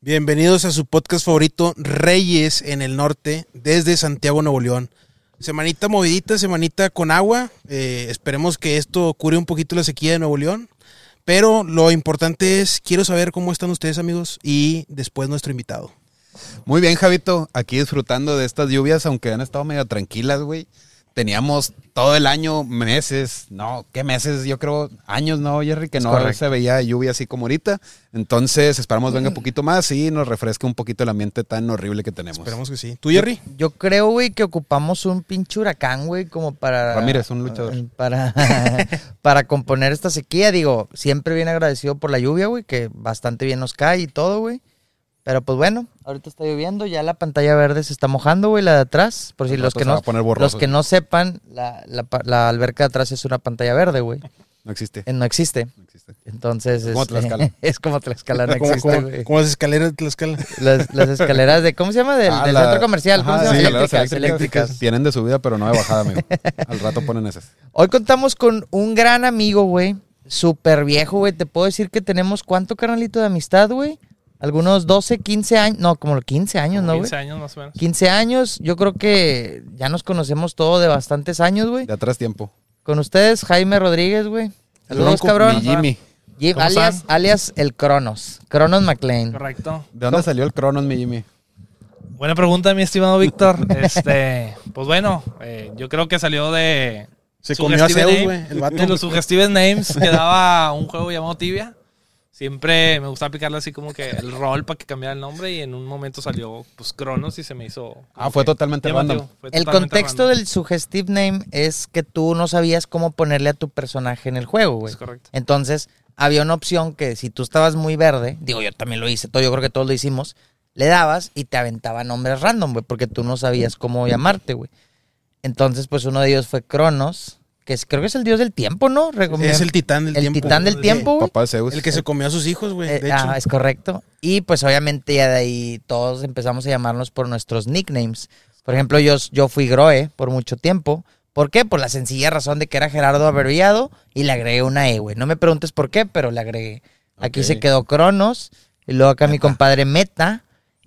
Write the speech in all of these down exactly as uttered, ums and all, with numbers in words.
Bienvenidos a su podcast favorito, Reyes en el Norte, desde Santiago, Nuevo León. Semanita movidita, semanita con agua. Eh, esperemos que esto cure un poquito la sequía de Nuevo León. Pero lo importante es, quiero saber cómo están ustedes, amigos, y después nuestro invitado. Muy bien, Javito, aquí disfrutando de estas lluvias, aunque han estado medio tranquilas, güey. Teníamos todo el año, meses, no, ¿qué meses? Yo creo años, ¿no, Jerry? Que no Correcto. Se veía lluvia así como ahorita. Entonces, esperamos venga un poquito más y nos refresque un poquito el ambiente tan horrible que tenemos. Esperamos que sí. ¿Tú, Jerry? Yo, yo creo, güey, que ocupamos un pinche huracán, güey, como para... Ramírez, un luchador. Para, para componer esta sequía. Digo, siempre bien agradecido por la lluvia, güey, que bastante bien nos cae y todo, güey. Pero pues bueno, ahorita está lloviendo, ya la pantalla verde se está mojando, güey, la de atrás. Por si los que, no, los que no sepan, la, la, la alberca de atrás es una pantalla verde, güey. No existe. Eh, no existe. No existe. Entonces, es como este, Tlaxcala. Es como Tlaxcala, no ¿Cómo, existe, güey. Como las escaleras de Tlaxcala. Las, las escaleras de, ¿cómo se llama? Del, ah, del la, centro comercial. Ajá, ¿Cómo se llama? Sí, eléctricas, eléctricas, eléctricas. Tienen de subida, pero no de bajada, amigo. Al rato ponen esas. Hoy contamos con un gran amigo, güey. Súper viejo, güey. Te puedo decir que tenemos, ¿cuánto, carnalito, de amistad, güey? Algunos doce, quince años, no, como quince años, ¿no, güey? quince años más o menos. quince años, yo creo que ya nos conocemos todo de bastantes años, güey. De atrás tiempo. Con ustedes, Jaime Rodríguez, güey. Saludos, cabrón. Mi Jimmy. Jim, alias, alias el Cronos. Cronos McLean. Correcto. ¿De dónde salió el Cronos, mi Jimmy? Buena pregunta, mi estimado Víctor. este, pues bueno, eh, yo creo que salió de... Se comió a Zeus, güey, el vato. De los suggestive names que daba un juego llamado Tibia. Siempre me gustaba picarle así como que el rol para que cambiara el nombre y en un momento salió pues Cronos y se me hizo... Ah, fue totalmente random. Fue el totalmente contexto random. del suggestive name es que tú no sabías cómo ponerle a tu personaje en el juego, güey. Es correcto. Entonces, había una opción que si tú estabas muy verde, digo, yo también lo hice, todo, yo creo que todos lo hicimos, le dabas y te aventaba nombres random, güey, porque tú no sabías cómo llamarte, güey. Entonces, pues uno de ellos fue Cronos, que es, creo que es el dios del tiempo, ¿no? Recom- Es el titán del el tiempo. El titán del tiempo, güey. Papá de Zeus. El que se comió a sus hijos, güey, Eh, de hecho. ah, es correcto. Y pues obviamente ya de ahí todos empezamos a llamarnos por nuestros nicknames. Por ejemplo, yo, yo fui Groe por mucho tiempo. ¿Por qué? Por la sencilla razón de que era Gerardo abreviado y le agregué una E, güey. No me preguntes por qué, pero le agregué. Aquí Ok. se quedó Cronos, y luego acá mi compadre Meta,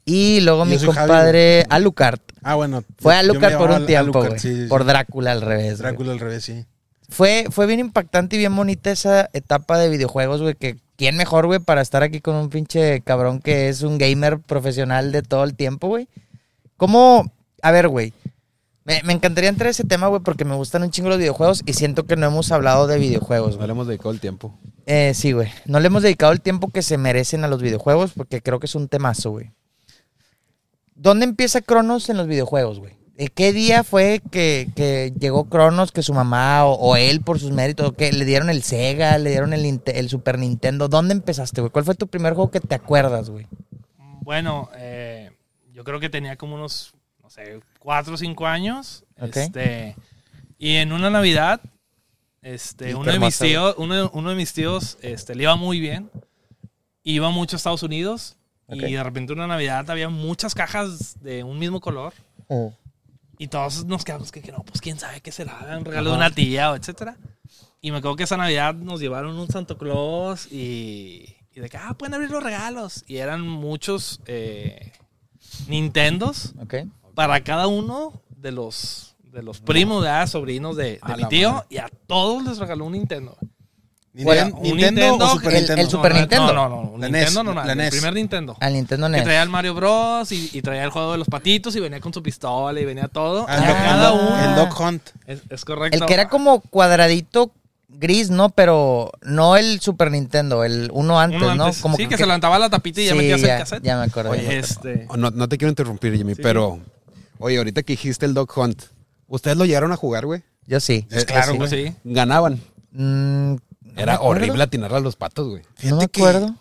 y luego Yo mi soy compadre Alucard. Ah, bueno. Fue yo me Alucard por llamaba un tiempo, Alucard, güey. sí, sí, Por sí. Drácula al revés, güey. Drácula al revés, sí. Fue, fue bien impactante y bien bonita esa etapa de videojuegos, güey, que quién mejor, güey, para estar aquí con un pinche cabrón que es un gamer profesional de todo el tiempo, güey. ¿Cómo? A ver, güey, me, me encantaría entrar a ese tema, güey, porque me gustan un chingo los videojuegos y siento que no hemos hablado de videojuegos, No güey. le hemos dedicado el tiempo. Eh, sí, güey, no le hemos dedicado el tiempo que se merecen a los videojuegos porque creo que es un temazo, güey. ¿Dónde empieza Cronos en los videojuegos, güey? ¿Qué día fue que, que llegó Cronos, que su mamá o, o él por sus méritos, que le dieron el Sega, le dieron el, Ninte- el Super Nintendo? ¿Dónde empezaste, güey? ¿Cuál fue tu primer juego que te acuerdas, güey? Bueno, eh, yo creo que tenía como unos, no sé, cuatro o cinco años. Ok. Este, y en una Navidad, este, Sí, uno qué de mis hermosa, tíos, uno, uno de mis tíos, este, le iba muy bien. Iba mucho a Estados Unidos. Ok. Y de repente una Navidad había muchas cajas de un mismo color. Oh. Y todos nos quedamos que, que no, pues quién sabe qué será, un regalo de una tía o etcétera. Y me acuerdo que esa Navidad nos llevaron un Santa Claus y, y de que, ah, pueden abrir los regalos. Y eran muchos eh, Nintendos Ok. para cada uno de los, de los primos, ¿verdad? Sobrinos de, de A mi la tío. madre. Y a todos les regaló un Nintendo. Nintendo, Un Nintendo, o Super que- el- Nintendo. el Super no, no, Nintendo. No, no, no. La Nintendo N E S, no, la el N E S. primer Nintendo. Al Nintendo Que N E S. traía el Mario Bros. Y, y traía el juego de los patitos y venía con su pistola y venía todo. Ah, el, Y Dog- cada el Dog- uno. el Dog Hunt. Es, es correcto. El que era como cuadradito gris, ¿no? Pero no el Super Nintendo, el uno antes, Uno ¿no? antes. Como sí, que, se levantaba la tapita y ya Sí, metías ya, el cassette. ya me acuerdo. ya me acuerdo. Este, Oh, No, no te quiero interrumpir, Jimmy, Sí, pero... Oye, ahorita que dijiste el Dog Hunt, ¿ustedes lo llegaron a jugar, güey? Yo sí. Pues Eh, claro, eh, güey. sí. Ganaban. Mm, no Era me acuerdo. horrible atinarle a los patos, güey. No Fíjate me que acuerdo.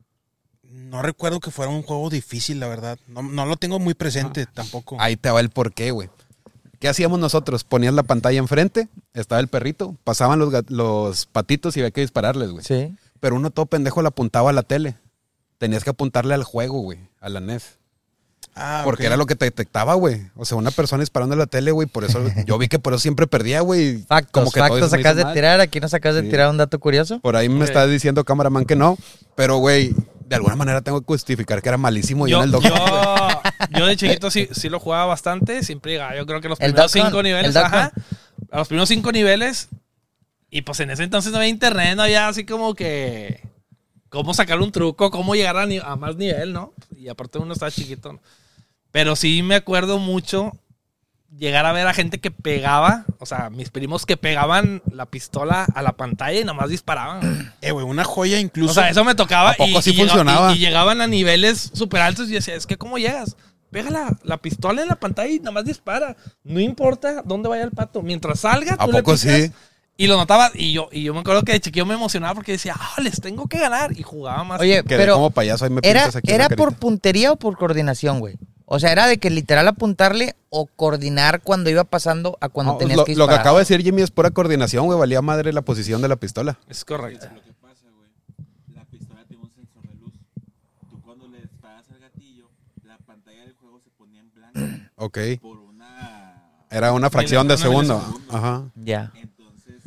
No recuerdo que fuera un juego difícil, la verdad. No, no lo tengo muy presente tampoco. Ahí te va el porqué, güey. ¿Qué hacíamos nosotros? Ponías la pantalla enfrente, estaba el perrito, pasaban los, gat- los patitos y había que dispararles, güey. Sí. Pero uno todo pendejo le apuntaba a la tele. Tenías que apuntarle al juego, güey, a la N E S. Ah, Porque ok. era lo que te detectaba, güey. O sea, una persona disparando a la tele, güey. Por eso, yo vi que por eso siempre perdía, güey. Factos, Como que todo factos eso me acabas hizo de mal. tirar. Aquí nos acabas de Sí. tirar un dato curioso. Por ahí me Ok. está diciendo cameraman que no. Pero, güey, de alguna manera tengo que justificar que era malísimo yo, Yo, en el Duck Hunt. yo, yo de chiquito sí, sí lo jugaba bastante. Siempre llegaba, yo creo que los El primeros Duck Hunt, cinco el niveles. Duck Ajá. A los primeros cinco niveles. Y pues en ese entonces no había internet, no había así como que. Cómo sacar un truco, cómo llegar a, ni- a más nivel, ¿no? Y aparte uno estaba chiquito, ¿no? Pero sí me acuerdo mucho llegar a ver a gente que pegaba, o sea, mis primos que pegaban la pistola a la pantalla y nomás disparaban. Eh, güey, una joya incluso. O sea, eso me tocaba. ¿A poco y, sí y llega- funcionaba? Y, y llegaban a niveles súper altos y yo decía, es que ¿cómo llegas? Pega la, la pistola en la pantalla y nomás dispara. No importa dónde vaya el pato. Mientras salga, ¿A tú le poco picas. sí? Y lo notaba. Y yo, y yo me acuerdo que de chiquillo me emocionaba porque decía, ah, les tengo que ganar. Y jugaba más. Oye, Quedé pero como payaso, ahí me ¿era, pintas aquí en era la por carita. puntería o por coordinación, güey? O sea, ¿era de que literal apuntarle o coordinar cuando iba pasando a cuando No, tenías lo, que lo disparar? que acaba de decir Jimmy es pura coordinación, güey. Valía madre la posición de la pistola. Es correcto. Lo que pasa, güey, la pistola tiene un sensor de luz. Tú cuando le disparas al gatillo, la pantalla del juego se ponía en blanco Ok. por una... Era una fracción de Una segundo. milisegundo. Ajá. Ya. Entonces,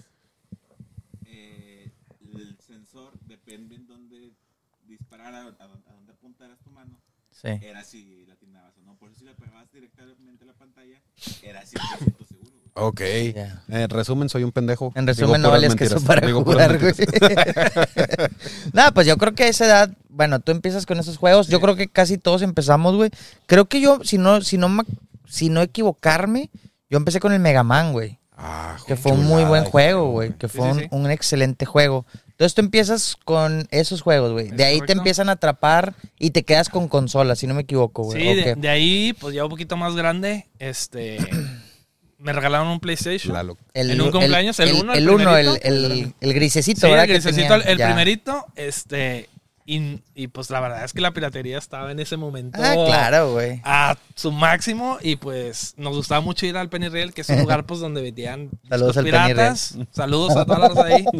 eh, el sensor, depende en dónde disparara, a, dónde- a dónde apuntaras tu mano, Sí. era si la atinabas o no. Por eso si la pegabas directamente a la pantalla, era cien por ciento seguro, güey. Ok. Ya. En resumen, soy un pendejo. En Digo resumen, no puras vales que eso mentiras. para Digo puras jugar, güey. mentiras. Nada, pues yo creo que a esa edad, bueno, tú empiezas con esos juegos. Yo creo que casi todos empezamos, güey. Creo que yo, si no, si no, ma- si no equivocarme, yo empecé con el Mega Man, güey. Ah, Que fue un muy buen juego, güey. Que fue Sí, un, sí, sí. un excelente juego. Entonces tú empiezas con esos juegos, güey. De Es ahí te correcto. empiezan a atrapar y te quedas con consolas, si no me equivoco, güey. Sí, de, Ok. de ahí, pues ya un poquito más grande, este. Me regalaron un PlayStation. La lo- en un cumpleaños, el uno, el El uno, el, primerito. el, el grisecito, Sí, ¿verdad? el que grisecito, tenía? el, el Ya. primerito, este. Y, y pues la verdad es que la piratería estaba en ese momento. Ah, claro, güey. A su máximo. Y pues nos gustaba mucho ir al Penny Real, que es un lugar pues donde vendían Saludos discos al Penny piratas. Saludos a todas las ahí.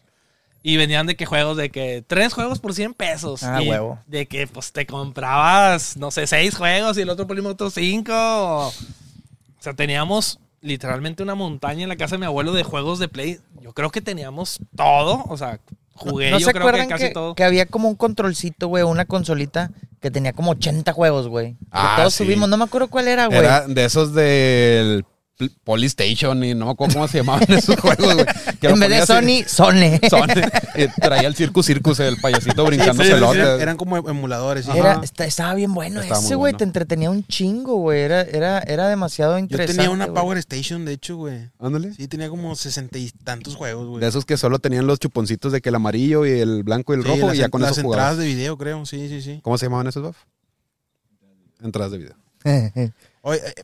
Y venían de que juegos de que tres juegos por cien pesos. Ah, y huevo. de que pues te comprabas, no sé, seis juegos y el otro primo otros cinco. O sea, teníamos literalmente una montaña en la casa de mi abuelo de juegos de Play. Yo creo que teníamos todo. O sea, jugué ¿No yo se creo que acuerdan casi que, todo. que había como un controlcito, güey, una consolita que tenía como ochenta juegos, güey? Que Ah, todos sí. subimos, no me acuerdo cuál era, güey. Era de esos del Pl- Polystation y no me acuerdo cómo se llamaban esos juegos, güey. Que lo En vez de ponías en- Sony, Sony. Sony. Y traía el Circus Circus, el payasito brincando sí, sí, celotes. Eran, eran como emuladores. ¿sí? Era, Ajá. está- estaba bien bueno Estaba ese, muy güey. bueno. Te entretenía un chingo, güey. Era, era, era demasiado Yo interesante. tenía una güey. Power Station, de hecho, güey. Ándale. Sí, tenía como sesenta y tantos juegos, güey. De esos que solo tenían los chuponcitos de que el amarillo y el blanco y el Sí, rojo las, y ya con las eso entradas jugabas. de video, creo. Sí, sí, sí. ¿Cómo se llamaban esos, Baf? Entradas de video. Oye, eh,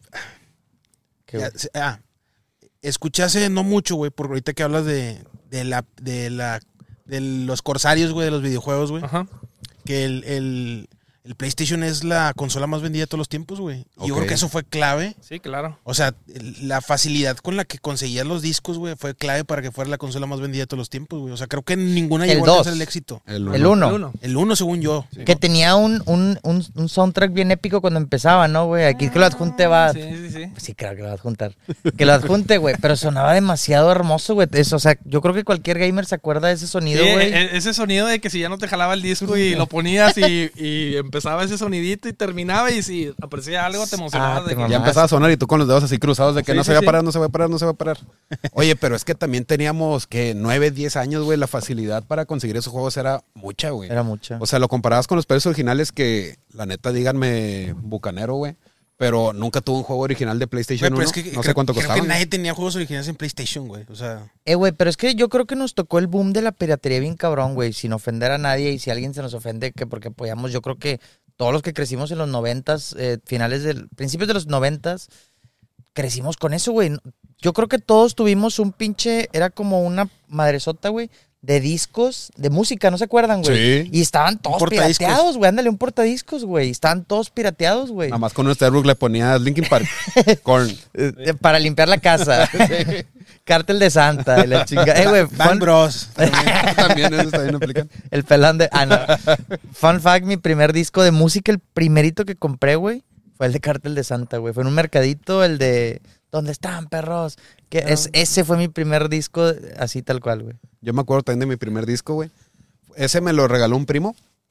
Qué ya, güey. se- ah, escuché hace no mucho, güey, porque ahorita que hablas de, de la de la de los corsarios, güey, de los videojuegos, güey, Ajá. que el, el, el PlayStation es la consola más vendida de todos los tiempos, güey. Y Yo Ok. creo que eso fue clave. Sí, claro. O sea, el- la facilidad con la que conseguías los discos, güey, fue clave para que fuera la consola más vendida de todos los tiempos, güey. O sea, creo que ninguna El llegó a dos. alcanzar el éxito. El El uno. El uno. El uno, según yo. Que tenía un, un, un, un soundtrack bien épico cuando empezaba, ¿no, güey? Aquí que lo adjunte va. Sí, sí, sí. Sí, claro que lo va a adjuntar. Que lo adjunte, güey. Pero sonaba demasiado hermoso, güey. Eso, o sea, yo creo que cualquier gamer se acuerda de ese sonido, Sí, güey. e- ese sonido de que si ya no te jalaba el disco y lo ponías y, y empezaba ese sonidito y terminaba y si aparecía algo te emocionabas. Ah, de te que- mamás. Ya empezaba a sonar y tú con los dedos así cruzados de que Sí, no sí, se va sí. a parar, no se va a parar, no se va a parar. Oye, pero es que también teníamos que nueve, diez años, güey. La facilidad para conseguir esos juegos era mucha, güey. Era mucho. O sea, lo comparabas con los precios originales que, la neta, díganme, bucanero, güey. Pero nunca tuvo un juego original de Güey, PlayStation pero uno. es que No sé creo- cuánto creo costaban. que nadie tenía juegos originales en PlayStation, güey. O sea, Eh, güey, pero es que yo creo que nos tocó el boom de la piratería bien cabrón, güey. Sin ofender a nadie y si alguien se nos ofende, que porque apoyamos, yo creo que todos los que crecimos en los noventas, eh, finales del, principios de los noventas, crecimos con eso, güey. Yo creo que todos tuvimos un pinche, era como una madresota, güey, de discos, de música, ¿no se acuerdan, güey? Sí. Y estaban todos portadiscos. pirateados, güey. Ándale, un portadiscos, güey. Estaban todos pirateados, güey. Nada más con un Starbucks le ponías Linkin Park. con... Eh, Para limpiar la casa. Cártel de Santa y la chingada. Eh, güey, Bang fun- Bros. También eso también aplican. El pelón de... Ah, no. Fun fact, mi primer disco de música, el primerito que compré, güey, fue el de Cártel de Santa, güey. Fue en un mercadito, el de... ¿Dónde están, perros? Que es, ese fue mi primer disco así tal cual, güey. Yo me acuerdo también de mi primer disco, güey. Ese me lo regaló un primo,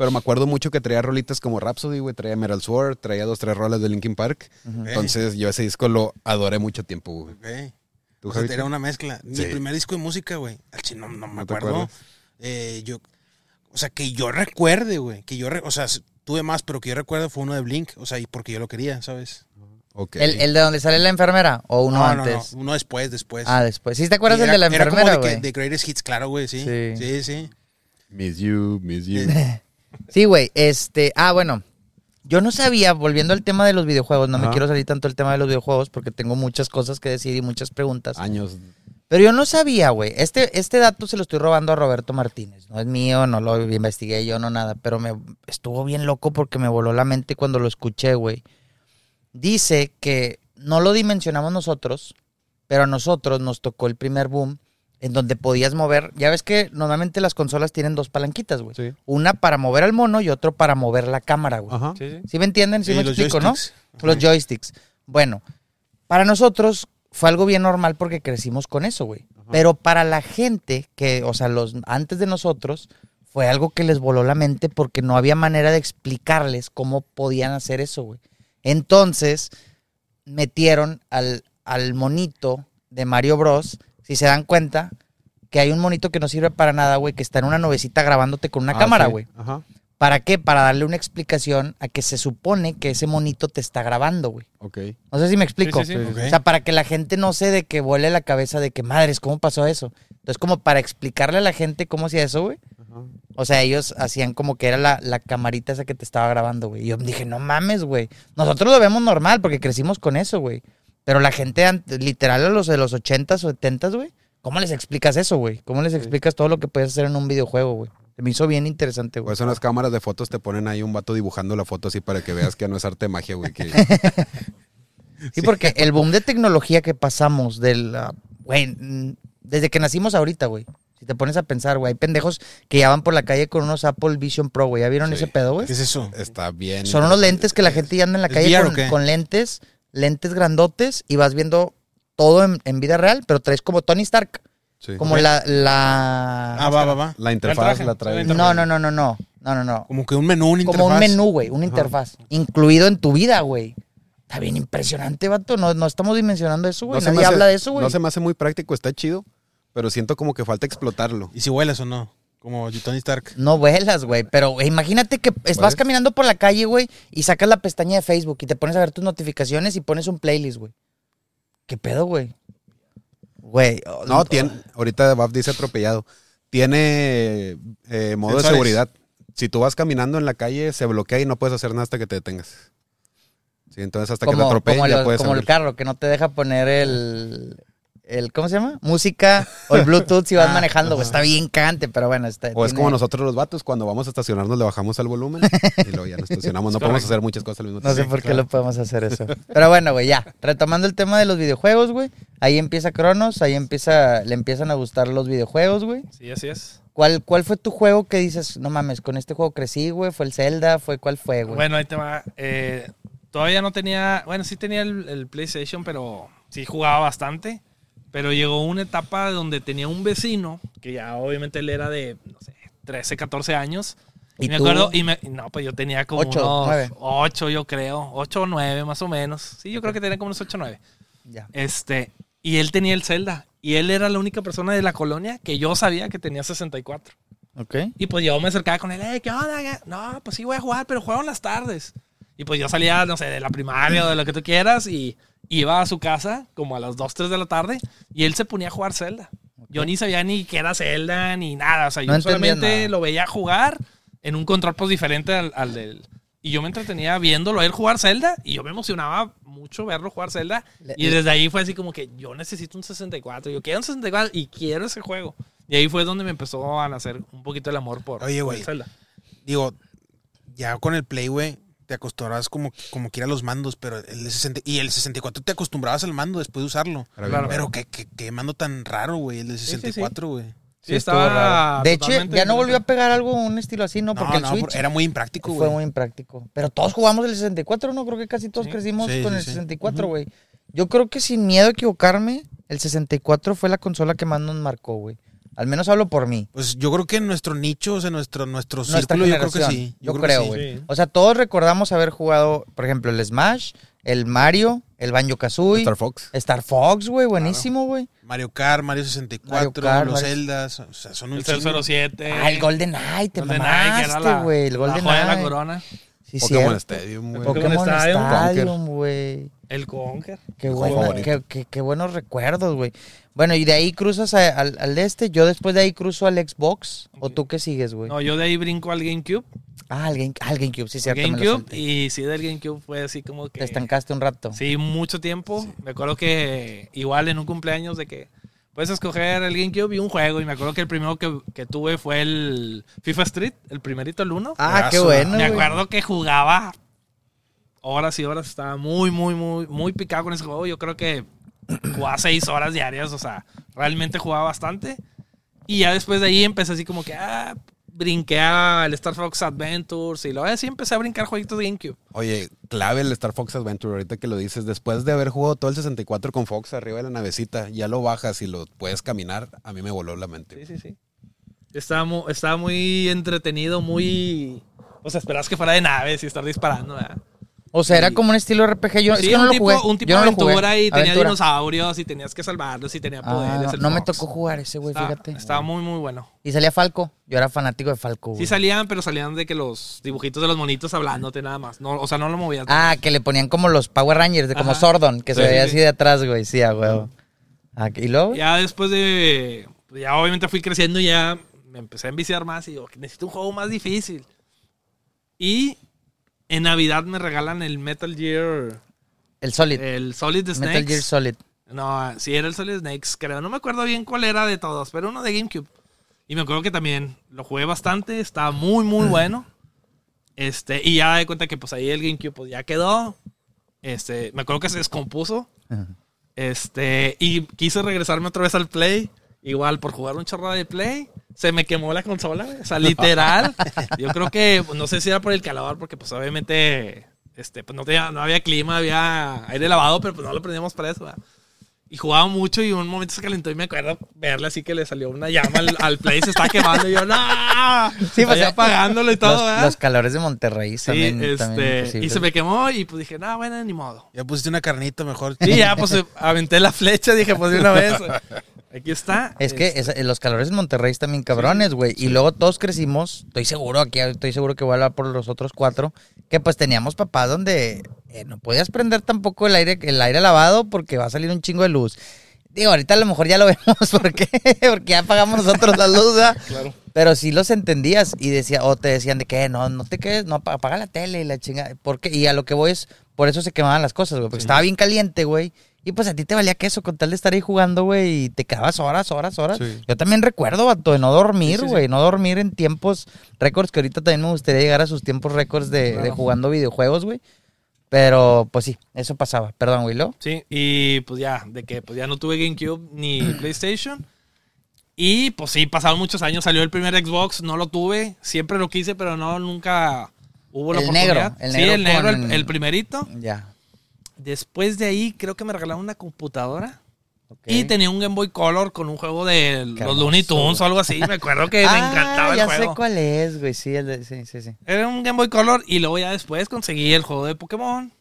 Pero me acuerdo mucho que traía rolitas como Rhapsody, güey. Traía Emerald Sword, traía dos, tres rolas de Linkin Park. Ujú. Entonces yo ese disco lo adoré mucho tiempo, güey. Ok. ¿Tú, O sea, Javito? era una mezcla. Mi Sí. primer disco de música, güey. Al chino no, no me ¿No te acuerdo. acuerdas? Eh, yo, o sea, que yo recuerde, güey. Que yo, re- o sea, s- tuve más, pero que yo recuerdo fue uno de Blink. O sea, y porque yo lo quería, ¿sabes? Ok. ¿El, ¿El de donde sale la enfermera o uno no, antes? no, no. Uno después, después. Ah, después. ¿Sí te acuerdas Y del de la era- era enfermera, como de, que, güey? de Greatest Hits, claro, güey, sí. Sí. Sí, sí. Miss you, miss you. Sí, güey. Este. Ah, bueno. Yo no sabía, volviendo al tema de los videojuegos, no me Ajá. quiero salir tanto del tema de los videojuegos porque tengo muchas cosas que decir y muchas preguntas. Años. Pero yo no sabía, güey. Este, este dato se lo estoy robando a Roberto Martínez. No es mío, no lo investigué yo, no nada. Pero me estuvo bien loco porque me voló la mente cuando lo escuché, güey. Dice que no lo dimensionamos nosotros, pero a nosotros nos tocó el primer boom en donde podías mover. Ya ves que normalmente las consolas tienen dos palanquitas, güey. Sí. Una para mover al mono y otro para mover la cámara, güey. Ajá. Sí, sí. ¿Sí me entienden? ¿Sí, Sí, me los explico, joysticks. no? Los joysticks. Bueno, para nosotros fue algo bien normal porque crecimos con eso, güey. Pero para la gente que, o sea, los antes de nosotros, fue algo que les voló la mente porque no había manera de explicarles cómo podían hacer eso, güey. Entonces, metieron al, al monito de Mario Bros. Si se dan cuenta, que hay un monito que no sirve para nada, güey, que está en una nubecita grabándote con una Ah, cámara, sí. güey. Ajá. ¿Para qué? Para darle una explicación a que se supone que ese monito te está grabando, güey. Ok. No sé si me explico. Sí, sí, sí. Ok. O sea, para que la gente no se de que vuele la cabeza de que, madres, ¿cómo pasó eso? Entonces, como para explicarle a la gente cómo hacía eso, güey. Ajá. O sea, ellos hacían como que era la, la camarita esa que te estaba grabando, güey. Y yo dije, no mames, güey. Nosotros lo vemos normal porque crecimos con eso, güey. Pero la gente, ant- literal, a los de los ochentas o setentas, güey, ¿cómo les explicas eso, güey? ¿Cómo les explicas todo lo que puedes hacer en un videojuego, güey? Se me hizo bien interesante, güey. Pues en las cámaras de fotos te ponen ahí un vato dibujando la foto así para que veas que no es arte de magia, güey. Que... Sí, porque el boom de tecnología que pasamos del, ah, güey, mm, desde que nacimos ahorita, güey. Si te pones a pensar, güey, hay pendejos que ya van por la calle con unos Apple Vision Pro, güey. ¿Ya vieron Sí. ese pedo, güey? ¿Qué es eso? Está bien. Son unos lentes que la gente ya anda en la ¿Es calle V R o con, qué? con lentes, lentes grandotes y vas viendo todo en, en vida real, pero traes como Tony Stark, Sí. como la, la... Ah, va, va, va. La interfaz traje, la sí, trae. la No, no, no, no, no, no, no, no. Como que un menú, un Como un interfaz. menú, güey, una interfaz, incluido en tu vida, güey. Está bien impresionante, vato. No, no estamos dimensionando eso, güey. No se me Nadie hace- habla de eso, güey. No se me hace muy práctico, está chido, pero siento como que falta explotarlo. ¿Y si vuelas o no? Como Tony Stark. No vuelas, güey. Pero güey, imagínate que es- vas ¿Puedes? caminando por la calle, güey, y sacas la pestaña de Facebook y te pones a ver tus notificaciones y pones un playlist, güey. ¿Qué pedo, güey? Güey. oh, No, tiene, ahorita Baf dice atropellado. Tiene eh, modo de Sensores. seguridad. Si tú vas caminando en la calle, se bloquea y no puedes hacer nada hasta que te detengas. Sí, entonces hasta que te Como, atropellen como, ya lo- puedes como el abrir. carro, que no te deja poner el, el. ¿Cómo se llama? Música o el Bluetooth si vas Ah, manejando, güey. ajá. Está bien cagante, pero bueno. Está, O es tiene- como nosotros los vatos, cuando vamos a estacionarnos le bajamos al volumen y luego ya nos estacionamos. No podemos hacer muchas cosas al mismo No tiempo. sé por qué lo podemos hacer eso. Pero bueno, güey, ya. Retomando el tema de los videojuegos, güey. Ahí empieza Cronos, ahí empieza, le empiezan a gustar los videojuegos, güey. Sí, así es. ¿Cuál, ¿Cuál fue tu juego que dices, no mames, con este juego crecí, güey? ¿Fue el Zelda? ¿Fue cuál fue, güey? Bueno, ahí te va. Eh, todavía no tenía. Bueno, sí tenía el, el PlayStation, pero sí jugaba bastante. Pero llegó una etapa donde tenía un vecino, que ya obviamente él era de, no sé, trece, catorce años. Y, ¿Y me tú? acuerdo, y me, no, pues yo tenía como Ocho, unos nueve. ocho, yo creo. ocho o nueve, más o menos. Sí, yo creo que tenía como unos ocho o nueve. Ya. Este, y él tenía el Zelda. Y él era la única persona de la colonia que yo sabía que tenía sesenta y cuatro. Ok. Y pues yo me acercaba con él, "Ey, ¿qué onda? ¿Qué?". No, pues sí voy a jugar, pero juego en las tardes. Y pues yo salía, no sé, de la primaria o de lo que tú quieras y iba a su casa como a las dos, tres de la tarde y él se ponía a jugar Zelda. Yo ni sabía ni qué era Zelda ni nada. O sea, yo No entendías solamente nada. lo veía jugar en un control pues diferente al, al del... Y yo me entretenía viéndolo a él jugar Zelda y yo me emocionaba mucho verlo jugar Zelda. Le- Y desde ahí fue así como que yo necesito un sesenta y cuatro. Yo quiero un sesenta y cuatro y quiero ese juego. Y ahí fue donde me empezó a nacer un poquito el amor por, Oye, por güey. el Zelda. Digo, ya con el Play, güey, te acostumbrabas como, como que ir a los mandos, pero el de sesenta y el sesenta y cuatro te acostumbrabas al mando después de usarlo. Era bien Claro. Pero qué, qué, qué mando tan raro, güey, el de sí, sesenta y cuatro, güey. Sí, Sí, estuvo estaba raro. De hecho, totalmente ya no volvió a diferente. pegar algo, un estilo así, ¿no? No, Porque el no, Switch era muy impráctico, fue güey. muy impráctico. Pero todos jugamos el sesenta y cuatro, ¿no? Creo que casi todos Sí. crecimos Sí, con sí, el sí. sesenta y cuatro, güey. Yo creo que sin miedo a equivocarme, el sesenta y cuatro fue la consola que más nos marcó, güey. Al menos hablo por mí. Pues yo creo que en nuestro nicho, o sea, nuestro, nuestro Nuestra círculo, yo creo que generación. sí. Yo, que creo, sí. güey. Sí. O sea, todos recordamos haber jugado, por ejemplo, el Smash, el Mario, el Banjo-Kazooie. Star Fox. Star Fox, güey, buenísimo, güey. Mario Kart, Mario sesenta y cuatro, Mario Kart, los Mario- Zeldas, o sea, son un El chingo. cero siete. Ah, el Golden Eye, te Golden Eye, que era mamaste, la, güey. El la Golden joya de la Eye. corona. Sí, Pokémon cierto. Stadium, güey. Pokémon Pokémon Stadium. Stadium, güey. El Conker. Qué, Mi buena- juego favorito. qué, qué- qué buenos recuerdos, güey. Bueno, y de ahí cruzas a- al, al este. Yo después de ahí cruzo al Xbox. ¿O tú qué sigues, güey? No, yo de ahí brinco al GameCube. Ah, al, Game, al GameCube, sí, cierto. me lo GameCube. solté. Y sí, del GameCube fue así como que. Te estancaste un rato. Sí, mucho tiempo. Me acuerdo que igual en un cumpleaños de que puedes escoger el GameCube y un juego. Y me acuerdo que el primero que, que tuve fue el FIFA Street, el primerito, el uno. Ah, qué Brazo. bueno, Me güey. acuerdo que jugaba horas y horas. Estaba muy, muy, muy, muy picado con ese juego. Yo creo que jugaba seis horas diarias. O sea, realmente jugaba bastante. Y ya después de ahí empecé así como que, ah, brinqué al Star Fox Adventures. Y luego así empecé a brincar jueguitos de GameCube. Oye, clave el Star Fox Adventure, ahorita que lo dices, después de haber jugado todo el sesenta y cuatro con Fox arriba de la navecita, ya lo bajas y lo puedes caminar, a mí me voló la mente. Sí, sí, sí. Estaba muy, estaba muy entretenido, muy... O sea, esperabas que fuera de naves y estar disparando, ¿verdad? O sea, era como un estilo R P G. Yo, es Sí, que no un lo tipo, jugué. un tipo Yo de no lo jugué. aventura y tenía Aventura. dinosaurios y tenías que salvarlos y tenía Ah, poderes. el no me Fox. tocó jugar ese, güey, Estaba- fíjate. Estaba muy, muy bueno. Y salía Falco. Yo era fanático de Falco, güey. Sí salían, pero salían de que los dibujitos de los monitos hablándote nada más. No, o sea, no lo movías. Ah, que le ponían como los Power Rangers, de como Ajá. Sordon, que se Sí, veía sí, así sí. de atrás, güey. Sí, a huevo. Ah, ¿y luego? Ya después de... Ya obviamente fui creciendo y ya me empecé a enviciar más y digo, necesito un juego más difícil. Y en Navidad me regalan el Metal Gear... El Solid. El Solid Snakes. Metal Gear Solid. No, sí era el Solid Snakes, creo. No me acuerdo bien cuál era de todos, pero uno de GameCube. Y me acuerdo que también lo jugué bastante, estaba muy, muy bueno. Este, y ya de cuenta que pues ahí el GameCube pues, ya quedó. Este, me acuerdo que se descompuso. Este, y quise regresarme otra vez al Play. Igual por jugar un chorro de Play. Se me quemó la consola, güey. O sea, literal. Yo creo que, no sé si era por el calor, porque pues obviamente... Este, pues no, tenía, no había clima, había aire lavado, pero pues no lo prendíamos para eso, ¿verdad? Y jugaba mucho y un momento se calentó y me acuerdo verle así que le salió una llama al, al Play, se estaba quemando y yo, ¡no! Sí, pues, Ahí apagándolo y todo, los, ¿verdad? los calores de Monterrey Sí, también, este, también y imposibles. se me quemó y pues dije, no, bueno, ni modo. Ya pusiste una carnita mejor. Sí, ya pues aventé la flecha, dije, pues de una vez. Aquí está. Es que Este, esa- los calores en Monterrey están bien cabrones, güey. Y luego todos crecimos, estoy seguro, aquí estoy seguro que voy a hablar por los otros cuatro, que pues teníamos papás donde eh, no podías prender tampoco el aire, el aire lavado porque va a salir un chingo de luz. Digo, ahorita a lo mejor ya lo vemos porque, porque ya pagamos nosotros la luz, ¿verdad? Claro. Pero sí los entendías y decía, o te decían de que no, no te quedes, no, apa- apaga la tele y la chingada. ¿Por qué? Y a lo que voy es, por eso se quemaban las cosas, güey, porque estaba bien caliente, güey. Y pues a ti te valía queso con tal de estar ahí jugando, güey, y te quedabas horas, horas, horas. Sí. Yo también recuerdo, vato, de no dormir, Sí, sí, güey, sí. no dormir en tiempos récords, que ahorita también me gustaría llegar a sus tiempos récords de, Claro. de jugando videojuegos, güey. Pero, pues sí, eso pasaba. Perdón, güey, ¿lo? Sí, y pues ya, de que pues ya no tuve GameCube ni PlayStation. Y pues sí, pasaron muchos años, salió el primer Xbox, no lo tuve, siempre lo quise, pero no, nunca hubo la El oportunidad. negro, el sí, negro el negro, con- el, el primerito. Ya. Después de ahí, creo que me regalaron una computadora. ok. Y tenía un Game Boy Color con un juego de los hermoso, Looney Tunes o algo así. Me acuerdo que me Ah, encantaba el ya juego. sé cuál es, güey, sí, el de- sí, sí, sí. Era un Game Boy Color y luego ya después conseguí el juego de Pokémon.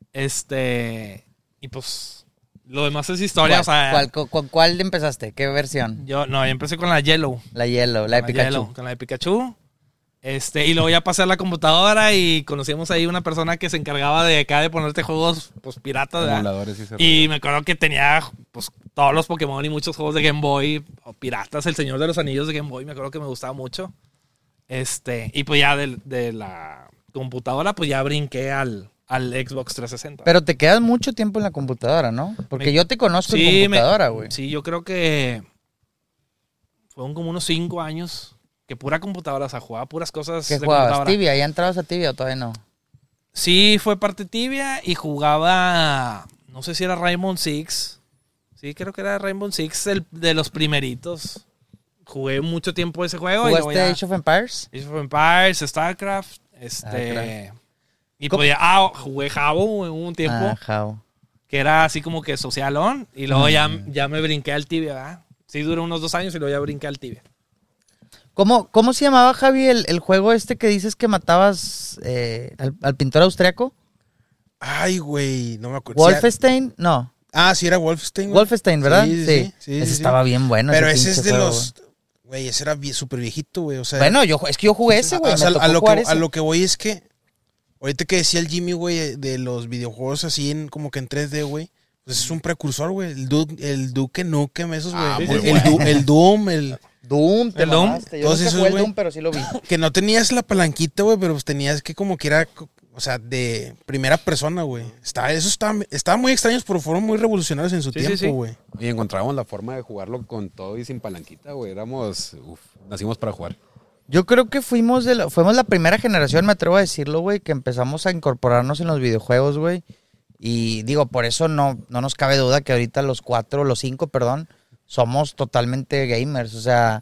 Este. Y pues. Lo demás es historia. ¿Cuál, o sea. cuál, cu- cu- cuál empezaste? ¿Qué versión? Yo, no, yo empecé con la Yellow. La Yellow, la de Con Pikachu. Yellow, con la de Pikachu. Este, y luego ya pasé a la computadora y conocíamos ahí una persona que se encargaba de acá de ponerte juegos pues piratas, ¿verdad? Emuladores y ese Y rollo. me acuerdo que tenía pues todos los Pokémon y muchos juegos de Game Boy o piratas, El Señor de los Anillos de Game Boy, me acuerdo que me gustaba mucho. Este, y pues ya de, de la computadora pues ya brinqué al, al Xbox trescientos sesenta. Pero te quedas mucho tiempo en la computadora, ¿no? Porque Me- yo te conozco Sí, en me- computadora, güey. Sí, yo creo que fueron como unos cinco años que pura computadora, o sea, jugaba puras cosas ¿Qué de jugabas? computadora. ¿Tibia? ¿Ya entrabas a Tibia o todavía no? Sí, fue parte tibia y jugaba, no sé si era Rainbow Six. Sí, creo que era Rainbow Six, el de los primeritos. Jugué mucho tiempo ese juego. Y luego ¿Jugaste ya- Age of Empires? Age of Empires, StarCraft, este... StarCraft. Y ¿Cómo? pues ya, ah, jugué Habbo en un tiempo, Ah, how. que era así como que socialón. Y luego ya, ya me brinqué al tibia, ¿verdad? Sí, duró unos dos años y luego ya brinqué al Tibia. ¿Cómo, ¿Cómo se llamaba, Javi, el, el juego este que dices que matabas eh, al, al pintor austriaco? Ay, güey, no me acuerdo. ¿Wolfenstein? No. Ah, sí, era Wolfenstein. güey. Wolfenstein, ¿verdad? Sí, sí, sí, sí, Ese sí, estaba bien bueno. Pero ese pinche es de juego, los... Güey, ese era vie- súper viejito, güey. O sea, Bueno, yo, es que yo jugué ese, güey. o sea, me tocó a, lo jugar que, ese. a lo que voy es que... Ahorita que decía el Jimmy, güey, de los videojuegos así en como que en tres D, güey. Pues es un precursor, güey. El, du el Duke Nukem, esos, güey. Ah, el, muy el, Du- el Doom, el... Doom, te ¿El Doom? mamaste. Yo Todos nunca esos, jugué el güey. Doom, pero sí lo vi. Que no tenías la palanquita, güey, pero pues tenías que como que era... O sea, de primera persona, güey. Estaba, eso estaba, estaba muy extraños, pero fueron muy revolucionarios en su Sí, sí, tiempo, sí. güey. Y encontrábamos la forma de jugarlo con todo y sin palanquita, güey. Éramos, uf, nacimos para jugar. Yo creo que fuimos de la, fuimos la primera generación, me atrevo a decirlo, güey, que empezamos a incorporarnos en los videojuegos, güey. Y digo, por eso no, no nos cabe duda que ahorita los cuatro, los cinco, perdón, somos totalmente gamers. O sea,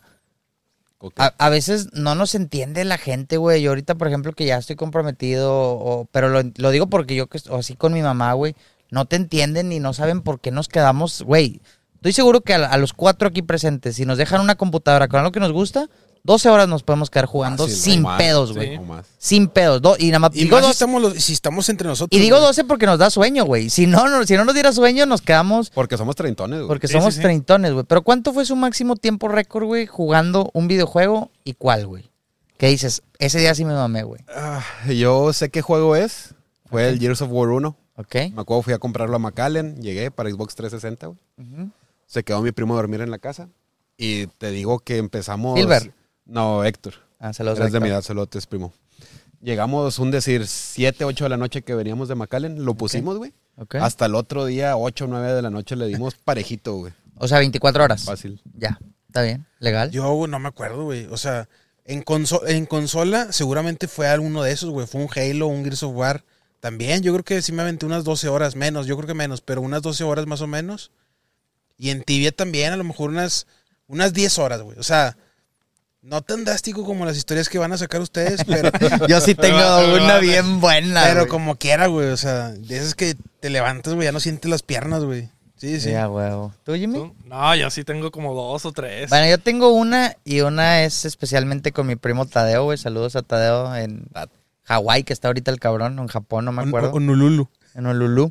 a, a veces no nos entiende la gente, güey. Yo ahorita, por ejemplo, que ya estoy comprometido, o, pero lo, lo digo porque yo, que o así con mi mamá, güey, no te entienden y no saben por qué nos quedamos, güey. Estoy seguro que a, a los cuatro aquí presentes, si nos dejan una computadora con algo que nos gusta, doce horas nos podemos quedar jugando Fácil, sin o más, pedos, sí, güey. o más. Sin pedos. Do- y nada más, Y digo más si dos- estamos, los- si estamos entre nosotros. y digo güey. doce porque nos da sueño, güey. Si no, no, si no nos diera sueño, nos quedamos Porque somos treintones, güey. porque Sí, somos sí, sí. treintones, güey. Pero ¿cuánto fue su máximo tiempo récord, güey, jugando un videojuego y cuál, güey? ¿Qué dices? Ese día sí me mamé, güey. Ah, yo sé qué juego es. Fue el Gears of War uno. ¿Ok? Me acuerdo, fui a comprarlo a McAllen. Llegué para Xbox trescientos sesenta, güey. Ujú. Se quedó mi primo a dormir en la casa. Y te digo que empezamos... Silver. No, Héctor. Ah, saludos. Eres de mi Héctor. edad, saludos, primo. Llegamos, un decir, siete, ocho de la noche que veníamos de McAllen. Lo pusimos, güey. Ok. Hasta el otro día, ocho, nueve de la noche, le dimos parejito, güey. O sea, veinticuatro horas. Fácil. Ya. Está bien. Legal. Yo güey, no me acuerdo, güey. O sea, en, conso en consola seguramente fue alguno de esos, güey. Fue un Halo, un Gears of War. También, yo creo que sí me aventé unas doce horas menos. Yo creo que menos, pero unas doce horas más o menos. Y en Tibia también, a lo mejor unas, unas diez horas, güey. O sea, no tan drástico como las historias que van a sacar ustedes, pero, Yo sí tengo una bien buena, pero güey. como quiera, güey. O sea, de esas que te levantas, güey, ya no sientes las piernas, güey. Sí, sí. Ya, huevo. ¿Tú, Jimmy? ¿Tú? No, yo sí tengo como dos o tres. Bueno, yo tengo una y una es especialmente con mi primo Tadeo, güey. Saludos a Tadeo en Hawái, que está ahorita el cabrón, o en Japón, no me acuerdo. Honolulu. En Honolulu.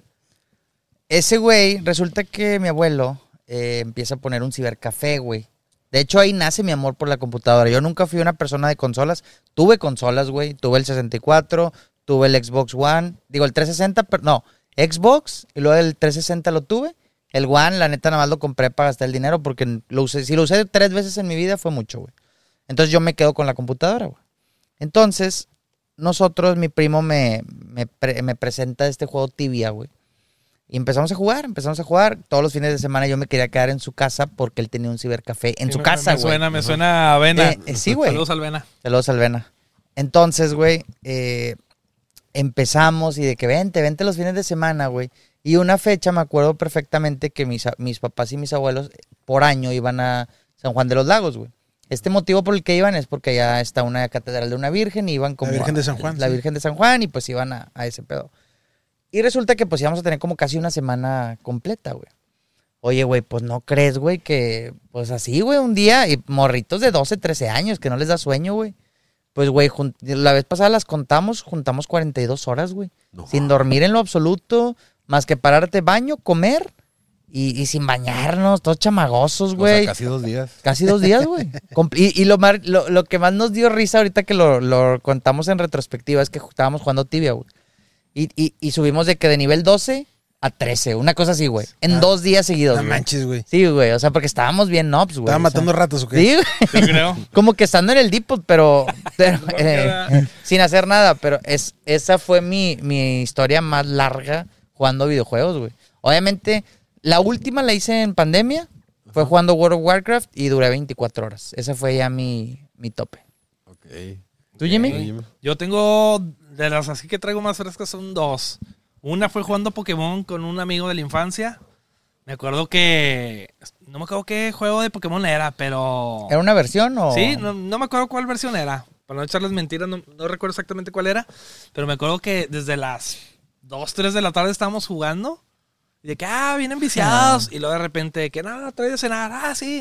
Ese güey, resulta que mi abuelo eh, empieza a poner un cibercafé, güey. De hecho, ahí nace mi amor por la computadora. Yo nunca fui una persona de consolas. Tuve consolas, güey. Tuve el sesenta y cuatro, tuve el Xbox One. Digo, el trescientos sesenta, pero no. Xbox, y luego el trescientos sesenta lo tuve. El One, la neta, nada más lo compré para gastar el dinero porque lo usé. Si lo usé tres veces en mi vida, fue mucho, güey. Entonces yo me quedo con la computadora, güey. Entonces, nosotros, mi primo me, me, pre- me presenta este juego Tibia, güey. Y empezamos a jugar, empezamos a jugar. Todos los fines de semana yo me quería quedar en su casa porque él tenía un cibercafé en Sí, su me- casa, me, güey. suena, me suena a Avena. Eh, eh, sí, güey. Saludos al Vena. Saludos, Alvena. Entonces, güey, eh, empezamos y de que vente, vente los fines de semana, güey. Y una fecha me acuerdo perfectamente que mis, a- mis papás y mis abuelos por año iban a San Juan de los Lagos, güey. Este motivo por el que iban es porque allá está una catedral de una virgen y iban como... La Virgen a- de San Juan, La sí. Virgen de San Juan y pues iban a, a ese pedo. Y resulta que pues íbamos a tener como casi una semana completa, güey. Oye, güey, pues no crees, güey, que pues así, güey, un día, y morritos de doce, trece años que no les da sueño, güey. Pues, güey, jun- la vez pasada las contamos, juntamos cuarenta y dos horas, güey. No. Sin dormir en lo absoluto, más que pararte baño, comer y, y sin bañarnos, todos chamagosos, O sea, güey. casi dos días. Casi dos días, güey. Compl- Y, y lo, mar- lo, lo que más nos dio risa ahorita que lo, lo contamos en retrospectiva es que estábamos jugando Tibia, güey. Y, y, y subimos de que de nivel doce a trece, una cosa así, güey. En Ah, dos días seguidos, No güey. manches, güey. Sí, güey, o sea, porque estábamos bien nobs, güey. ¿Estaban o sea. matando ratos o qué? Sí, güey. Sí, creo. Como que estando en el Depot, pero, pero, No, eh, era- sin hacer nada. Pero es, esa fue mi, mi historia más larga jugando videojuegos, güey. Obviamente, la última la hice en pandemia. Fue jugando World of Warcraft y duré veinticuatro horas. Ese fue ya mi, mi tope. Ok. ¿Tú, Jimmy? Oye, Jimmy. Yo tengo, de las así que traigo más frescas son dos. Una fue jugando Pokémon con un amigo de la infancia. Me acuerdo que, no me acuerdo qué juego de Pokémon era, pero... ¿Era una versión o...? Sí, no, no me acuerdo cuál versión era. Para no echarles mentiras, no, no recuerdo exactamente cuál era. Pero me acuerdo que desde las dos, tres de la tarde estábamos jugando. Y de que, ah, vienen viciados. Y luego de repente, que no, trae de cenar. Ah, sí.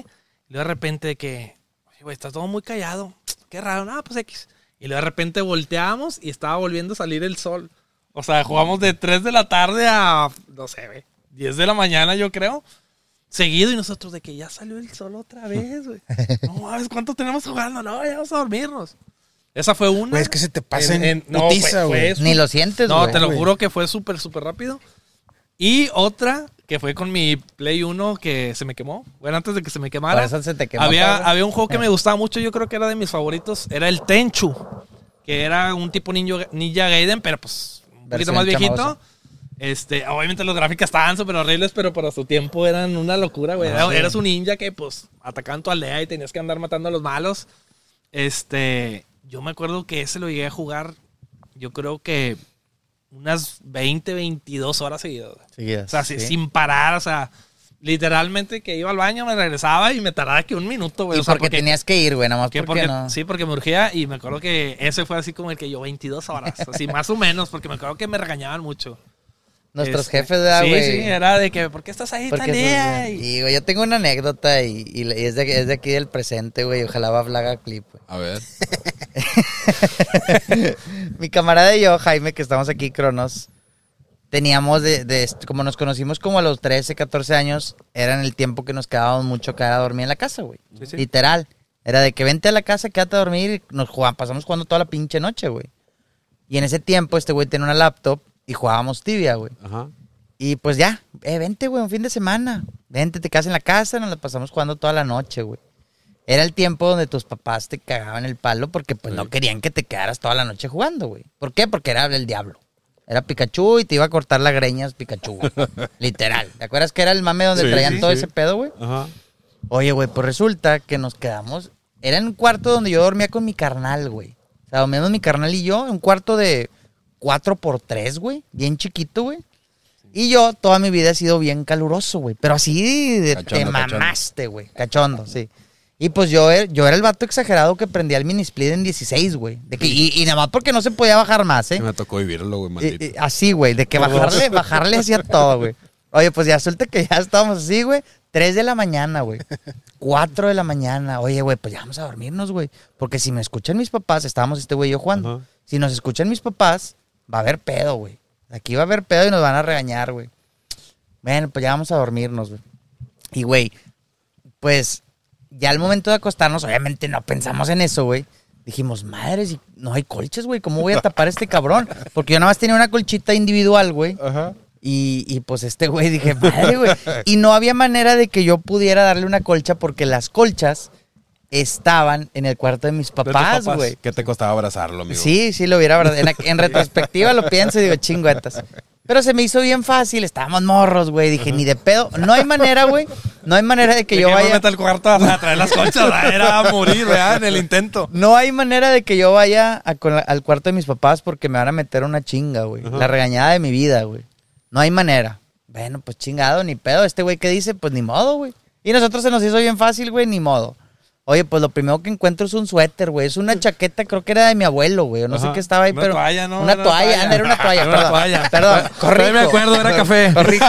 Y luego de repente de que, oye, güey, está todo muy callado. Qué raro, no, pues X. Y luego de repente volteamos y estaba volviendo a salir el sol. O sea, jugamos de tres de la tarde a, no sé, güey, diez de la mañana, yo creo. Seguido, y nosotros de que ya salió el sol otra vez, güey. No, ¿sabes cuánto tenemos jugando? No, ya vamos a dormirnos. Esa fue una. Güey, es que se te pasa en, en no, putiza, fue- güey. fue Ni lo sientes, No, güey. te lo güey. juro que fue súper, súper rápido. Y otra que fue con mi Play uno que se me quemó. Bueno, antes de que se me quemara. Por eso se te quemó, había, cabrón. había un juego que me gustaba mucho, yo creo que era de mis favoritos. Era el Tenchu. Que era un tipo Ninja, Ninja Gaiden, pero pues un poquito Versión más viejito. chamagosa. Este, obviamente los gráficos estaban súper horribles, pero para su tiempo eran una locura, güey. Era- Eras un ninja que, pues, atacaban tu aldea y tenías que andar matando a los malos. Este, yo me acuerdo que ese lo llegué a jugar, yo creo que unas veinte, veintidós horas seguidas. Seguidas, O sea, sí, sí. sin parar, o sea, literalmente que iba al baño, me regresaba y me tardaba que un minuto, güey. Y O sea, porque, tenías que ir, güey, nada más que porque, porque- no. Sí, porque me urgía y me acuerdo que ese fue así como el que yo veintidós horas, así más o menos, porque me acuerdo que me regañaban mucho. Nuestros Este, jefes, ¿verdad, Sí, güey? sí, era de que, ¿por qué estás ahí Porque tan día? eso- Y- y, güey, yo tengo una anécdota y, y es, de, es de aquí del presente, güey. Ojalá va a flaga clip, güey. A ver. Mi camarada y yo, Jaime, que estamos aquí, Cronos, teníamos de, de, como nos conocimos como a los trece, catorce años, era en el tiempo que nos quedábamos mucho que era dormir en la casa, güey. Sí, sí. Literal. Era de que vente a la casa, quédate a dormir y nos jugamos, pasamos jugando toda la pinche noche, güey. Y en ese tiempo este güey tenía una laptop y jugábamos tibia, güey. Ajá. Y pues ya, eh, vente, güey, un fin de semana. Vente, te quedas en la casa, nos la pasamos jugando toda la noche, güey. Era el tiempo donde tus papás te cagaban el palo porque pues Sí. no querían que te quedaras toda la noche jugando, güey. ¿Por qué? Porque era el diablo. Era Pikachu y te iba a cortar las greñas Pikachu, güey. Literal. ¿Te acuerdas que era el mame donde Sí, traían sí, todo sí. ese pedo, güey? Ajá. Oye, güey, pues resulta que nos quedamos... Era en un cuarto donde yo dormía con mi carnal, güey. O sea, dormíamos mi carnal y yo en un cuarto de cuatro por tres, güey. Bien chiquito, güey. Y yo toda mi vida he sido bien caluroso, güey. Pero así de, Cachondo, te cachondo. mamaste, güey. Cachondo, sí. Y pues yo, er- yo era el vato exagerado que prendía el mini split en dieciséis, güey. De que- Y, y nada más porque no se podía bajar más, ¿eh? Sí, me tocó vivirlo, güey, Y- maldito. y- así, güey, de que bajarle, bajarle hacía todo, güey. Oye, pues ya suelta que ya estábamos así, güey. Tres de la mañana, güey. Cuatro de la mañana. Oye, güey, pues ya vamos a dormirnos, güey. Porque si me escuchan mis papás, estábamos este güey y yo jugando. Ajá. Si nos escuchan mis papás, va a haber pedo, güey. Aquí va a haber pedo y nos van a regañar, güey. Bueno, pues ya vamos a dormirnos, güey. Y, güey, pues ya al momento de acostarnos, obviamente no pensamos en eso, güey. Dijimos, madre, si no hay colchas, güey, ¿cómo voy a tapar a este cabrón? Porque yo nada más tenía una colchita individual, güey. Ajá. Y, y pues este güey, dije, madre, güey. Y no había manera de que yo pudiera darle una colcha porque las colchas estaban en el cuarto de mis tus papás, papás. güey. ¿Qué te costaba abrazarlo, amigo? Sí, sí lo hubiera, ¿verdad? En, la- en retrospectiva lo pienso y digo, chingüetas. Pero se me hizo bien fácil, estábamos morros, güey. Dije, ni de pedo. No hay manera, güey. No hay manera de que de yo que me vaya. meta al cuarto a traer las conchas, ¿verdad? Era a morir, ¿verdad? En el intento. No hay manera de que yo vaya a- con la- al cuarto de mis papás porque me van a meter una chinga, güey. Ajá. La regañada de mi vida, güey. No hay manera. Bueno, pues chingado, ni pedo. Este güey que dice, pues ni modo, güey. Y nosotros se nos hizo bien fácil, güey, ni modo. Oye, pues lo primero que encuentro es un suéter, güey. Es una chaqueta, creo que era de mi abuelo, güey. No sé Ajá. qué estaba ahí, Una pero. toalla, ¿no? Una Era una toalla, toalla. anda, era una toalla, Era una perdón. toalla. Perdón, Todavía corrijo. me acuerdo, era café. Corrijo.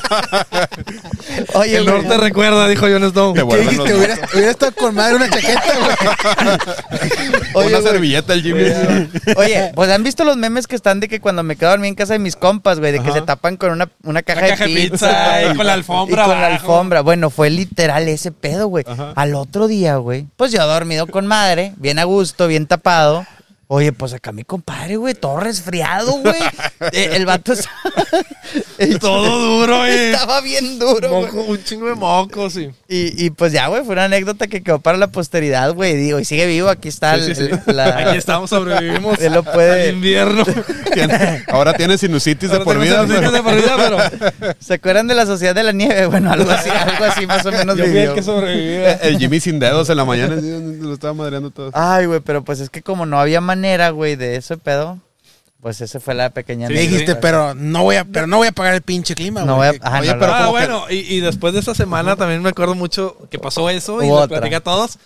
Oye, El güey. norte recuerda, dijo Jon Snow. Te ¿Qué vuelven dijiste? los- Hubiera, hubiera estado con madre una chaqueta, güey. Oye, Una güey. servilleta el Jimmy. Oye, pues han visto los memes que están de que cuando me quedo a dormir en casa de mis compas, güey, de que Ajá. se tapan con una, una caja, Una caja de de pizza. pizza güey. y con la alfombra Y con la abajo. alfombra. Bueno, fue literal ese pedo, güey. Ajá. Al otro día, güey, pues yo dormido con madre, bien a gusto, bien tapado. Oye, pues acá mi compadre, güey, todo resfriado, güey. Eh, El vato estaba... el- Todo duro, güey. Estaba bien duro, güey. Moco, un chingo de mocos, sí. Y, y pues ya, güey, fue una anécdota que quedó para la posteridad, güey. Digo, y sigue vivo, aquí está Sí, el- sí, sí. el- la... Aquí estamos, sobrevivimos Él lo puede- al invierno. Tiene- ahora tiene sinusitis de Ahora por vida. tenemos el sitio de por vida, pero ¿Se acuerdan de la Sociedad de la Nieve? Bueno, algo así, algo así más o menos yo fui vivió. el que sobrevivía. El Jimmy sin dedos en la mañana, así, lo estaba madreando todo. Ay, güey, pero pues es que como no había manera, güey, de ese pedo, pues esa fue la pequeña Sí, Me anécdota. dijiste, pero no voy a, pero no voy a pagar el pinche clima, No güey. voy a- ajá, Oye, no, pero no. Ah, como que- bueno, y, y después de esa semana también me acuerdo mucho que pasó eso y Hubo lo otra. platicé a todos.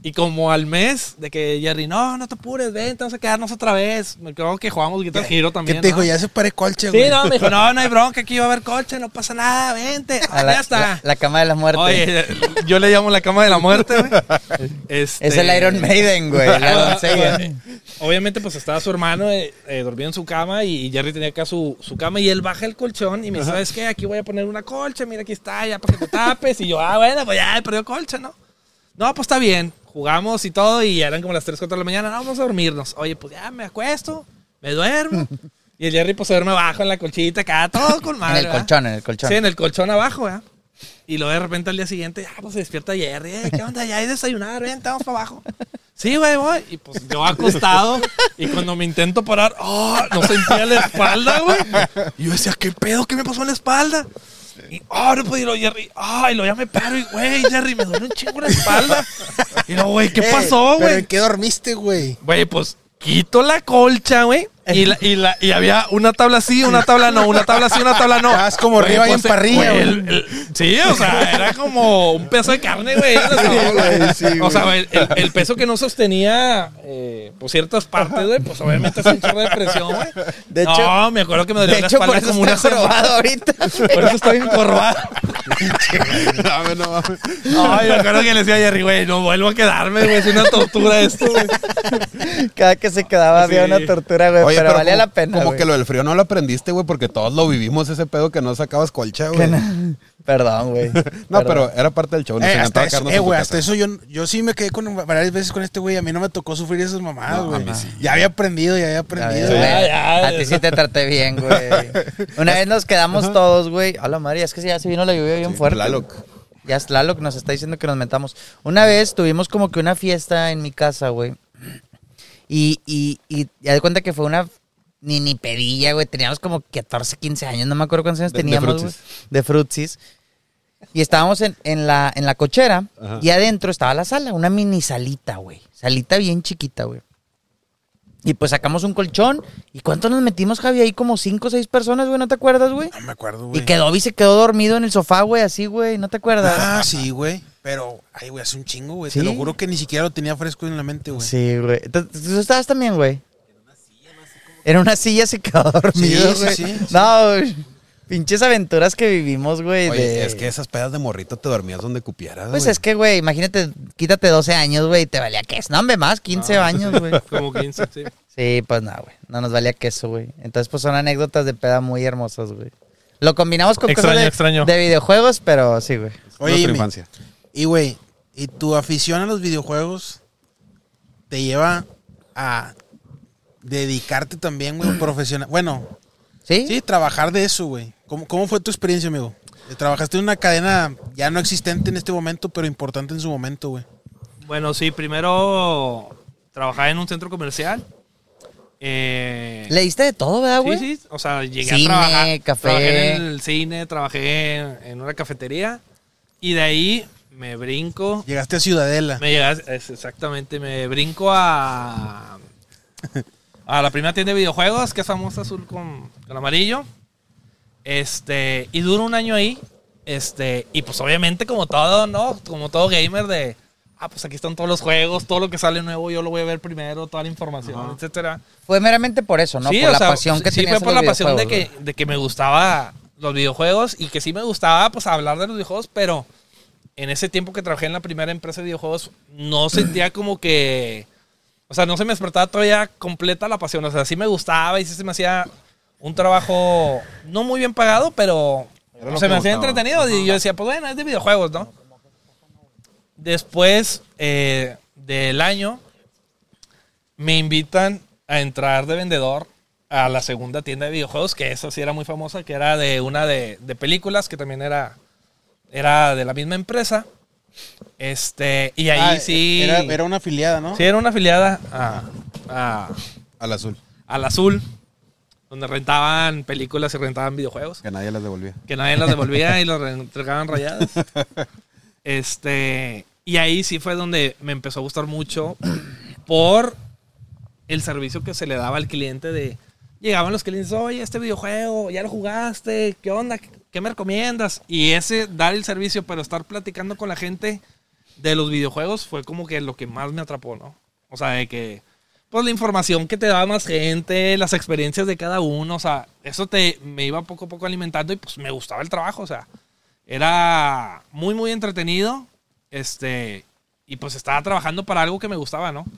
Y como al mes de que Jerry, no, no te apures, ven, vamos a quedarnos otra vez. Me creo que jugamos Guitar Hero también. ¿Qué te ¿no? dijo? Ya se paré colcha, güey. Sí, no, me dijo, no, no hay bronca, aquí va a haber colcha, no pasa nada, vente. A la, ya está. La, la cama de la muerte. Oye, yo le llamo la cama de la muerte, güey. Este... Es el Iron Maiden, güey. La doncella. Obviamente, pues estaba su hermano eh, eh, dormido en su cama y Jerry tenía acá su, su cama y él baja el colchón y me dice, ¿sabes qué? Aquí voy a poner una colcha, mira, aquí está, ya para que te tapes. Y yo, ah, bueno, pues ya perdió colcha, ¿no? No, pues está bien. Jugamos y todo y eran como las tres, cuatro de la mañana. No, vamos a dormirnos. Oye, pues ya me acuesto, me duermo. Y el Jerry pues se duerme abajo en la colchita, acá todo con madre. En el colchón, en el colchón. Sí, en el colchón abajo, ¿verdad? Y luego de repente al día siguiente, ya pues se despierta Jerry. Eh, ¿qué onda? Ya hay desayunar, vente, vamos para abajo. Sí, güey, voy. Y pues yo acostado y cuando me intento parar, oh, no sentía la espalda, güey. Y yo decía, ¿qué pedo? ¿Qué me pasó en la espalda? Y, oh, no puedo ir, Jerry. Ay, lo ya me paro y, güey, Jerry, me duele un chingo la espalda. Y luego, güey, ¿qué Eh, pasó, ¿Pero güey? en qué dormiste, güey? Güey, pues quito la colcha, güey. Y, la, y, la, y había una tabla sí, una tabla no, una tabla sí, una tabla no. Estabas como Güey, arriba y en pues, parrilla, güey, güey. el- el- Sí, o sea, era como un peso de carne, güey. O sea, güey, sí, o sea, güey. güey, el, el peso que no sostenía eh, pues ciertas partes, güey, pues obviamente es un chorro de presión, güey. De no, hecho- me acuerdo que me dolió De la hecho, por espalda eso como una está semana. jorobado ahorita. Por eso estoy encorvado. No, no mames. Ay, me acuerdo que le decía a Jerry, güey, no vuelvo a quedarme, güey, es una tortura esto, güey. Cada que se quedaba había Sí. una tortura, güey. Oye, pero, valía como, la pena, Como güey. que lo del frío no lo aprendiste, güey, porque todos lo vivimos ese pedo que no sacabas colcha, güey. Que no- Perdón, güey. No, pero era parte del show. Nos Eh, hasta encantaba eso, quedarnos eh, en tu güey, casa. hasta eso yo, yo sí me quedé con varias veces con este güey. A mí no me tocó sufrir esas mamadas, No, a güey. mí sí. Ya había aprendido, ya había Ya aprendido. ves, güey. güey. Ya, ya. A ti sí te traté bien, güey. Una vez nos quedamos todos, güey. A la madre, es que ya se vino la lluvia bien Sí, fuerte. Tlaloc. Ya es Tlaloc, nos está diciendo que nos metamos. Una vez tuvimos como que una fiesta en mi casa, güey. Y, y, y ya de cuenta que fue una ni ni pedilla, güey. Teníamos como catorce, quince años, no me acuerdo cuántos años De- de teníamos, güey. frutsis. De frutsis. Y estábamos en, en, la, en la cochera Ajá. y adentro estaba la sala, una mini salita, güey. Salita bien chiquita, güey. Y pues sacamos un colchón. ¿Y cuánto nos metimos, Javi? Ahí como cinco o seis personas, güey, ¿no te acuerdas, güey? No me acuerdo, güey. Y quedó, y se quedó dormido en el sofá, güey, así, güey, ¿no te acuerdas? Ah, sí, güey. Pero, ay, güey, hace un chingo, güey. ¿Sí? Te lo juro que ni siquiera lo tenía fresco en la mente, güey. Sí, güey. ¿Tú, tú estabas también, güey? En una silla se quedó dormido, Sí, güey. sí, sí, sí. No, güey. Pinches aventuras que vivimos, güey. Oye, de- es que esas pedas de morrito te dormías donde cupieras, Pues güey. es que, güey, imagínate, quítate doce años, güey, y te valía queso. No, hombre, más, quince años, güey. Como quince, sí. Sí, pues no, güey. No nos valía queso, güey. Entonces, pues son anécdotas de peda muy hermosas, güey. Lo combinamos con Extraño, cosas de, extraño. de videojuegos, pero sí, güey. Oye, Nuestra Jimmy, infancia. y güey, ¿y tu afición a los videojuegos te lleva a dedicarte también, güey, profesional? Bueno, ¿Sí? sí, trabajar de eso, güey. ¿Cómo, ¿Cómo fue tu experiencia, amigo? Eh, Trabajaste en una cadena ya no existente en este momento, pero importante en su momento, güey. Bueno, sí, primero trabajaba en un centro comercial. Eh, Le diste de todo, ¿verdad, güey? sí, sí, o sea, llegué Cine, a trabajar. café. Trabajé en el cine, trabajé en, en una cafetería y de ahí me brinco. Llegaste a Ciudadela. Me llegas, es exactamente, me brinco a a la primera tienda de videojuegos, que es famosa, azul con, con amarillo. Este, y duro un año ahí. Este, y pues obviamente como todo, ¿no? Como todo gamer de, ah, pues aquí están todos los juegos, todo lo que sale nuevo, yo lo voy a ver primero, toda la información, etcétera. Fue meramente por eso, ¿no? Sí, por o la sea, pasión que sí, tenías fue por en los la pasión de videojuegos, que, de que me gustaba los videojuegos y que sí me gustaba pues hablar de los videojuegos, pero en ese tiempo que trabajé en la primera empresa de videojuegos no sentía como que, o sea, no se me despertaba todavía completa la pasión, o sea, sí me gustaba y sí se me hacía un trabajo no muy bien pagado, pero Era lo se que me hacía gustaba. entretenido y yo decía, pues bueno, es de videojuegos, ¿no? Después eh, del año me invitan a entrar de vendedor a la segunda tienda de videojuegos, que esa sí era muy famosa, que era de una de, de películas, que también era, era de la misma empresa. Este, y ahí Ah, sí. Era, era una afiliada, ¿no? Sí, era una afiliada a, a- Al azul, al Azul, donde rentaban películas y rentaban videojuegos. que nadie las devolvía. Que nadie las devolvía y las re- entregaban rayadas. Este, y ahí sí fue donde me empezó a gustar mucho por el servicio que se le daba al cliente de, llegaban los clientes, oye, este videojuego, ya lo jugaste, ¿qué onda? ¿Qué me recomiendas? Y ese, dar el servicio, pero estar platicando con la gente, de los videojuegos fue como que lo que más me atrapó, ¿no? O sea, de que, pues la información que te daba más gente, las experiencias de cada uno, o sea, eso te, me iba poco a poco alimentando y pues me gustaba el trabajo, o sea, era muy, muy entretenido, este, y pues estaba trabajando para algo que me gustaba, ¿no?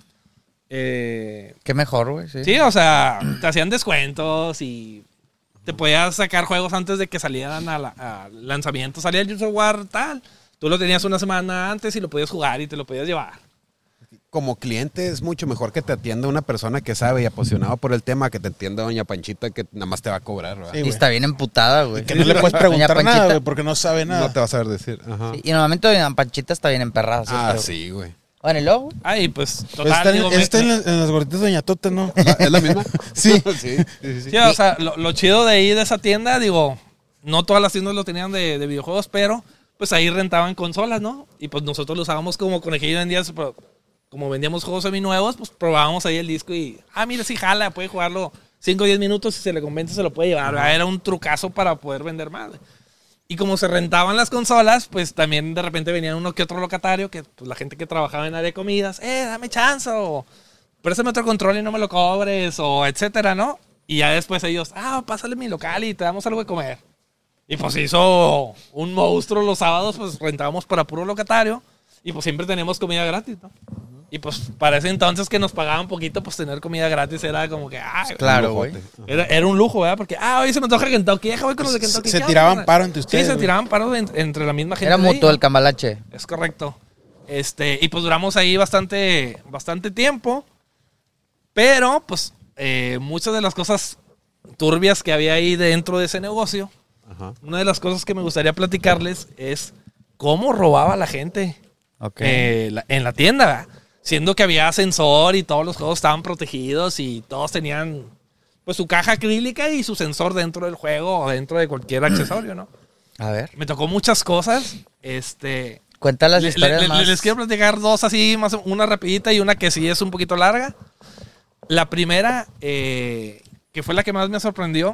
Eh, Qué mejor, güey. Sí. sí, o sea, te hacían descuentos y te podías sacar juegos antes de que salieran al lanzamiento. Salía el Gears of War tal. Tú lo tenías una semana antes y lo podías jugar y te lo podías llevar. Como cliente es mucho mejor que te atienda una persona que sabe y apasionado por el tema que te atienda doña Panchita que nada más te va a cobrar, ¿verdad? Sí, Y güey. está bien emputada, güey. Que no le puedes Doña preguntar Panchita. nada, güey, porque no sabe nada. No te va a saber decir. Ajá. Sí, y normalmente Doña Panchita está bien emperrada. Ah, siempre, sí, güey. güey. Bueno, y luego, Ay, pues, Pues total. está en, digo, me- está en me- las, en las gorditas de Doña Tota, ¿no? Ah, ¿es la misma? Sí. sí, sí, sí, sí. Sí, o sea, lo, lo chido de ahí de esa tienda, digo, no todas las tiendas lo tenían de, de videojuegos, pero pues ahí rentaban consolas, ¿no? Y pues nosotros lo usábamos como conejillo de indias, pero como vendíamos juegos seminuevos, pues probábamos ahí el disco y, ah, mira, sí jala, puede jugarlo cinco o diez minutos, si se le convence se lo puede llevar. ¿Verdad? Era un trucazo para poder vender más. Y como se rentaban las consolas, pues también de repente venía uno que otro locatario, que pues la gente que trabajaba en área de comidas, eh, dame chance, o préstame otro control y no me lo cobres, o etcétera, ¿no? Y ya después ellos, ah, pásale mi local y te damos algo de comer. Y pues hizo un monstruo los sábados, pues rentábamos para puro locatario y pues siempre teníamos comida gratis, ¿no? Y pues para ese entonces que nos pagaban poquito, pues tener comida gratis era como que, ah, claro, güey. era, era un lujo, ¿verdad? Porque, ah, hoy se me antoja Kentucky, deja voy con los de Se- Kentucky. se ¿qué tiraban onda? paro entre ustedes, Sí, se güey. tiraban paro en- entre la misma gente. Era de ahí, mutuo ¿no? el cambalache. Es correcto. Este, y pues duramos ahí bastante, bastante tiempo. Pero, pues, eh, muchas de las cosas turbias que había ahí dentro de ese negocio, Ajá. una de las cosas que me gustaría platicarles es cómo robaba la gente Ok. eh, la- en la tienda, ¿verdad? Siendo que había sensor y todos los juegos estaban protegidos y todos tenían pues su caja acrílica y su sensor dentro del juego o dentro de cualquier accesorio, ¿no? A ver. Me tocó muchas cosas. Este, Cuenta las le- historias le- más. les quiero platicar dos así, más una rapidita y una que sí es un poquito larga. La primera, eh, que fue la que más me sorprendió,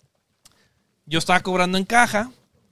yo estaba cobrando en caja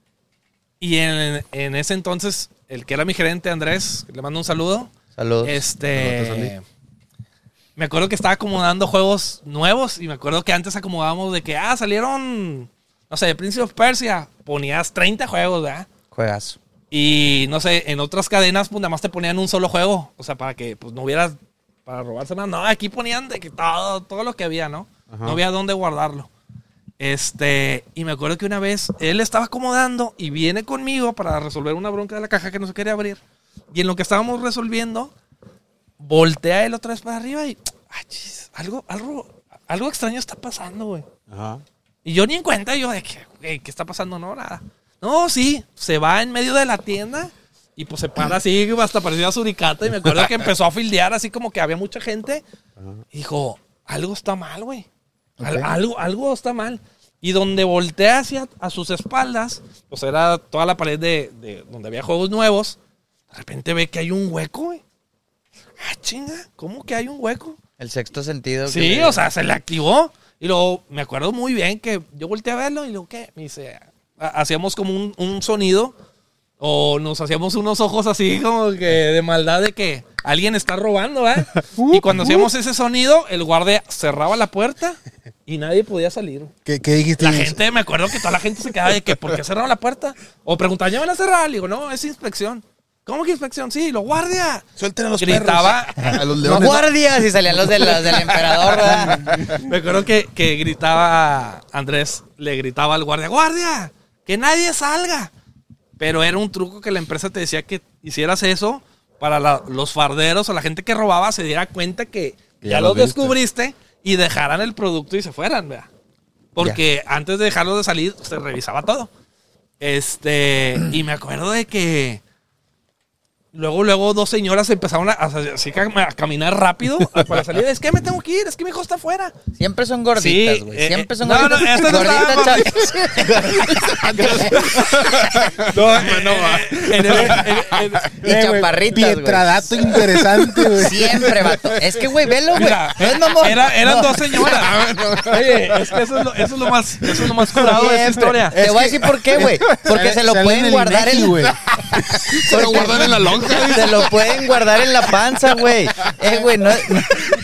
y en, en ese entonces, el que era mi gerente, Andrés, le mando un saludo. Saludos. Este, me acuerdo que estaba acomodando juegos nuevos y me acuerdo que antes acomodábamos de que, ah, salieron, no sé, Prince of Persia, ponías treinta juegos, ¿verdad? Juegazo. Y no sé, en otras cadenas, pues nada más te ponían un solo juego. O sea, para que pues no hubieras, para robarse más. No, aquí ponían de que todo, todo lo que había, ¿no? Ajá. No había dónde guardarlo. Este, y me acuerdo que una vez él estaba acomodando y viene conmigo para resolver una bronca de la caja que no se quería abrir. Y en lo que estábamos resolviendo, voltea él otra vez para arriba y, ay, chis, algo, algo, algo extraño está pasando, güey. Ajá. Y yo ni en cuenta, yo de que, güey, ¿qué está pasando? No, nada. No, sí, se va en medio de la tienda y pues se para así, hasta parecía suricata. Y me acuerdo que empezó a fildear así como que había mucha gente. Y dijo, algo está mal, güey. Al- Ok. algo, algo está mal. Y donde voltea hacia a sus espaldas, pues era toda la pared de, de donde había juegos nuevos. De repente ve que hay un hueco, güey. Ah, chinga, ¿cómo que hay un hueco? El sexto sentido. que Sí, le- o sea, se le activó. Y luego me acuerdo muy bien que yo volteé a verlo y luego, ¿qué? Me dice, ha- hacíamos como un, un sonido o nos hacíamos unos ojos así como que de maldad de que alguien está robando, ¿eh? Y cuando hacíamos ese sonido, el guardia cerraba la puerta y nadie podía salir. ¿Qué, qué dijiste? La gente, me acuerdo que toda la gente se quedaba de que, ¿por qué cerraron la puerta? O preguntaban, ¿ya van a cerrar? Le digo, no, es inspección. ¿Cómo que inspección? Sí, lo guardia. Suelten a los Gritaba. A los ¡No leones. guardias! Y salían los, de los del emperador, ¿verdad? Me acuerdo que, que gritaba, Andrés le gritaba al guardia, ¡guardia! ¡Que nadie salga! Pero era un truco que la empresa te decía que hicieras eso para la- los farderos o la gente que robaba se diera cuenta que Que ya, ya lo los viste. descubriste y dejaran el producto y se fueran, ¿verdad? Porque antes de dejarlo de salir, se revisaba todo. Este, y me acuerdo de que luego, luego dos señoras empezaron a, a- así que a caminar rápido para salir. Es que me tengo que ir, es que mi hijo está afuera. Siempre son gorditas, Sí, güey. eh, Siempre son no, gorditas. no, esta no Gorditas, estaba- cha- No, no va. En el- en- en- Y chaparritas, güey. Pietradato interesante, güey. Siempre, vato. Es que, güey, velo, güey. Mira, No es mamón. era- eran No. dos señoras. Oye, es que eso es lo, eso es lo más, eso es lo más curado de esa Siempre. historia. Te voy a decir por qué, güey. Porque Sale- se lo sale pueden el guardar Inegi, en... güey. Se lo guardan en la lonja. Se lo pueden guardar en la panza, güey. Eh, güey, no... no.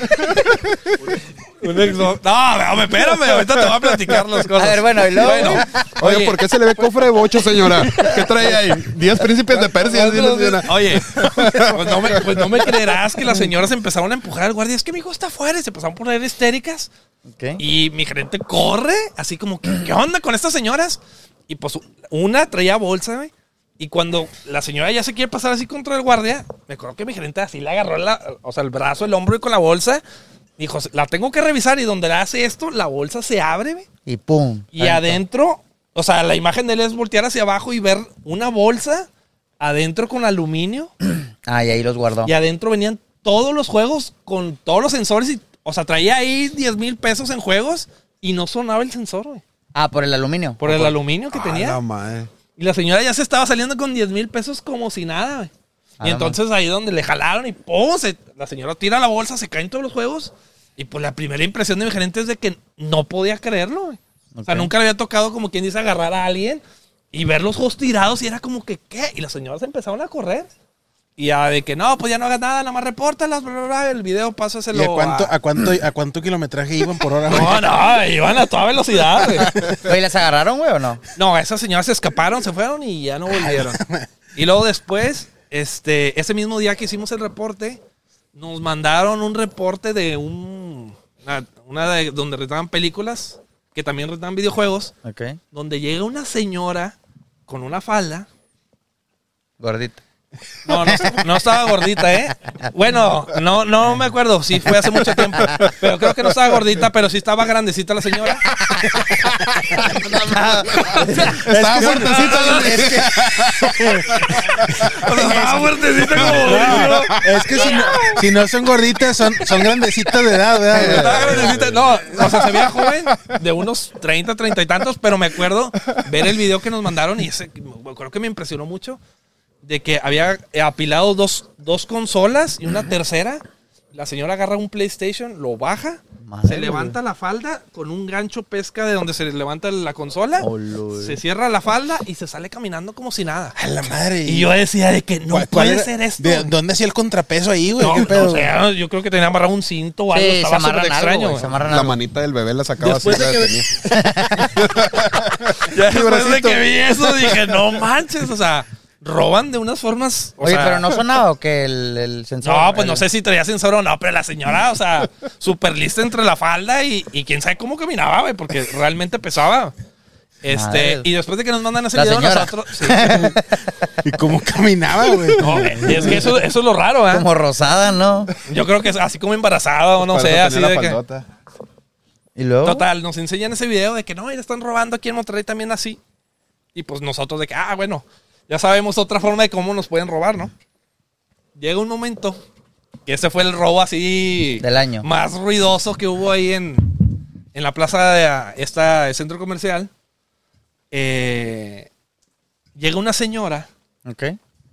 Un ex- no, hombre, espérame, ahorita te voy a platicar las cosas. A ver, bueno, y luego... Bueno, Oye, oye, ¿por qué se le ve cofre de bocho, señora? ¿Qué trae ahí? Diez príncipes de Persia. Dice la señora. Oye, pues no, me, pues no me creerás que las señoras empezaron a empujar al guardia. Es que mi hijo está afuera y se empezaron a poner histéricas. Okay. Y mi gerente corre, así como, que, ¿qué onda con estas señoras? Y pues una traía bolsa, güey. Y cuando la señora ya se quiere pasar así contra el guardia, me acuerdo que mi gerente así le agarró la, o sea, el brazo, el hombro y con la bolsa. Dijo, la tengo que revisar. Y donde le hace esto, la bolsa se abre, güey. Y pum. Y adentro, o sea, la imagen de él es voltear hacia abajo y ver una bolsa adentro con aluminio. Ah, y ahí los guardó. Y adentro venían todos los juegos con todos los sensores. Y, o sea, traía ahí diez mil pesos en juegos y no sonaba el sensor, güey. Ah, por el aluminio. Por el aluminio que Ah, tenía. la madre. Y la señora ya se estaba saliendo con diez mil pesos como si nada, güey. Ah, Y entonces ahí donde le jalaron y ¡pum! Se, la señora tira la bolsa, se caen todos los juegos. Y pues la primera impresión de mi gerente es de que no podía creerlo, güey. O sea, Ok. nunca le había tocado como quien dice agarrar a alguien y ver los juegos tirados y era como que, ¿qué? Y las señoras empezaron a correr. Y ya de que no, pues ya no hagas nada, nada más repórtalas, bla, bla, bla. El video pásaselo ¿Y a cuánto, a... a cuánto, a cuánto kilometraje iban por hora, güey? No, no, iban a toda velocidad, güey. Oye, ¿las agarraron, güey, o no? No, esas señoras se escaparon, se fueron y ya no volvieron. Y luego después, este, ese mismo día que hicimos el reporte, nos mandaron un reporte de un... Una, una de donde rentaban películas, que también rentaban videojuegos, Ok. donde llega una señora con una falda. Gordita. No, no, no estaba gordita, ¿eh? Bueno, no, no me acuerdo, sí fue hace mucho tiempo. Pero creo que no estaba gordita, pero sí estaba grandecita la señora. Estaba fuertecita. O sea, estaba fuertecita como... Es que si no, si no son gorditas, son, son grandecitas de edad, ¿verdad? güey? Estaba grandecita. No, o sea, se veía joven, de unos treinta, treinta y tantos, pero me acuerdo ver el video que nos mandaron y ese, me acuerdo que me impresionó mucho de que había apilado dos, dos consolas y una tercera. La señora agarra un PlayStation, lo baja, Madre, se levanta la falda con un gancho pesca de donde se levanta la consola, Oh, Lord. se cierra la falda y se sale caminando como si nada. A la madre. Y yo decía de que no ¿Cuál- cuál puede era- ser esto. ¿De dónde hacía el contrapeso ahí, güey? No, ¿Qué no pedo? sé, yo creo que tenía amarrado un cinto o algo. Sí, se Estaba súper amarran algo, extraño. güey, güey. se amarran La algo. manita del bebé la sacaba así. Después de la que- detenía. Ya después de bracito. que vi eso dije, no manches, o sea, roban de unas formas. O Oye, sea, pero no sonaba o que el, el sensor. No, pues no el- sé si traía sensor o no, pero la señora, o sea, súper lista entre la falda y, y quién sabe cómo caminaba, güey, porque realmente pesaba. Este, Madre. y después de que nos mandan ese La video, señora. nosotros. Sí. ¿Y cómo caminaba, güey? No, es que eso, eso es lo raro, ¿eh? Como rosada, ¿no? Yo creo que es así como embarazada o no Por sé, eso así tenía de la que. faldota. Y luego. Total, nos enseñan ese video de que no, mira, están robando aquí en Monterrey también así. Y pues nosotros de que, ah, bueno, ya sabemos otra forma de cómo nos pueden robar, ¿no? Llega un momento que ese fue el robo así... Del año. Más ruidoso que hubo ahí en, en la plaza de ah, esta el centro comercial. Eh, llega una señora Ok.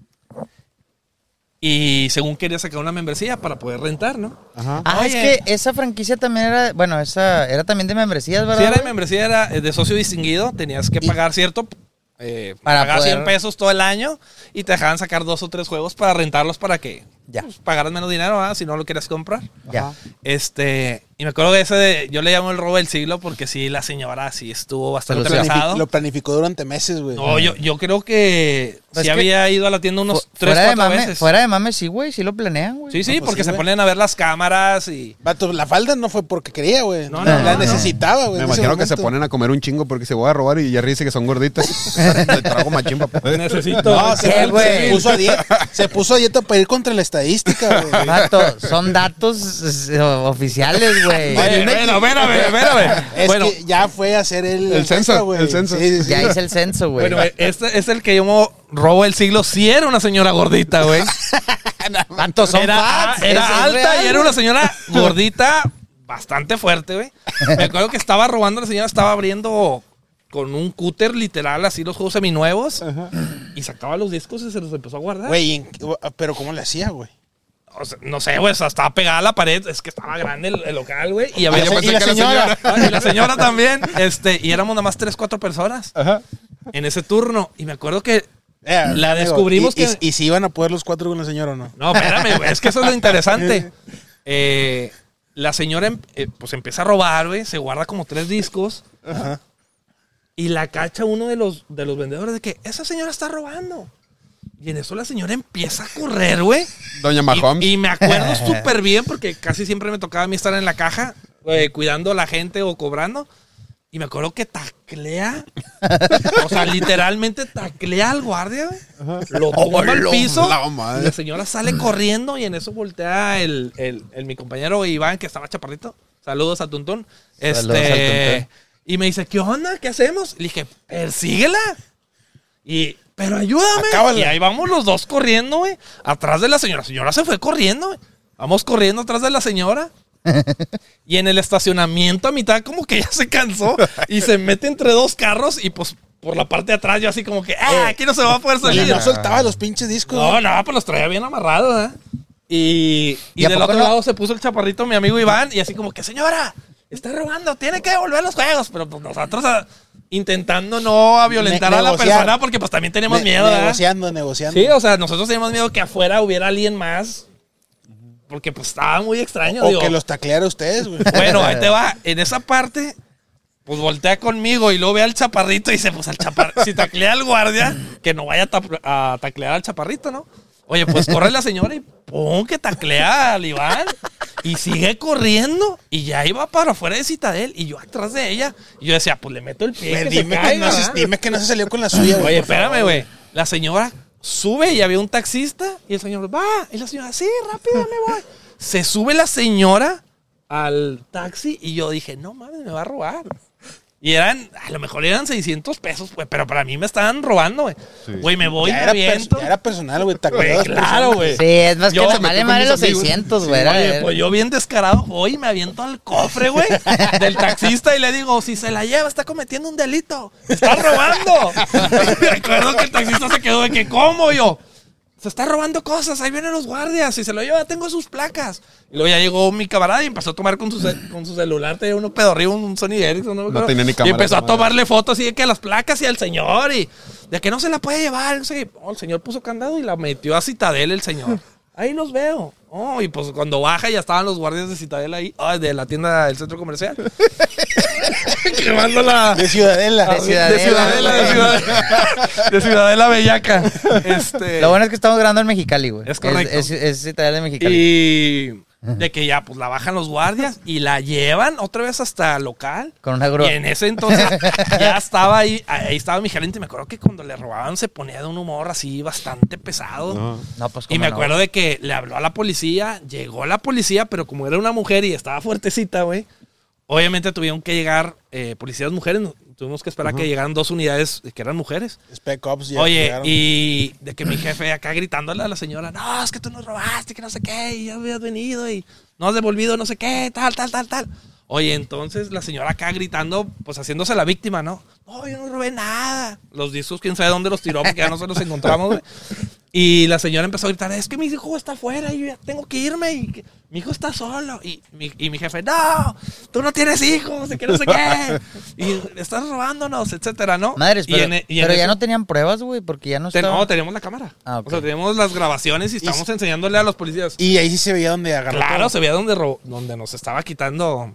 y según quería sacar una membresía para poder rentar, ¿no? Ajá. Ah, es Oye. que esa franquicia también era. Bueno, esa era también de membresías, ¿verdad? Si era de güey? membresía, era eh, de socio distinguido, tenías que pagar cierto... Eh, Para pagar poder- cien pesos todo el año y te dejaban sacar dos o tres juegos para rentarlos para que Ya. pues, pagaras menos dinero, ¿verdad? Si no lo querías comprar. Ya. Este, y me acuerdo de ese de, yo le llamo el robo del siglo porque sí, la señora sí estuvo bastante Pero sí. pesado. Lo planificó durante meses, güey. No, yo, yo creo que Pues sí es que había ido a la tienda unos Fu- tres, fuera, de cuatro mame, veces. fuera de mame, sí, güey. Sí lo planean, güey. Sí, sí, No, pues porque sí, se güey. ponen a ver las cámaras y... Vato, la falda no fue porque quería, güey. No, No, no, la no, necesitaba, güey. Me en ese imagino que se momento. ponen a comer un chingo porque se voy a robar y Jerry dice que son gorditas. Le trago machín para poder. Necesito... No, ¿Qué, se, güey? se puso a dieta. Se puso a dieta para ir contra la estadística, güey. Vato, son datos eh, oficiales, güey. Oye, bueno, espérame, espérame. Es Bueno, que ya fue a hacer el... El censo, encuesta, güey. el censo. Sí, sí, sí. Ya hice el censo, güey. bueno, este es el que yo robo del siglo. Sí era una señora gordita, güey. Vato, son Era, facts, era eso es alta real, y era güey. una señora gordita bastante fuerte, güey. Me acuerdo que estaba robando, la señora estaba abriendo con un cúter literal así los juegos seminuevos y sacaba los discos y se los empezó a guardar. Güey, ¿en- pero ¿cómo le hacía, güey? O sea, no sé, güey, o sea, estaba pegada a la pared, es que estaba grande el, el local, güey. Y, había- Ah, y la señora. Ah, y la señora también, este, y éramos nada más tres, cuatro personas Ajá. en ese turno. Y me acuerdo que Eh, La amigo, descubrimos y, que- Y, y si iban a poder los cuatro con la señora o no. No, espérame, güey, es que eso es lo interesante. Eh, la señora em- eh, pues empieza a robar, güey, se guarda como tres discos Ajá. y la cacha uno de los, de los vendedores de que esa señora está robando. Y en eso la señora empieza a correr, güey. Doña Mahomes. Y, y me acuerdo súper bien porque casi siempre me tocaba a mí estar en la caja eh, cuidando a la gente o cobrando. Y me acuerdo que taclea, o sea, literalmente taclea al guardia, güey. Lo tumba al piso. la madre. Y la señora sale corriendo y en eso voltea el, el, el- mi compañero Iván, que estaba chaparrito. Saludos a Tuntún. Saludos Este, al Tuntún. y me dice, ¿qué onda? ¿Qué hacemos? Le dije, persíguela. Y, pero ayúdame. Acábala. Y ahí vamos los dos corriendo, güey. Atrás de la señora. La señora se fue corriendo, güey. Vamos corriendo atrás de la señora. Y en el estacionamiento a mitad como que ya se cansó y se mete entre dos carros y pues por la parte de atrás yo así como que, ah, aquí no se va a poder Y salir. no soltaba los pinches discos. No, no, pues los traía bien amarrados, ¿eh? Y, y ¿Y a del poco otro no? lado se puso el chaparrito, mi amigo Iván, y así como que, señora, está robando, tiene que devolver los juegos. Pero pues nosotros ah, intentando no a violentar Ne- a la negociar. persona porque pues también tenemos Ne- miedo, ¿verdad? Negociando, negociando. Sí, o sea, nosotros teníamos miedo que afuera hubiera alguien más. Porque pues estaba muy extraño. O digo. que los tacleara ustedes, güey. Bueno, ahí te va. En esa parte, pues voltea conmigo y luego ve al chaparrito y dice, pues al chaparrito, si taclea al guardia, que no vaya a, tap- a taclear al chaparrito, ¿no? Oye, pues corre la señora y pum, que taclea al Iván. Y sigue corriendo y ya iba para afuera de Citadel y yo atrás de ella. Y yo decía, pues le meto el pie. Me- que se dime, que caiga, no se, ¿verdad? dime que no se salió con la suya, güey. Oye, por favor. espérame, güey. La señora sube y había un taxista y el señor va. Y la señora, sí, rápido, me voy. Se sube la señora al taxi y yo dije, no mames, me va a robar. Y eran, a lo mejor eran seiscientos pesos, güey, pero para mí me estaban robando, güey. Güey, me voy, Ya me era, pers- aviento. ya era personal, güey. Güey, Tacleadas claro, personas. güey. Sí, es más Yo que me vale metí con madre mis los amigos. seiscientos, Sí, güey. era- Oye, pues yo bien descarado, voy y me aviento al cofre, güey, del taxista y le digo, si se la lleva, está cometiendo un delito. Está robando. Me acuerdo que el taxista se quedó de que, ¿cómo? Yo, se está robando cosas, ahí vienen los guardias, si se lo lleva, tengo sus placas. Y luego ya llegó mi camarada y empezó a tomar con su, ce- con su celular, tenía uno pedorrío, un Sony Ericsson, no me acuerdo. tenía ni Y cámara empezó esa a madre. tomarle fotos así de que a las placas y al señor y de que no se la puede llevar. No sé qué. Oh, el señor puso candado y la metió a Citadel el señor. Ahí los veo. Oh, y pues cuando baja ya estaban los guardias de Citadel ahí, ah, de la tienda del centro comercial. Quemándola. De Ciudadela. De Ciudadela, de Ciudadela, de Ciudadela, de Ciudadela Bellaca. Este, Lo bueno es que estamos grabando en Mexicali, güey. Es correcto. Es, es, es Citadel de Mexicali. y de que ya pues la bajan los guardias y la llevan otra vez hasta local. Con una grúa. Y en ese entonces ya estaba ahí, ahí estaba mi gerente. Me acuerdo que cuando le robaban se ponía de un humor así bastante pesado. No. No, pues Y cómo me no. acuerdo de que le habló a la policía, llegó la policía, pero como era una mujer y estaba fuertecita, güey, obviamente tuvieron que llegar eh, policías mujeres. no- Tuvimos que esperar a que llegaran dos unidades que eran mujeres. Spec Ops ya Oye, llegaron. y de que mi jefe acá gritándole a la señora, no, es que tú nos robaste, que no sé qué, y ya habías venido y no has devolvido no sé qué, tal, tal, tal, tal. Oye, entonces la señora acá gritando, pues haciéndose la víctima, ¿no? No, yo no robé nada. Los discos, quién sabe dónde los tiró, porque ya no se los encontramos, güey. Y la señora empezó a gritar, es que mi hijo está afuera y yo ya tengo que irme y que mi hijo está solo. Y mi, y mi jefe, no, tú no tienes hijos, de que no sé qué. Y estás robándonos, etcétera, ¿no? Madres, Y pero, en- y en pero ya eso- no tenían pruebas, güey, porque ya no Ten- estaban... no, tenemos la cámara. Ah, ok. O sea, tenemos las grabaciones y estamos s- enseñándole a los policías. Y ahí sí se veía donde agarró. Claro, todo. se veía donde, ro- donde nos estaba quitando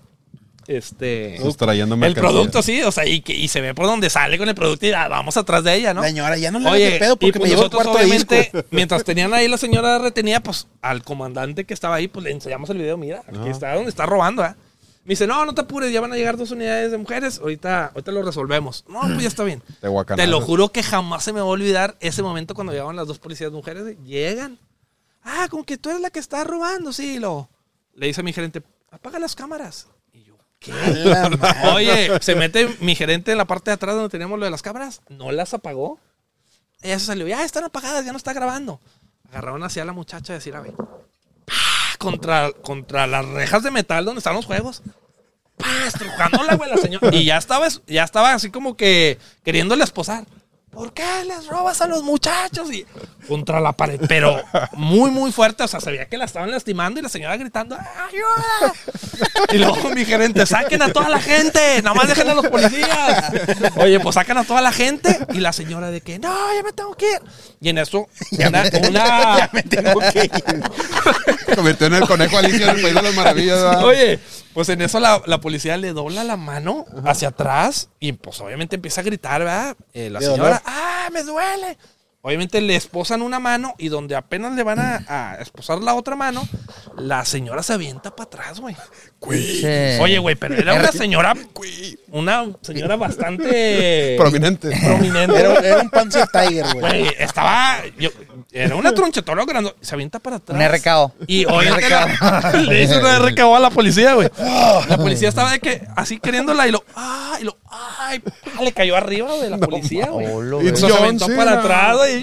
este Sustrayendo el mercancía. producto, sí. O sea, y, que, y se ve por donde sale con el producto y ah, vamos atrás de ella, ¿no? La señora ya no le hagas Oye, de pedo y porque me pues llevó el nosotros cuarto de disco. obviamente, mientras tenían ahí la señora retenida, pues al comandante que estaba ahí, pues le enseñamos el video, mira, aquí está donde está robando, ¿ah? Me dice, no, no te apures, ya van a llegar dos unidades de mujeres, ahorita, ahorita lo resolvemos. No, pues ya está bien. De guacanazo. Te lo juro que jamás se me va a olvidar ese momento cuando llegaban las dos policías mujeres, güey, llegan. Ah, como que tú eres la que está robando, sí, lo. Le dice a mi gerente, apaga las cámaras. Y yo, ¿qué? La madre. Oye, se mete mi gerente en la parte de atrás donde teníamos lo de las cámaras, no las apagó. Ella se salió, ya están apagadas, ya no está grabando. Agarraron hacia a la muchacha y decir, a ver, ¡pah! contra, contra las rejas de metal donde están los juegos. ¡Pah! Estrujándola, güey, la señora. Y ya estaba, ya estaba así como que queriéndole esposar. ¿Por qué les robas a los muchachos? Y contra la pared, pero muy, muy fuerte. O sea, se veía que la estaban lastimando y la señora gritando, ¡ayuda! Y luego mi gerente, ¡saquen a toda la gente! ¡Nada más dejen a los policías! Oye, pues sacan a toda la gente. Y la señora de que, no, ya me tengo que ir. Y en eso, una... una... Ya me tengo que ir. Convirtió en el conejo Alicia del País de las Maravillas. ¿verdad? Oye, pues en eso la, la policía le dobla la mano hacia atrás y pues obviamente empieza a gritar, ¿verdad? Eh, la ¿De señora, dolor? ¡ah, me duele! Obviamente le esposan una mano y donde apenas le van a, a esposar la otra mano, la señora se avienta para atrás, güey. Sí. Oye, güey, pero era una señora, una señora bastante Prominente. prominente. Era, era un Panzer Tiger, güey. Güey, estaba, yo, era una tronchetola grande, se avienta para atrás. Un R K O. Y obviamente la- le hizo una R K O a la policía, güey. La policía estaba de que, así queriéndola y lo, ah, y lo, ay, ah, le cayó arriba de la policía, güey. Oh, lo Y veo. Entonces se John aventó Cena. para atrás, güey.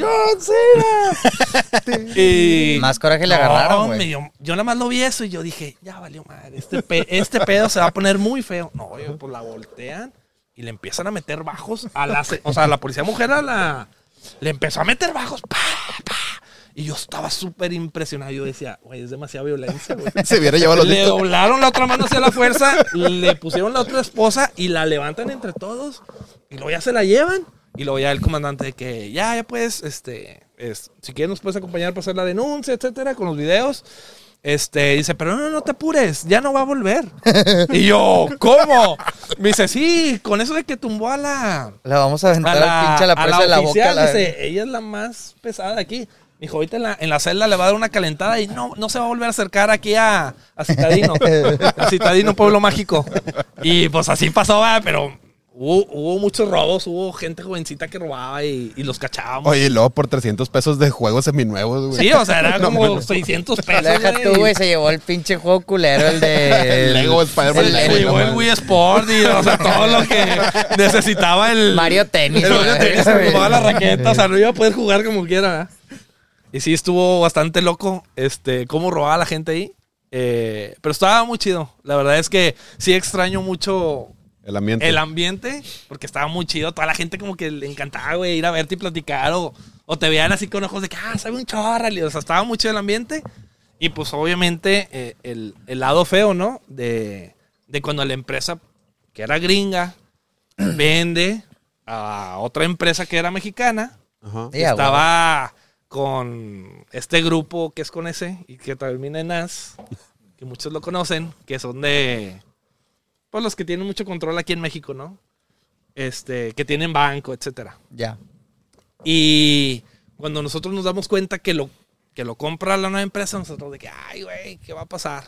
John Cena. Y Más coraje le no, agarraron, me güey. dio- yo nada más lo vi eso y yo dije, ya valió madre, este, pe- este pedo se va a poner muy feo. No, oye, pues la voltean y le empiezan a meter bajos a la, se- o sea, la policía mujer a la, le empezó a meter bajos, pa, pa. Y yo estaba súper impresionado. Yo decía, güey, es demasiada violencia, güey. Se hubiera llevado los Le listos. doblaron la otra mano hacia la fuerza, le pusieron la otra esposa y la levantan entre todos. Y luego ya se la llevan. Y luego ya el comandante de que ya, ya pues, este, es, si quieres nos puedes acompañar para hacer la denuncia, etcétera, con los videos. Este, dice, pero no, no te apures, ya no va a volver. Y yo, ¿cómo? Me dice, sí, con eso de que tumbó a la... Le vamos a aventar A al la, pinche a la a presa la de la oficial, boca. la- dice, ella es la más pesada de aquí. Dijo, ahorita en la, en la celda le va a dar una calentada y no, no se va a volver a acercar aquí a, a Citadino. A Citadino, pueblo mágico. Y pues así pasó, ¿verdad? Pero hubo, hubo muchos robos, hubo gente jovencita que robaba y, y los cachábamos. Oye, y luego por trescientos pesos de juegos seminuevos, güey. Sí, o sea, era No, como bueno. seiscientos pesos. Deja tú, güey, se llevó el pinche juego culero, el de... El Lego Spider-Man el- Se Lego, el- llevó el Wii Sport y, o sea, todo lo que necesitaba el... Mario Tennis. El Mario güey. Tennis se robaba la raqueta, o sea, no iba a poder jugar como quiera, ¿verdad? Y sí, estuvo bastante loco, este, cómo robaba a la gente ahí. Eh, pero estaba muy chido. La verdad es que sí extraño mucho El ambiente. el ambiente, porque estaba muy chido. Toda la gente como que le encantaba, güey, ir a verte y platicar, o, o te veían así con ojos de que, ah, sabe un chorral. O sea, estaba muy chido el ambiente. Y pues obviamente eh, el, el lado feo, ¿no? De, de cuando la empresa, que era gringa, vende a otra empresa que era mexicana. Ajá. Sí, a Estaba con este grupo que es con ese y que termina en As, que muchos lo conocen, que son de, pues los que tienen mucho control aquí en México, ¿no? Este, que tienen banco, etcétera. Ya. Y cuando nosotros nos damos cuenta que lo, que lo compra la nueva empresa, nosotros de que, ay, güey, ¿qué va a pasar?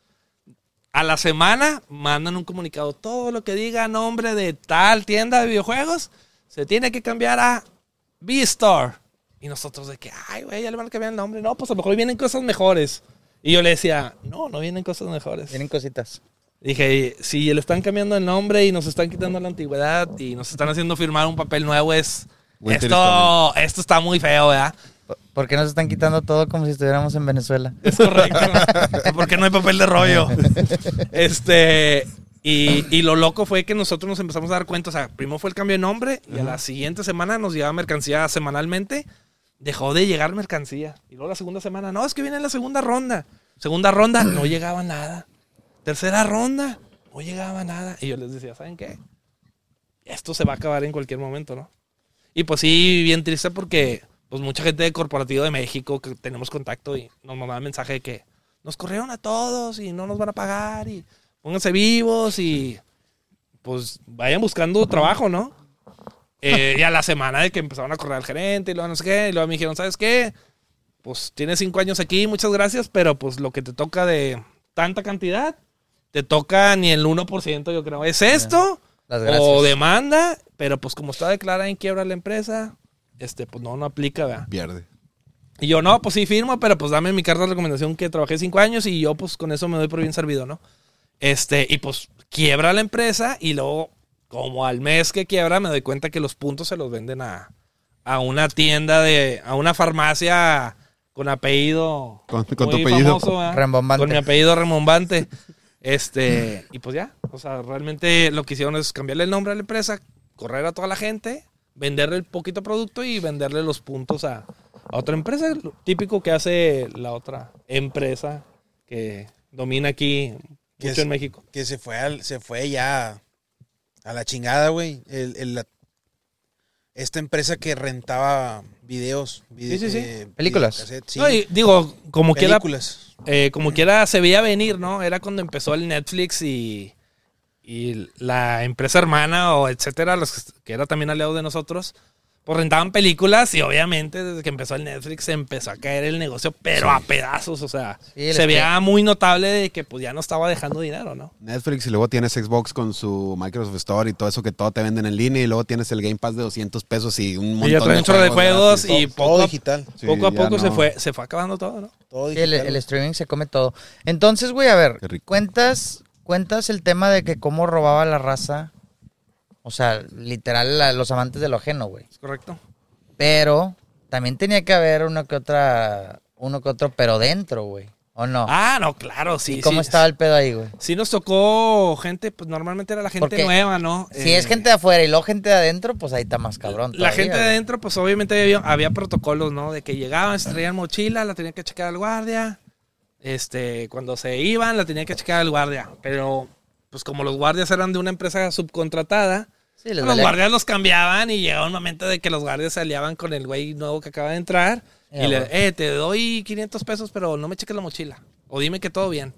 A la semana mandan un comunicado, todo lo que diga a nombre de tal tienda de videojuegos se tiene que cambiar a V-Store. Y nosotros de que, ay, güey, ya le van a cambiar el nombre. No, pues a lo mejor vienen cosas mejores. Y yo le decía, no, no vienen cosas mejores. Tienen cositas. Dije, si le están cambiando el nombre y nos están quitando la antigüedad y nos están haciendo firmar un papel nuevo, es... Winter Esto, esto está muy feo, ¿verdad? ¿Por qué nos están quitando todo como si estuviéramos en Venezuela? Es correcto. Porque no hay papel de rollo. Este... Y, y lo loco fue que nosotros nos empezamos a dar cuenta, o sea, primero fue el cambio de nombre y a la siguiente semana nos llegaba mercancía semanalmente. Dejó de llegar mercancía. Y luego la segunda semana, no, es que viene la segunda ronda. Segunda ronda, no llegaba nada. Tercera ronda, no llegaba nada. Y yo les decía, ¿saben qué? Esto se va a acabar en cualquier momento, ¿no? Y pues sí, bien triste porque pues mucha gente de Corporativo de México que tenemos contacto y nos mandaban mensaje de que nos corrieron a todos y no nos van a pagar y pónganse vivos y pues vayan buscando trabajo, ¿no? Eh, y a la semana de que empezaron a correr al gerente y luego no sé qué, y luego me dijeron, ¿sabes qué? Pues tienes cinco años aquí, muchas gracias, pero pues lo que te toca de tanta cantidad, te toca ni el uno por ciento, yo creo. ¿Es esto? Las gracias. O demanda, pero pues como está declarada en quiebra la empresa, este, pues no, no aplica, ¿verdad? Pierde. Y yo, no, pues sí firmo, pero pues dame mi carta de recomendación que trabajé cinco años y yo pues con eso me doy por bien servido, ¿no? Este, y pues quiebra la empresa y luego, como al mes que quiebra, me doy cuenta que los puntos se los venden a, a una tienda de, a una farmacia con apellido. Con- con muy tu apellido. famoso, ¿verdad? Rembombante. Con mi apellido rembombante. Este, y pues ya, o sea, realmente lo que hicieron es cambiarle el nombre a la empresa, correr a toda la gente, venderle el poquito producto y venderle los puntos a, a otra empresa, lo típico que hace la otra empresa que domina aquí Que mucho es- en México. Que se fue, al, se fue ya a la chingada, güey. El, el- la- esta empresa que rentaba videos. vide- Sí, sí, sí. eh, Películas. videocassettes, sí. No, y digo, como quiera, Películas. eh, como quiera se veía venir, ¿no? Era cuando empezó el Netflix y, y la empresa hermana o etcétera, los que era también aliado de nosotros, pues rentaban películas y obviamente desde que empezó el Netflix se empezó a caer el negocio, pero a pedazos, o sea, Sí, el se esque- veía muy notable de que pues ya no estaba dejando dinero, ¿no? Netflix y luego tienes Xbox con su Microsoft Store y todo eso que todo te venden en línea y luego tienes el Game Pass de doscientos pesos y un montón Y ya trae un chorro de juegos gratis. y Todo, poco todo a, digital. Sí, poco a ya poco se no. fue se fue acabando todo, ¿no? Todo Sí, el, digital. el streaming se come todo. Entonces, güey, a ver, Qué rico. cuentas, cuentas el tema de que cómo robaba la raza. O sea, literal, la- los amantes de lo ajeno, güey. ¿Es correcto? Pero también tenía que haber uno que otra, uno que otro, pero dentro, güey. ¿O no? Ah, no, claro, sí. ¿Y cómo sí, estaba el pedo ahí, güey? Sí nos tocó gente, pues normalmente era la gente Porque nueva, ¿no? Si Eh, es gente de afuera y luego gente de adentro, pues ahí está más cabrón. La todavía, gente de güey. adentro, pues obviamente había, había protocolos, ¿no? De que llegaban, se traían mochila, la tenía que checar al guardia. Este, cuando se iban, la tenía que checar al guardia. Pero, pues como los guardias eran de una empresa subcontratada, Sí, les los valía- guardias los cambiaban y llegaba un momento de que los guardias se aliaban con el güey nuevo que acaba de entrar. Ya, y le, güey. eh, te doy quinientos pesos, pero no me cheques la mochila. O dime que todo bien.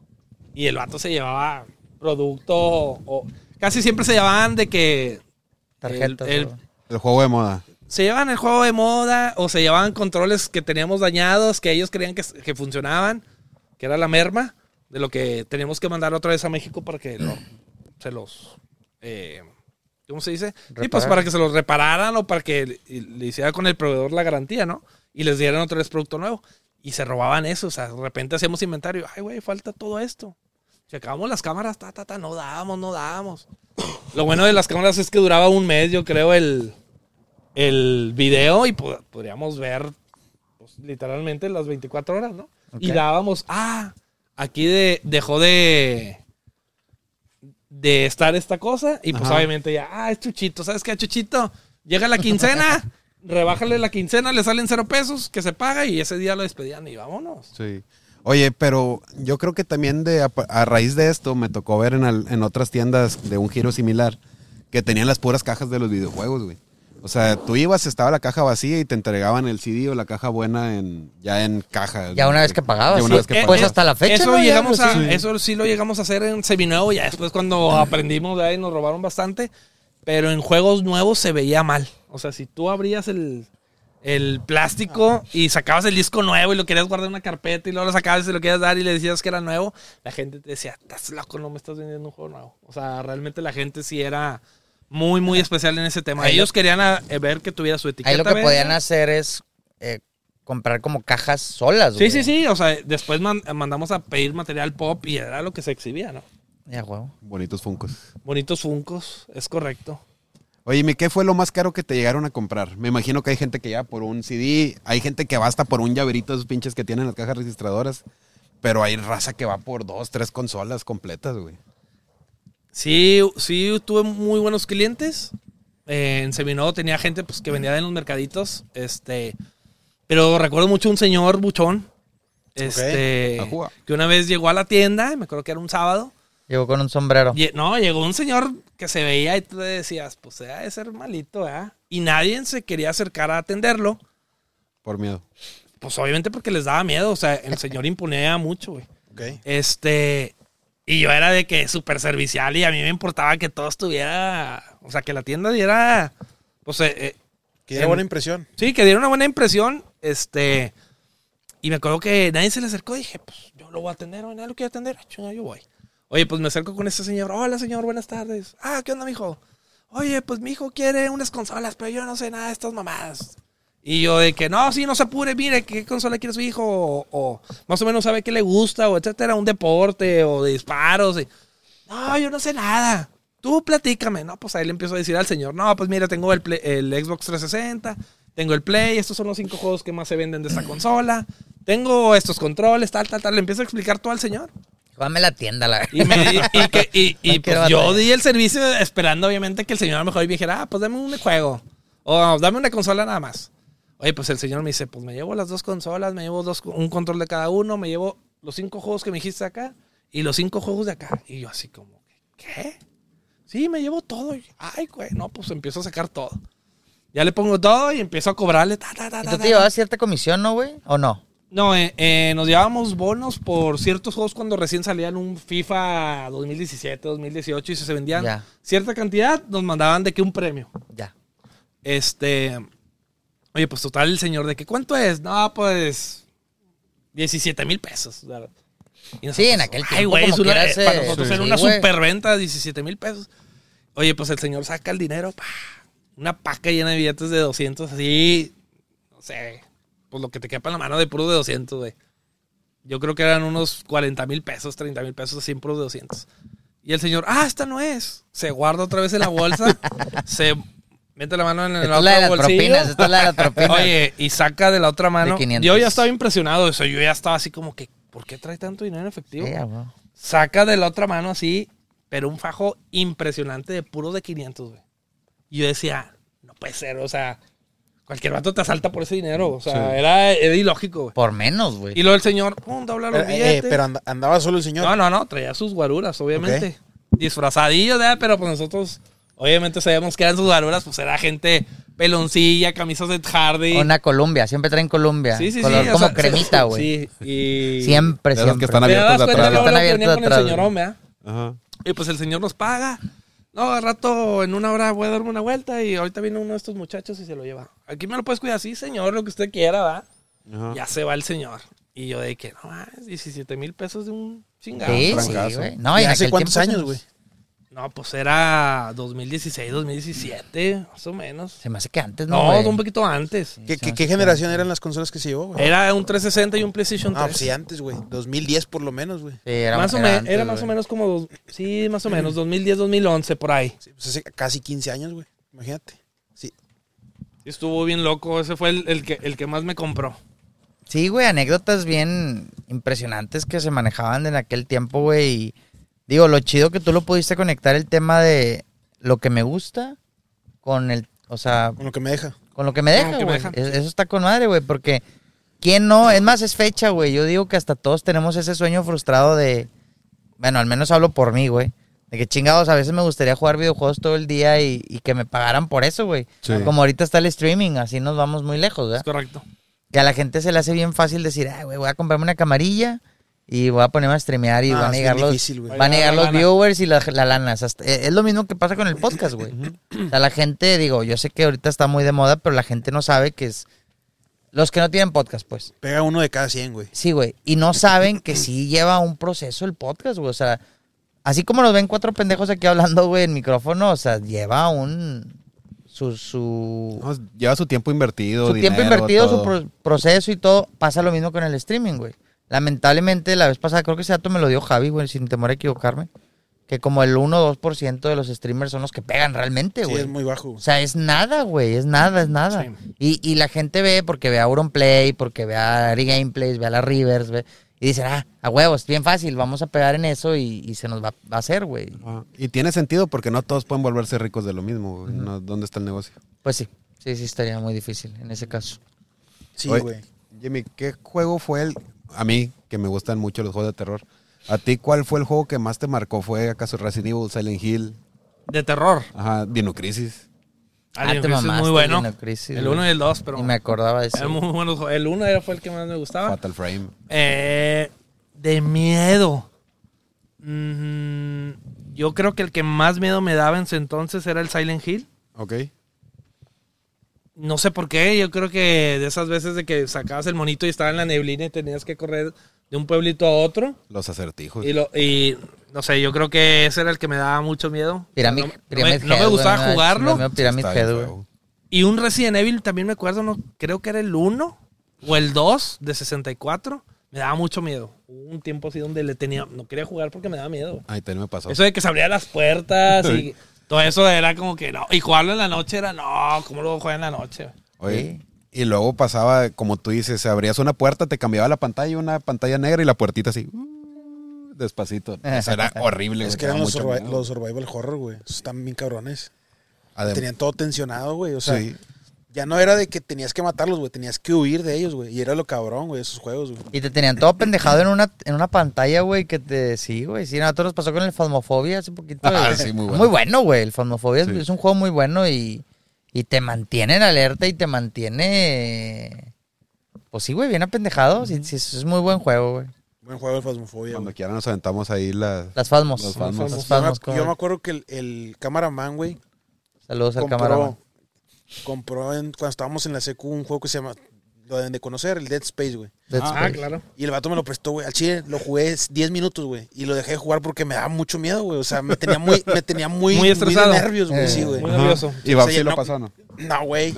Y el vato se llevaba producto, o casi siempre se llevaban de que... Tarjetas. el- el- güey. El juego de moda. se llevaban el juego de moda o se llevaban controles que teníamos dañados, que ellos creían que, que funcionaban, que era la merma, de lo que teníamos que mandar otra vez a México para que lo- se los... eh, ¿Cómo se dice? Sí, pues Reparar. para que se los repararan o para que le, le hiciera con el proveedor la garantía, ¿no? Y les dieran otra vez producto nuevo. Y se robaban eso, o sea, de repente hacíamos inventario. Ay, güey, falta todo esto. Checábamos las cámaras, ta, ta, ta, no dábamos, no dábamos. Lo bueno de las cámaras es que duraba un mes, yo creo, el, el video y po- podríamos ver pues, literalmente las veinticuatro horas, ¿no? Y Ok. dábamos, ah, aquí de, dejó de, de estar esta cosa y pues Ajá. obviamente ya, ah, es Chuchito, ¿sabes qué, Chuchito? Llega la quincena, rebájale la quincena, le salen cero pesos, que se paga y ese día lo despedían y vámonos. Sí. Oye, pero yo creo que también de a, a raíz de esto me tocó ver en, al- en otras tiendas de un giro similar que tenían las puras cajas de los videojuegos, güey. O sea, tú ibas, estaba la caja vacía y te entregaban el C D o la caja buena en ya en caja. Ya una vez que pagabas. Ya una sí. vez que Pues pagabas. hasta la fecha. Eso ¿no? Ya, llegamos pues, a, sí. eso sí lo llegamos a hacer en seminuevo, ya después cuando aprendimos de ahí nos robaron bastante, pero en juegos nuevos se veía mal. O sea, si tú abrías el, el plástico y sacabas el disco nuevo y lo querías guardar en una carpeta y luego lo sacabas y se lo querías dar y le decías que era nuevo, la gente te decía, estás loco, no me estás vendiendo un juego nuevo. O sea, realmente la gente sí era muy, muy especial en ese tema. Ahí Ellos lo- querían a- eh, ver que tuviera su etiqueta. Ahí lo que verde. podían hacer es eh, comprar como cajas solas, Sí, güey. sí, sí. O sea, después man- mandamos a pedir material pop y era lo que se exhibía, ¿no? Ya, huevo. Bonitos funcos. Bonitos funcos, es correcto. Oye, ¿mi qué fue lo más caro que te llegaron a comprar? Me imagino que hay gente que ya por un C D, hay gente que va hasta por un llaverito de esos pinches que tienen las cajas registradoras, pero hay raza que va por dos, tres consolas completas, güey. Sí, sí, tuve muy buenos clientes. Eh, en Seminovo tenía gente pues, que vendía en los mercaditos. Este, pero recuerdo mucho un señor buchón. Este, Ajúa. que una vez llegó a la tienda, me acuerdo que era un sábado. Llegó con un sombrero. Lle- No, llegó un señor que se veía y tú le decías, pues se ha de ser malito, ¿verdad? Y nadie se quería acercar a atenderlo. Por miedo. Pues obviamente porque les daba miedo. O sea, el señor imponía mucho, güey. Ok. Este, y yo era de que súper servicial y a mí me importaba que todo estuviera, o sea, que la tienda diera, pues, eh, eh, Que diera en- buena impresión. sí, que diera una buena impresión, este, y me acuerdo que nadie se le acercó y dije, pues, yo lo voy a atender, o nadie lo quiere atender, ah, chinga, yo voy. Oye, pues me acerco con este señor, hola señor, buenas tardes. Ah, ¿qué onda, mijo? Oye, pues mi hijo quiere unas consolas, pero yo no sé nada de estas mamadas. Y yo de que, no, sí, no se apure, mire, ¿qué consola quiere su hijo? O, o más o menos sabe qué le gusta, o etcétera, un deporte, o de disparos. Y, no, yo no sé nada. Tú platícame. No, pues ahí le empiezo a decir al señor, no, pues mira, tengo el, Play- el Xbox trescientos sesenta, tengo el Play, estos son los cinco juegos que más se venden de esta consola, tengo estos controles, tal, tal, tal. Le empiezo a explicar todo al señor. Dame la tienda, la Y, me, y, y que- y- y, No quiero pues yo batallar. di el servicio esperando obviamente que el señor a lo mejor me dijera, ah, pues dame un juego. O dame una consola nada más. Oye, pues el señor me dice, pues me llevo las dos consolas, me llevo dos, un control de cada uno, me llevo los cinco juegos que me dijiste acá y los cinco juegos de acá. Y yo así como, ¿qué? Sí, me llevo todo. Y, ay, güey, no, pues empiezo a sacar todo. Ya le pongo todo y empiezo a cobrarle. Ta, ta, ta, ¿Y ta, tú ta, te llevabas cierta comisión, no, güey? ¿O no? No, eh, eh, nos llevábamos bonos por ciertos juegos cuando recién salían un FIFA dos mil diecisiete, dos mil dieciocho y si se vendían Ya. cierta cantidad, nos mandaban de que un premio. Ya. Este, oye, pues total el señor de que ¿cuánto es? No, pues diecisiete mil pesos. ¿Verdad? Y nosotros, Sí, en aquel ay, tiempo güey, como es una- quiera ese- para nosotros sí, era una güey. superventa, diecisiete mil pesos. Oye, pues el señor saca el dinero, pa, una paca llena de billetes de doscientos, así, no sé, pues lo que te quepa en la mano de puro de doscientos, güey. Yo creo que eran unos cuarenta mil pesos, treinta mil pesos, así en puros de doscientos. Y el señor, ah, esta no es. Se guarda otra vez en la bolsa, se mete la mano en el Esta es la de otro las bolsillo. propinas, esta es la de las propinas. Oye, y saca de la otra mano. De quinientos. Yo ya estaba impresionado de eso. Yo ya estaba así como que, ¿por qué trae tanto dinero en efectivo? Sí, güey. Saca de la otra mano así, pero un fajo impresionante de puro de quinientos, güey. Y yo decía, no puede ser, o sea, cualquier vato te asalta por ese dinero. O sea, Sí. era, era ilógico, güey. Por menos, güey. Y luego el señor, pum, dobla los Eh, eh, billetes. pero and- andaba solo el señor. No, no, no, traía sus guaruras, obviamente. Disfrazadillos, ¿verdad? Pero pues nosotros, obviamente sabíamos que eran sus guaruras, pues era gente peloncilla, camisas de Hardy. Una Columbia, siempre traen Columbia. Sí, sí, Color sí. o como sea, cremita, güey. Sí, y... Siempre, De los que siempre. están Te abiertos das de cuenta atrás. luego Están lo que abiertos venían con atrás, el señorón, ¿verdad? Ajá. Y pues el señor nos paga. No, al rato, en una hora voy a darme una vuelta y ahorita viene uno de estos muchachos y se lo lleva. ¿Aquí me lo puedes cuidar? Sí, señor, lo que usted quiera, ¿va? Ajá. Ya se va el señor. Y yo de que, no, es diecisiete mil pesos de un chingado. Sí, sí, Francazo. güey. No, ¿Y en hace aquel cuántos tiempo se años, nos- güey? No, pues era dos mil dieciséis, dos mil diecisiete, más o menos. Se me hace que antes, ¿no, No, güey? un poquito antes. ¿Qué, se qué- me qué hace generación eran las consolas que se llevó, güey? Era un trescientos sesenta y un PlayStation Ah, tres. pues sí, antes, güey. dos mil diez por lo menos, güey. Sí, era, más o era menos, antes, era más güey. o menos como, dos- sí, más o menos, dos mil diez, dos mil once, por ahí. Sí, pues hace casi quince años, güey. Imagínate. Sí. Estuvo bien loco, ese fue el, el que, el que más me compró. Sí, güey, anécdotas bien impresionantes que se manejaban en aquel tiempo, güey. Y digo, lo chido que tú lo pudiste conectar el tema de lo que me gusta con el, o sea, Con lo que me deja. con lo que me Con deja, lo que me güey. deja. Es- Eso está con madre, güey, porque ¿quién no? Es más, es fecha, güey. Yo digo que hasta todos tenemos ese sueño frustrado de, bueno, al menos hablo por mí, güey. De que chingados, a veces me gustaría jugar videojuegos todo el día y, y que me pagaran por eso, güey. Sí. Como ahorita está el streaming, así nos vamos muy lejos, Es ¿verdad? correcto. Que a la gente se le hace bien fácil decir, ay, güey, voy a comprarme una camarilla y voy a ponerme a streamear y Ah, van a es llegar bien los, difícil, güey. van a llegar La los lana. viewers y la, la lana. O sea, hasta- es lo mismo que pasa con el podcast, güey. O sea, la gente, digo, yo sé que ahorita está muy de moda, pero la gente no sabe que es... Los que no tienen podcast, pues. Pega uno de cada cien, güey. Sí, güey. Y no saben que sí lleva un proceso el podcast, güey. O sea, así como nos ven cuatro pendejos aquí hablando, güey, en micrófono, o sea, lleva un... Su... su No, lleva su tiempo invertido. su tiempo dinero, invertido, todo. su pro- proceso y todo, pasa lo mismo con el streaming, güey. Lamentablemente, la vez pasada, creo que ese dato me lo dio Javi, güey, sin temor a equivocarme, que como el uno o dos por ciento de los streamers son los que pegan realmente, Sí, güey. es muy bajo. O güey. sea, es nada, güey, es nada, es nada. Sí. Y, y la gente ve porque ve a Auronplay, porque ve a Ari Gameplays, ve a la Rivers, ve, y dicen, ah, a huevos, bien fácil, vamos a pegar en eso y, y se nos va, va a hacer, güey. Ah, y tiene sentido porque no todos pueden volverse ricos de lo mismo. güey. No, ¿dónde está el negocio? Pues sí, sí, sí, estaría muy difícil en ese caso. Sí, Oye, güey. Jimmy, ¿qué juego fue el... A mí, que me gustan mucho los juegos de terror. ¿A ti cuál fue el juego que más te marcó? ¿Fue acaso Resident Evil, Silent Hill? De terror. Ajá, Dino Crisis. Ah, Alien te Crisis es mamaste, muy bueno. Dino Crisis, El güey. uno y el dos, pero Y me acordaba de eso. eran muy buenos juegos. El uno era- fue el que más me gustaba. Fatal Frame. Eh, de miedo. Mm, yo creo que el que más miedo me daba en ese entonces era el Silent Hill. Ok. No sé por qué, yo creo que de esas veces de que sacabas el monito y estaba en la neblina y tenías que correr de un pueblito a otro. Los acertijos. Y, lo, y no sé, yo creo que ese era el que me daba mucho miedo. Pyramid, no, no Pyramid me, no me Head, gustaba güey, jugarlo. no, no, Pyramid Está bien Head, güey. feo. Y un Resident Evil también me acuerdo, no creo que era el uno o el dos de sesenta y cuatro. Me daba mucho miedo. Hubo un tiempo así donde le tenía, no quería jugar porque me daba miedo. Ahí también me pasó. Eso de que se abrían las puertas y todo eso era como que no. Y jugarlo en la noche era, no, ¿cómo lo voy a jugar en la noche? Oye, y luego pasaba, como tú dices, abrías una puerta, te cambiaba la pantalla, una pantalla negra y la puertita así, uh, despacito. Eso era horrible. Es güey, que daba eran los, mucho survi- miedo. los survival horror, güey. Esos están bien cabrones. Adem- Tenían todo tensionado, güey. O sea, sí. Ya no era de que tenías que matarlos, güey. Tenías que huir de ellos, güey. Y era lo cabrón, güey, esos juegos, güey. Y te tenían todo pendejado en una, en una pantalla, güey, que te... Sí, güey. Sí, a nosotros nos pasó con el Phasmophobia hace poquito. Ah, güey. sí, muy bueno. Muy bueno, güey. El Phasmophobia Sí. es, es un juego muy bueno y, y te mantiene en alerta y te mantiene... Pues sí, güey, bien apendejado. Sí, sí, es muy buen juego, güey. Buen juego de Phasmophobia, Cuando güey. quiera nos aventamos ahí la... Las Phasmos. Los Phasmos. Las Yo, Phasmos, me, como- yo me acuerdo que el, el cameraman, güey, Saludos al compró, camaraman. compró en- cuando estábamos en la secu un juego que se llama, lo deben de conocer, el Dead Space, güey. Dead Ah, Space. claro. Y el vato me lo prestó, güey. Al chile lo jugué diez minutos, güey. Y lo dejé de jugar porque me daba mucho miedo, güey. O sea, me tenía muy, me tenía muy, Muy estresado. de nervios, güey. Eh. Sí, güey. Muy nervioso. ¿Y Bob O sea, sí lo no- pasó, no? No, güey.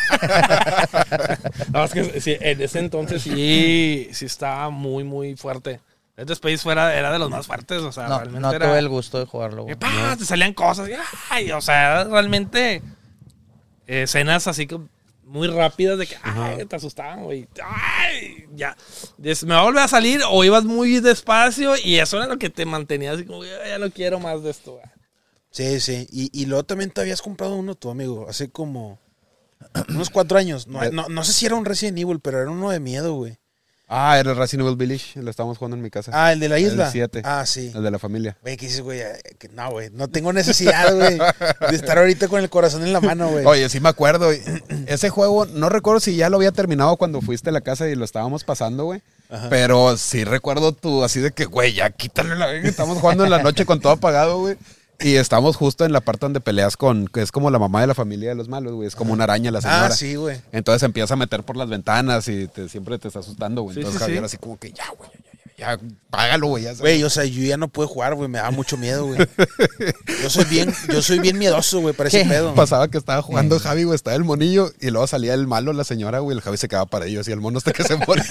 No, es que sí, en ese entonces sí, sí estaba muy, muy fuerte. Dead Space fuera, era de los más fuertes, o sea, No, realmente no era... tuve el gusto de jugarlo, güey. que, ¡pah! Te salían cosas. Y, ay, o sea, realmente eh, escenas así que muy rápidas de que ay, te asustaban, güey. Ay, ya. Des- me va a volver a salir o ibas muy despacio y eso era lo que te mantenía así como, ya no quiero más de esto, güey. Sí, sí. Y, y luego también te habías comprado uno, tu amigo, hace como unos cuatro años. No, no, no sé si era un Resident Evil, pero era uno de miedo, güey. Ah, era el Resident Evil Village. Lo estábamos jugando en mi casa. Ah, el de la isla. El siete. Ah, sí. El de la familia. Güey, ¿qué dices, güey? Eh, que No, güey. No tengo necesidad, güey, de estar ahorita con el corazón en la mano, güey. Oye, sí me acuerdo. Ese juego, no recuerdo si ya lo había terminado cuando fuiste a la casa y lo estábamos pasando, güey. Pero sí recuerdo tú así de que, güey, ya quítale la verga. Estamos jugando en la noche con todo apagado, güey. Y estamos justo en la parte donde peleas con, que es como la mamá de la familia de los malos, güey. Es como una araña la señora. Ah, sí, güey. Entonces empieza a meter por las ventanas y te- siempre te está asustando, güey. Sí, Entonces sí, Javier sí. así como que, ya, güey, ya, ya, ya, págalo, güey. Ya, Güey, o sea, yo ya no puedo jugar, güey. Me da mucho miedo, güey. Yo soy bien, yo soy bien miedoso, güey, para ese ¿Qué? pedo. Pasaba que estaba jugando Javi, güey, estaba el monillo y luego salía el malo, la señora, güey, el Javi se quedaba para ellos y el mono hasta que se moría.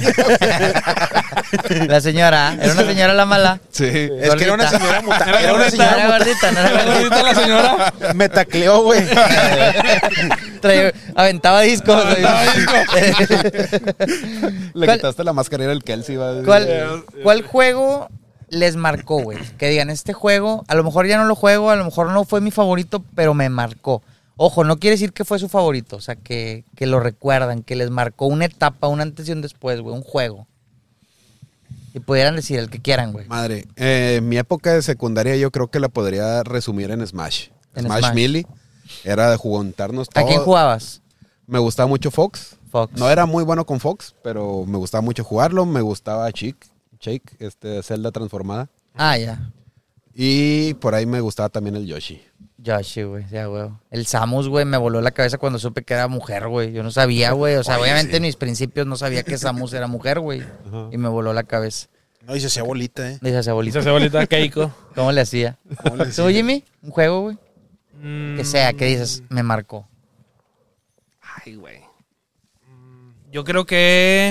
La señora, era una señora la mala. Sí. Es que era una Gordita. señora muta- Era Era una gordita, señora era muta- gordita, no era ¿Era gordita. gordita la señora? Me tacleó, güey. Traía- aventaba discos. güey. Le ¿Cuál- quitaste la máscara, era el Kelsey, va. ¿Cuál, ¿Cuál juego les marcó, güey? Que digan, este juego, a lo mejor ya no lo juego, a lo mejor no fue mi favorito, pero me marcó. Ojo, no quiere decir que fue su favorito, o sea, que, que lo recuerdan, que les marcó una etapa, un antes y un después, güey, un juego. Y pudieran decir el que quieran, güey. Madre, eh, mi época de secundaria yo creo que la podría resumir en Smash. En Smash, Smash. Melee. Era de juntarnos todos. ¿A quién jugabas? Me gustaba mucho Fox. Fox. No era muy bueno con Fox, pero me gustaba mucho jugarlo. Me gustaba Chick, Shake, este Zelda transformada. Ah, ya. Y por ahí me gustaba también el Yoshi. Yoshi, güey, ya, güey. El Samus, güey, me voló la cabeza cuando supe que era mujer, güey. Yo no sabía, güey. O sea, Oye, obviamente sí. en mis principios no sabía que Samus era mujer, güey. Y me voló la cabeza. No, y se hacía bolita, eh. Dice, Se abuelito, hace bolita Keiko. ¿cómo le hacía? ¿Cómo le ¿Tú, decía? Jimmy? ¿Un juego, güey? Mm, Que sea, que dices, me marcó. Ay, güey. Mm, Yo creo que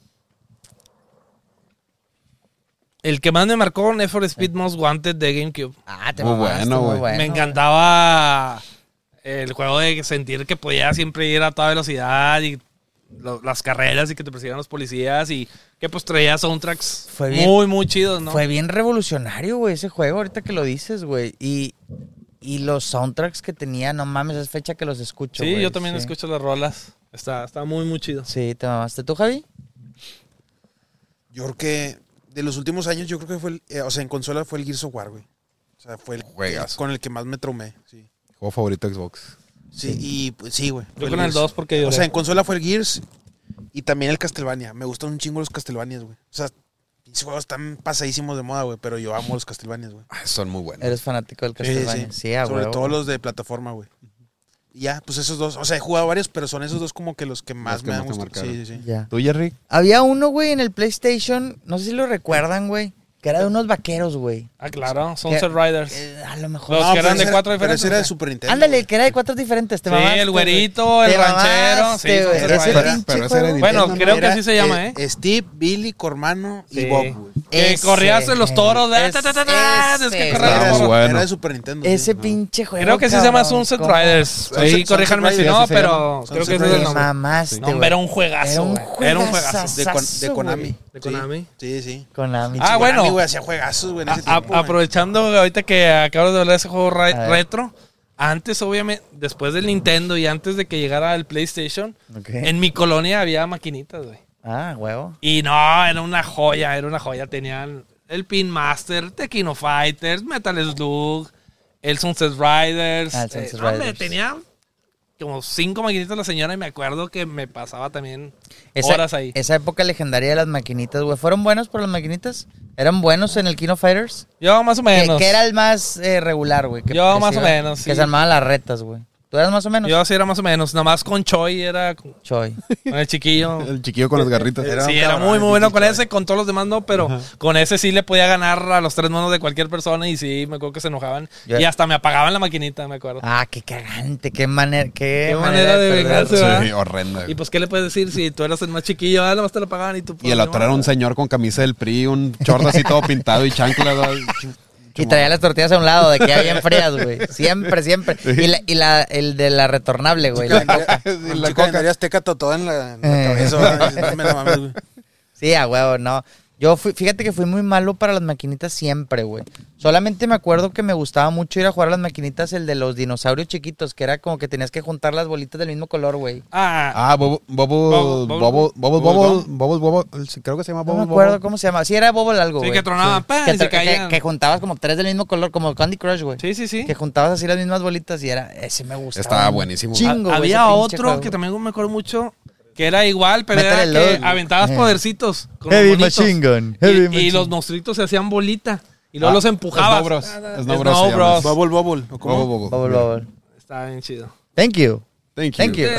el que más me marcó, Need for Speed Most Wanted de GameCube. Ah, te Muy mamaste, bueno, muy güey. bueno. Me encantaba el juego de sentir que podía siempre ir a toda velocidad y lo- las carreras y que te persiguieran los policías y que pues traía soundtracks Fue bien- muy, muy chidos, ¿no? Fue bien revolucionario, güey, ese juego, ahorita que lo dices, güey. Y, y los soundtracks que tenía, no mames, es fecha que los escucho, Sí, güey, yo también sí. escucho las rolas. Está, está muy, muy chido. Sí, te mamaste. ¿Tú, Javi? Yo creo que de los últimos años, yo creo que fue el, eh, o sea, en consola fue el Gears of War, güey. O sea, fue el, Juegazo. el con el que más me traumé, sí. Juego favorito de Xbox. Sí, y pues, sí, güey. Yo fue con el Gears. dos porque O sea, lloré. en consola fue el Gears y también el Castlevania. Me gustan un chingo los Castlevanias, güey. O sea, esos juegos están pasadísimos de moda, güey, pero yo amo los Castlevanias, güey. Ah, son muy buenos. Eres fanático del Sí, Castlevania. sí. Sí, a Sobre huevo. todo los de plataforma, güey. Y ya, pues esos dos. O sea, he jugado varios, pero son esos dos como que los que más Los que me más han te gustado. marcaron. Sí, sí, sí. Ya. ¿Tú, Jerry? Había uno, güey, en el PlayStation, no sé si lo recuerdan, güey, que era de unos vaqueros, güey. Ah, claro, Sunset Que- Riders. Eh, a lo mejor. Los No, que pero eran de ese cuatro era- pero diferentes. ese era de ¿o qué? Super Nintendo. Ándale, güey. que era de cuatro diferentes, te Sí, mamaste, el güey. güerito, el Te ranchero. mamaste, Sí, güey. Sunset Ese Riders. pinche Pero ese era juego. de Bueno, Nintendo, creo Era, que así se llama, ¿eh? Steve, Billy, Cormano y Sí. Bob, güey. Que Ese, corrías en los toros. de- ese, ta, ta, ta, ta, tienes que ese. correr Era, Estaba de, muy su- bueno. era de Super Nintendo. sí. Ese pinche juego. Creo que sí se llama cabrón, Sunset ¿cómo? Riders. Ahí Sunset corríjanme si Riders, no, así se pero llama. creo que Sunset ese es el Te nombre. mamaste, No, hombre, güey. era un juegazo, Era un güey. Era un juegazo. De, Con- de juegazazo, Konami. güey. De Sí. Konami. Sí, sí. Konami. Ah, chico. bueno. Konami, güey, hacía juegazos, güey, en ese A- a- tiempo, güey. aprovechando ahorita que acabas de hablar de ese juego re- A ver. retro, Antes, obviamente, después del Nintendo y antes de que llegara el PlayStation, Ok. en mi colonia había maquinitas, güey. Ah, huevo. Y no, era una joya, era una joya. Tenían el Pin Master, Tekkino Fighters, Metal Slug, el Sunset Riders. Ah, el Sunset eh, no, hombre, Riders. tenía como cinco maquinitas la señora y me acuerdo que me pasaba también Esa, horas ahí. esa época legendaria de las maquinitas, güey. ¿Fueron buenos por las maquinitas? ¿Eran buenos en el Kino Fighters? Yo más o ¿Qué, menos. qué era el más eh, regular, güey? Que- Yo que más se o iba- menos, Que sí. se armaban las retas, güey. ¿Tú eras más o menos? Yo sí era más o menos. Nada más con Choi era con Choi. con el chiquillo. El chiquillo con las garritas. Era un sí, era cabrón, muy, el muy bueno pinche con Choi. ese. Con todos los demás no, pero con ese sí le podía ganar a los tres monos de cualquier persona. Y sí, me acuerdo que se enojaban. Yo- Y hasta me apagaban la maquinita, me acuerdo. Ah, qué cagante. Qué manera, qué Qué manera de perder. vengarse, ¿verdad? Sí, horrenda. Y pues, ¿qué le puedes decir si tú eras el más chiquillo? Ah, nomás te lo pagaban y tú... Y el otro era un señor con camisa del P R I, un short así todo pintado y chancla. Y traía las tortillas a un lado, de que ya bien frías, güey. Siempre, siempre. Y, la, y la, el de la retornable, güey. La coca. Un la chico de coca. Nariz Azteca tatuada en la, en la Eh. cabeza. ¿verdad? No me la mames, güey. Sí, a huevo, no. Yo fui, fíjate que fui muy malo para las maquinitas siempre, güey. Solamente me acuerdo que me gustaba mucho ir a jugar a las maquinitas, el de los dinosaurios chiquitos, que era como que tenías que juntar las bolitas del mismo color, güey. Ah, Ah, Bobo, Bobo, Bobo- Bobo, Bobo, Bobo- Bobo, Bobo, Bobo, creo que se llama No Bobo. me acuerdo Bobo. cómo se llama. Sí, era Bobo algo, sí, güey. que tronaban, ¡pam! Que, y se tra- que- caían. que juntabas como tres del mismo color, como Candy Crush, güey. Sí, sí, sí. Que juntabas así las mismas bolitas y era... Ese me gustaba. Estaba buenísimo. Chingo, Ha- güey, Había ese pinche otro juego. que también me acuerdo mucho, que era igual, pero Metal era que Slug. aventabas Eh. podercitos con Heavy los monitos. Machine Gun, Y- Heavy y, Machine. los monstruitos se hacían bolita. Y luego Ah, los empujabas. Snow Bros. Ah, Snow Snow Bros se llama. Bros. Bubble, bubble. ¿o cómo? Bobo, Bobo. Bubble, bubble. Estaba bien chido. Thank you. Thank you. Thank you.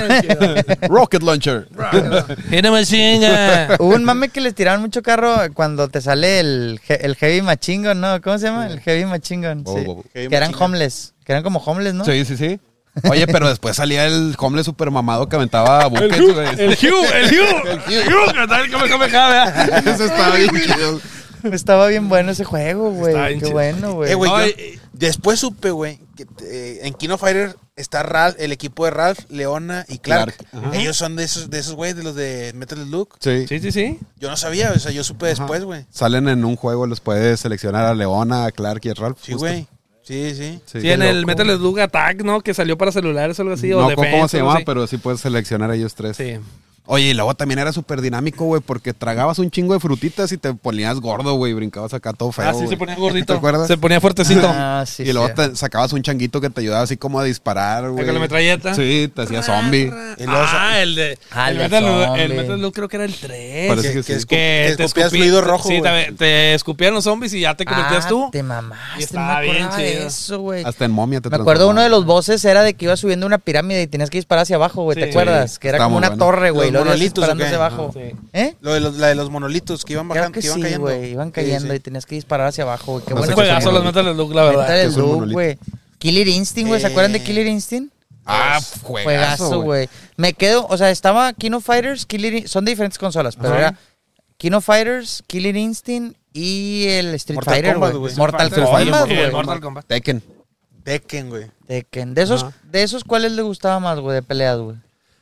Rocket Launcher. Hit a machine gun. Hubo un mame que les tiraban mucho carro cuando te sale el, he- el Heavy Machine Gun, ¿no? ¿Cómo se llama? El Heavy Machine Gun. Bobo, sí. bobo. Heavy Que eran Machine Gun. homeless. Que eran como homeless, ¿no? Sí, sí, sí. Oye, pero después salía el homeless super mamado que aventaba El buques, Hugh, güey. el Hugh, el Hugh, el Hugh, que tal como come ¿verdad? Eso estaba bien chido. Estaba bien bueno ese juego, güey. Estaba bien Qué chido. bueno, güey. Eh, güey, No, yo y- después supe, güey, que eh, en Kino Fighter está Ralph, el equipo de Ralph, Leona y Clark. Clark, ajá. Ellos son de esos, de esos güeyes, de los de Metal Slug. Sí. Sí, sí, sí. Yo no sabía, o sea, yo supe después, güey. Salen en un juego, los puedes seleccionar a Leona, a Clark y a Ralph. Sí, justo. güey. Sí, sí. Sí, Sí, en qué el loco. Metal Slug Attack, ¿no? Que salió para celulares o algo así. o No, Defense, ¿cómo se algo llamaba? así. Pero sí puedes seleccionar a ellos tres. Sí. Oye, y luego también era súper dinámico, güey, porque tragabas un chingo de frutitas y te ponías gordo, güey, brincabas acá todo feo. Ah, sí, se güey. ponía gordito. ¿Te acuerdas? Se ponía fuertecito. Ah, sí, y luego sí. te sacabas un changuito que te ayudaba así como a disparar, Ahí güey. con la metralleta. Sí, te hacía zombie. El oso. Ah, el de. Ah, el el Metal Slug- zombie. el Metal Slug creo que era el tres. Parece Que, que que, sí. escu- Que que te escupías escupí- fluido rojo, Sí, güey. te, te escupían los zombies y ya te convertías Ah, tú. te Y mamaste, estaba me bien acordaba de chido. eso, güey. Hasta en momia te Me acuerdo uno de los transformabas. bosses era de que ibas subiendo una pirámide y tenías que disparar hacia abajo, güey. ¿Te Sí. acuerdas? Sí, Que era estaba como muy una bueno. torre, güey. Los Luego ibas monolitos, disparando ¿o qué? hacia abajo. Sí. ¿Eh? Lo de los, la de los monolitos que iban Creo bajando, que que iban sí, cayendo. güey. Iban Sí, cayendo sí. y tenías que disparar hacia abajo, güey. Qué No bueno sé que qué Juegazo son los Metal Slug, la verdad. Metal que son Slug, monolitos. güey. Killer Instinct, güey. ¿Se Eh, acuerdan de Killer Instinct? Ah, Juegazo, juegazo, güey. Me quedo, o sea, estaba Kino Fighters, Killer In- son de diferentes consolas, pero Ajá. era Kino Fighters, Killer Instinct y el Street Mortal Fighter, Kombat, güey. güey. Mortal Street Kombat, Fighter, güey. el Mortal Kombat. Tekken. Tekken, güey. Tekken. De esos, Ajá. de esos, ¿cuáles le gustaba más, güey, de peleas, güey?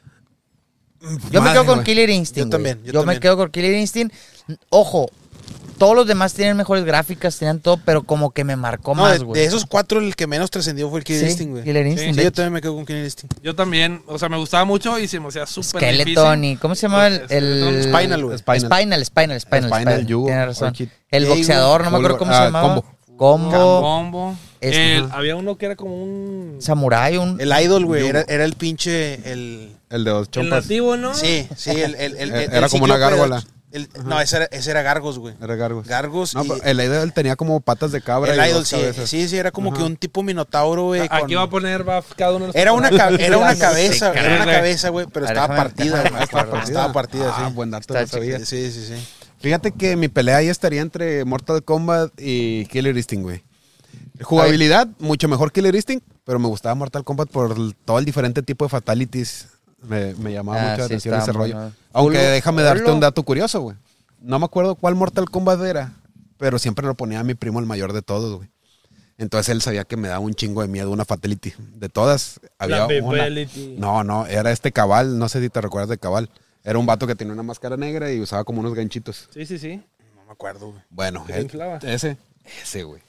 Yo me Madre, quedo con güey. Killer Instinct. Yo también, güey. yo Yo, me también. quedo con Killer Instinct. Ojo, todos los demás tienen mejores gráficas, tenían todo, pero como que me marcó No, más, de, güey. de esos cuatro, el que menos trascendió fue el Killer Sí, Instinct, güey. Killer Sí, Instinct. sí, de yo hecho. también me quedo con Killer Instinct. Yo también, o sea, me gustaba mucho y se me hacía súper Skeleton difícil. y ¿cómo se llama el, el Spinal, güey. Spinal, Spinal, Spinal, Spinal. Spinal, Yugo, Tienes razón. Orchid. El Yugo, boxeador, no me acuerdo cómo se ah, llamaba. Combo. Combo. Combo. Este- El- había uno que era como un... Samurai, un El Idol, güey, era, era el pinche, el... El de los El chompas. nativo, ¿no? Sí, sí, el... el, el- el- Era el como una cíclope- gárgola. el- no, ese era, ese era Gargos, güey. Era Gargos. Gargos No, y... pero el Idol tenía como patas de cabra. El y Idol, dos sí, cabezas. sí, sí, era como que un tipo minotauro, güey. Aquí con- va a poner va cada uno de los Era una, ca- personajes. era una Sí, cabeza, sí, era una caray. cabeza, güey, pero A ver, estaba déjame- partida, déjame güey. acuerdo. Estaba, estaba partida, Ah, sí. buen dato, Está no sabía. Sí, sí, sí. Fíjate que mi pelea ahí estaría entre Mortal Kombat y Killer Instinct, güey. Jugabilidad, mucho mejor Killer Instinct, pero me gustaba Mortal Kombat por el- todo el diferente tipo de fatalities. Me, me llamaba Ah, mucho la sí, atención estaba ese rollo. bueno. Aunque Olo- déjame darte Olo. un dato curioso, güey. No me acuerdo cuál Mortal Kombat era, pero siempre lo ponía a mi primo el mayor de todos, güey. Entonces él sabía que me daba un chingo de miedo una fatality. De todas, había La una. Fatality. No, no, era este Cabal, no sé si te recuerdas de Cabal. Era un vato que tenía una máscara negra y usaba como unos ganchitos. Sí, sí, sí. No me acuerdo, güey. Bueno, ¿Que te él- inflaba? ese, ese, güey.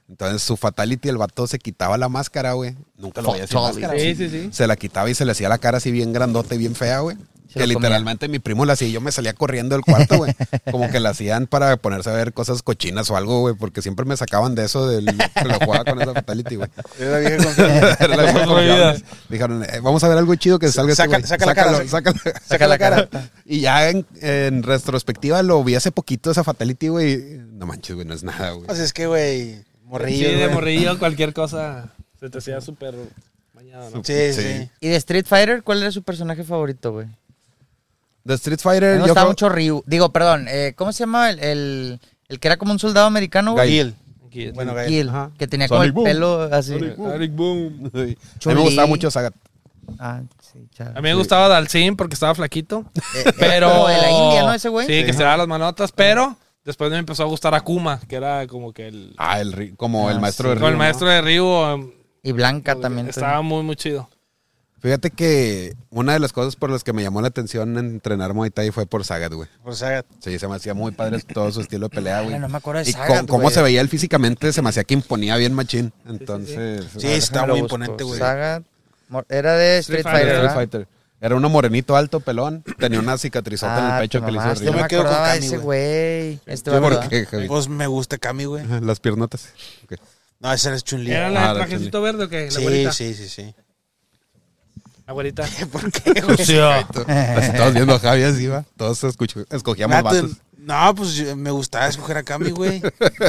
Entonces su fatality, el vato se quitaba la máscara, güey. Nunca lo veía sin Fatality. máscara. Sí, sí, sí. Se la quitaba y se le hacía la cara así bien grandota y bien fea, güey. Se Que lo comía. literalmente mi primo la hacía y yo me salía corriendo del cuarto, güey. Como que la hacían para ponerse a ver cosas cochinas o algo, güey. Porque siempre me sacaban de eso, del que lo jugaba con esa fatality, güey. Era la vieja confiable. Era la vieja confiable. Dijeron, eh, vamos a ver algo chido que salga Saca- este güey. saca la cara, Sácalo, sácalo. Saca la cara. Y ya en, en retrospectiva lo vi hace poquito esa fatality, güey. No manches, güey, no es nada, güey. Pues es que, güey, Sí, morrillo, de güey. morrillo, cualquier cosa se te hacía súper bañado, ¿no? Sí, Sí. sí. ¿Y de Street Fighter cuál era su personaje favorito, güey? De Street A Fighter, mí me yo gustaba creo... mucho Ryu. Digo, perdón, eh, ¿cómo se llama el, el, el que era como un soldado americano, güey? Gail. Aquí, Bueno, Gail. Kill, Ajá. que tenía Sonic como Boom. el pelo así. Eric Boom. Sí. A mí Chun-Li. me gustaba mucho Sagat. Ah, sí, chaval. A mí me gustaba Dalsim porque estaba flaquito. Eh, Pero. como de la India, ¿no? Ese güey. Sí, que se daba las manotas, pero después me empezó a gustar Akuma, que era como que el. Ah, el, ri- como Ah, el maestro sí. de Ryu, Con el ¿no? maestro de Ryu. um, Y Blanca también. Estaba muy, muy chido. Fíjate que una de las cosas por las que me llamó la atención en entrenar Muay Thai fue por Sagat, güey. Por Sagat. Sí, se me hacía muy padre todo su estilo de pelea, güey. Ay, no me acuerdo de Y Sagat, co- cómo güey. se veía él físicamente, se me hacía que imponía bien machín. Entonces... Sí, Ah, está déjame lo muy busco. imponente, güey. Saga, mor- era de Street, Street Fighter, Fighter, Street ¿verdad? Fighter. Era uno morenito alto, pelón. Tenía una cicatrizota en Ah, el pecho te que le hizo mamaste, Ryu. no me me quedo con acordaba de Cami, ese güey. Este ¿Por va, qué, Javi? Pues me gusta Cami, güey. Ajá, Las piernotas. Ok. No, esa es Chun-Li. ¿Era Ah, la la de trajecito verde o qué? La Sí, güerita. sí, sí, sí. La güerita. ¿Por qué, güey? Sucio. Así todos viendo a Javi así, va. Todos escucho- escogíamos Vato, vatos. No, pues yo- me gustaba escoger a Cami, güey.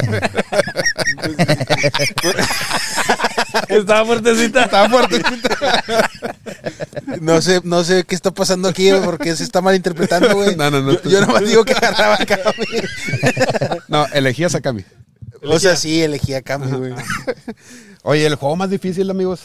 Estaba fuertecita. Estaba fuerte. No sé, no sé qué está pasando aquí, güey, porque se está malinterpretando, güey. No, no, no. Yo, yo nomás digo que agarraba a Cami. No, elegías a Cami. O sea, sí, elegí a Cami, güey. Oye, el juego más difícil, amigos.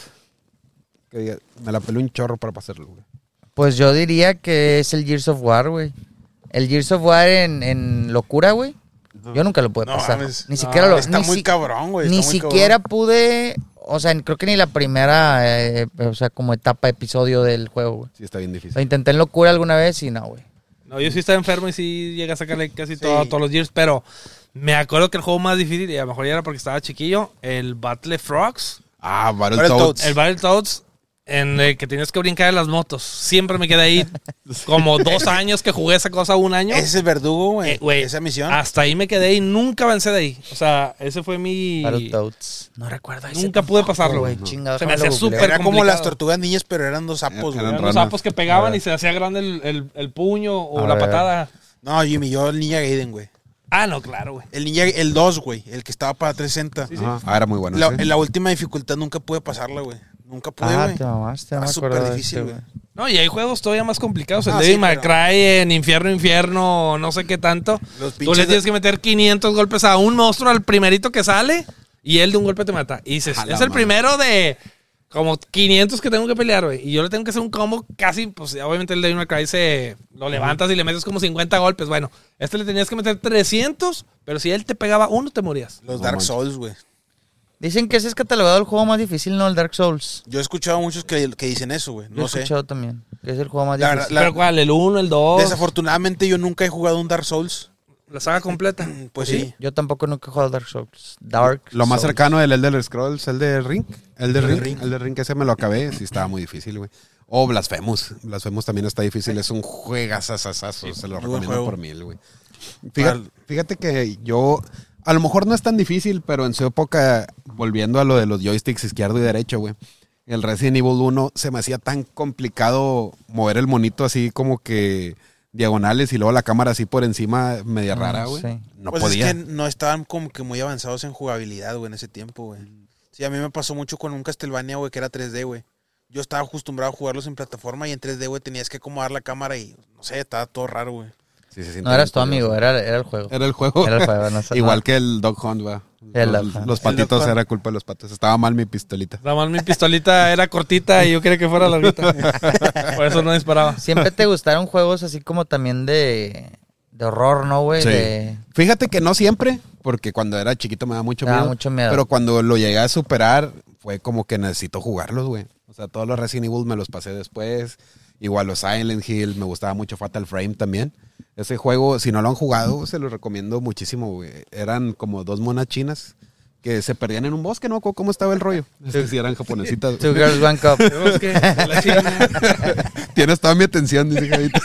Que diga, me la pelé un chorro para pasarlo, güey. Pues yo diría que es el Gears of War, güey. El Gears of War en, en locura, güey. Yo nunca lo pude No, pasar. mames. Ni No, siquiera lo está ni muy si- cabrón, güey. Ni está muy siquiera cabrón. pude, o sea, creo que ni la primera, eh, o sea, como etapa, episodio del juego, güey. Sí, está bien Lo difícil. intenté en locura alguna vez y no, güey. No, yo sí estaba enfermo y sí llegué a sacarle casi Sí. todo, todos los years, pero me acuerdo que el juego más difícil, y a lo mejor ya era porque estaba chiquillo, el Battle Frogs, Ah, Battletoads. Battletoads. el Battletoads, en el que tenías que brincar en las motos. Siempre me quedé ahí como dos años que jugué esa cosa, un año. Ese es el verdugo, güey. Eh, güey, Esa misión. Hasta ahí me quedé y nunca avancé de ahí. O sea, ese fue mi... Battletoads. No recuerdo ese Nunca pude tampoco, pasarlo, güey. no. Chingado, Se me déjame hacía lo googleo. súper Era como complicado. las tortugas niñas, pero eran dos sapos, Eran güey. Eran los ranas. sapos que pegaban A ver. y se hacía grande el, el- el puño o A la ver. patada. No, Jimmy, yo el Ninja Gaiden, güey. Ah, no, claro, güey. El Ninja, el dos, güey. El que estaba para trescientos sesenta. Ajá. Ah, era muy bueno. La, sí. en la última dificultad nunca pude pasarla, güey. Nunca pude, Ah, güey. te mamaste, no me Está súper acordaba de difícil, ese, güey. No, y hay juegos todavía más complicados. El Ah, Devil sí, May pero- Cry en Infierno, Infierno, no sé qué tanto. Los Tú pinches le de- tienes que meter quinientos golpes a un monstruo al primerito que sale y él de un golpe te mata. Y dices, A la es el madre. primero de como quinientos que tengo que pelear, güey. Y yo le tengo que hacer un combo casi, pues obviamente el Devil May Cry se lo levantas y le metes como cincuenta golpes. Bueno, este le tenías que meter trescientos, pero si él te pegaba uno, te morías. Los No Dark manches. Souls, güey. Dicen que ese es catalogado el juego más difícil, ¿no? El Dark Souls. Yo he escuchado a muchos que, que dicen eso, güey. Yo No he sé. escuchado también que es el juego más La difícil. verdad, la- ¿Pero cuál? ¿El uno, el dos? Desafortunadamente yo nunca he jugado un Dark Souls. La saga completa. Pues sí. Yo tampoco nunca he jugado Dark Souls. Dark Lo más Souls. cercano del Elder Scrolls, el de Ring. El de El de Ring. Ring. El de Ring, que ese me lo acabé. Sí, estaba muy difícil, güey. O Blasphemous. Blasphemous también está difícil. Es un juegazazazazo. Se lo muy buen recomiendo juego. por mil, güey. Fíjate, Para- fíjate que yo... A lo mejor no es tan difícil, pero en su época, volviendo a lo de los joysticks izquierdo y derecho, güey. El Resident Evil uno se me hacía tan complicado mover el monito así como que diagonales y luego la cámara así por encima, media Ah, rara, güey. sí. No pues podía. es que no estaban como que muy avanzados en jugabilidad, güey, en ese tiempo, güey. Sí, a mí me pasó mucho con un Castlevania, güey, que era tres D, güey. Yo estaba acostumbrado a jugarlos en plataforma y en tres D, güey, tenías que acomodar la cámara y, no sé, estaba todo raro, güey. Sí, se siente No eras tu bien amigo, curioso. era, era el juego. Era el juego. Era el juego, no sé- Igual no. que el Dog Hunt, va. El los, Dog Hunt. los El patitos Dog Hunt. era culpa de los patos. Estaba mal mi pistolita. Nada más mi pistolita era cortita y yo quería que fuera larguita. Por eso no disparaba. Siempre te gustaron juegos así como también de, de horror, ¿no, güey? Sí. De- Fíjate que no siempre, porque cuando era chiquito me daba mucho Me daba miedo. mucho miedo. Pero cuando lo llegué a superar, fue como que necesito jugarlos, güey. O sea, todos los Resident Evil me los pasé después. Igual los Silent Hill, me gustaba mucho Fatal Frame también. Ese juego, si no lo han jugado, se lo recomiendo muchísimo, güey. Eran como dos monas chinas que se perdían en un bosque, ¿no? ¿Cómo estaba el rollo? Es que si eran japonesitas. Two Girls, One Cup. Tenemos que la China. Tienes toda mi atención, dice Javito.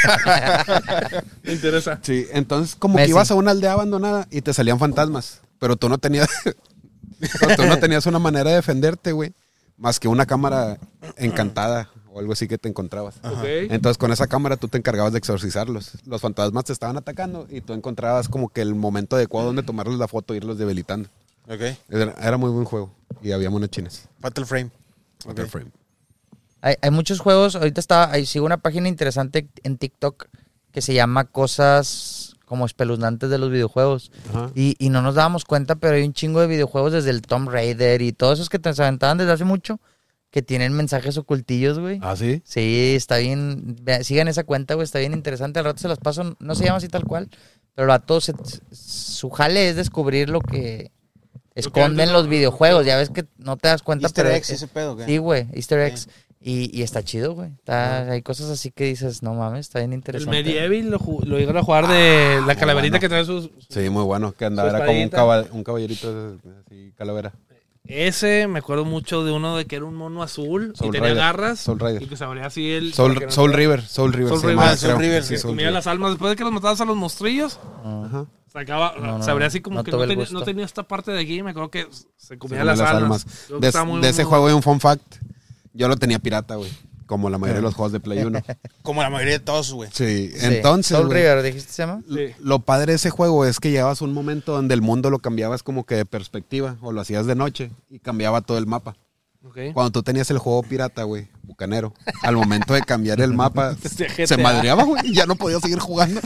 Me interesa. Sí, entonces como Messi. que ibas a una aldea abandonada y te salían fantasmas, pero tú no tenías pero tú no tenías una manera de defenderte, güey, más que una cámara encantada o algo así que te encontrabas. Ok. Entonces con esa cámara tú te encargabas de exorcizarlos. Los fantasmas te estaban atacando y tú encontrabas como que el momento adecuado donde tomarles la foto e irlos debilitando. Ok. Era, era muy buen juego y había monas chinas. Fatal Frame. Fatal Ok. Frame. Hay, hay muchos juegos. Ahorita está, ahí sigo una página interesante en TikTok que se llama Cosas como espeluznantes de los videojuegos. Ajá. Y, y no nos dábamos cuenta, pero hay un chingo de videojuegos desde el Tomb Raider y todos esos que te aventaban desde hace mucho que tienen mensajes ocultillos, güey. ¿Ah, sí? Sí, está bien. Ve- Sigan esa cuenta, güey, está bien interesante. Al rato se las paso, no se llama así tal cual, pero a todos su jale es descubrir lo que esconden antes no- los videojuegos. Ya ves que no te das cuenta, Easter pero eggs, ese pedo, ¿qué? sí, güey, Easter eggs. Y, y está chido, güey. Está- Hay cosas así que dices, no mames, está bien El interesante. Medieval lo, ju- lo llegaron a jugar de la muy calaverita bueno. que trae sus... Sí, muy bueno. Que andaba, Su era como un, espadita. caba- un caballerito así, calavera. Ese, me acuerdo mucho de uno de que era un mono azul y Soul tenía Rider. garras. Soul Rider. Y que se abría así el... Soul, para que no Soul te- River, Soul River. Soul se River, llamaba, Soul creo. River, Sí, que Que Soul comía River. las almas. Después de que los matabas a los monstrillos, Ajá. sacaba, No, no, se abría así como no que tuve no el tenía, gusto. no tenía esta parte de aquí. Me acuerdo que se comía Se las, comen almas. Creo que De, estaba muy- de ese muy- juego hay un fun fact. Yo lo tenía pirata, güey. Como la mayoría de los juegos de Play uno. Como la mayoría de todos, güey. Sí, Sí. entonces, Soul güey, River, ¿dijiste se llama? l- Sí. lo padre de ese juego es que llegabas a un momento donde el mundo lo cambiabas como que de perspectiva o lo hacías de noche y cambiaba todo el mapa. Ok. Cuando tú tenías el juego pirata, güey, bucanero, al momento de cambiar el mapa, Este G T A. se madreaba, güey, y ya no podía seguir jugando.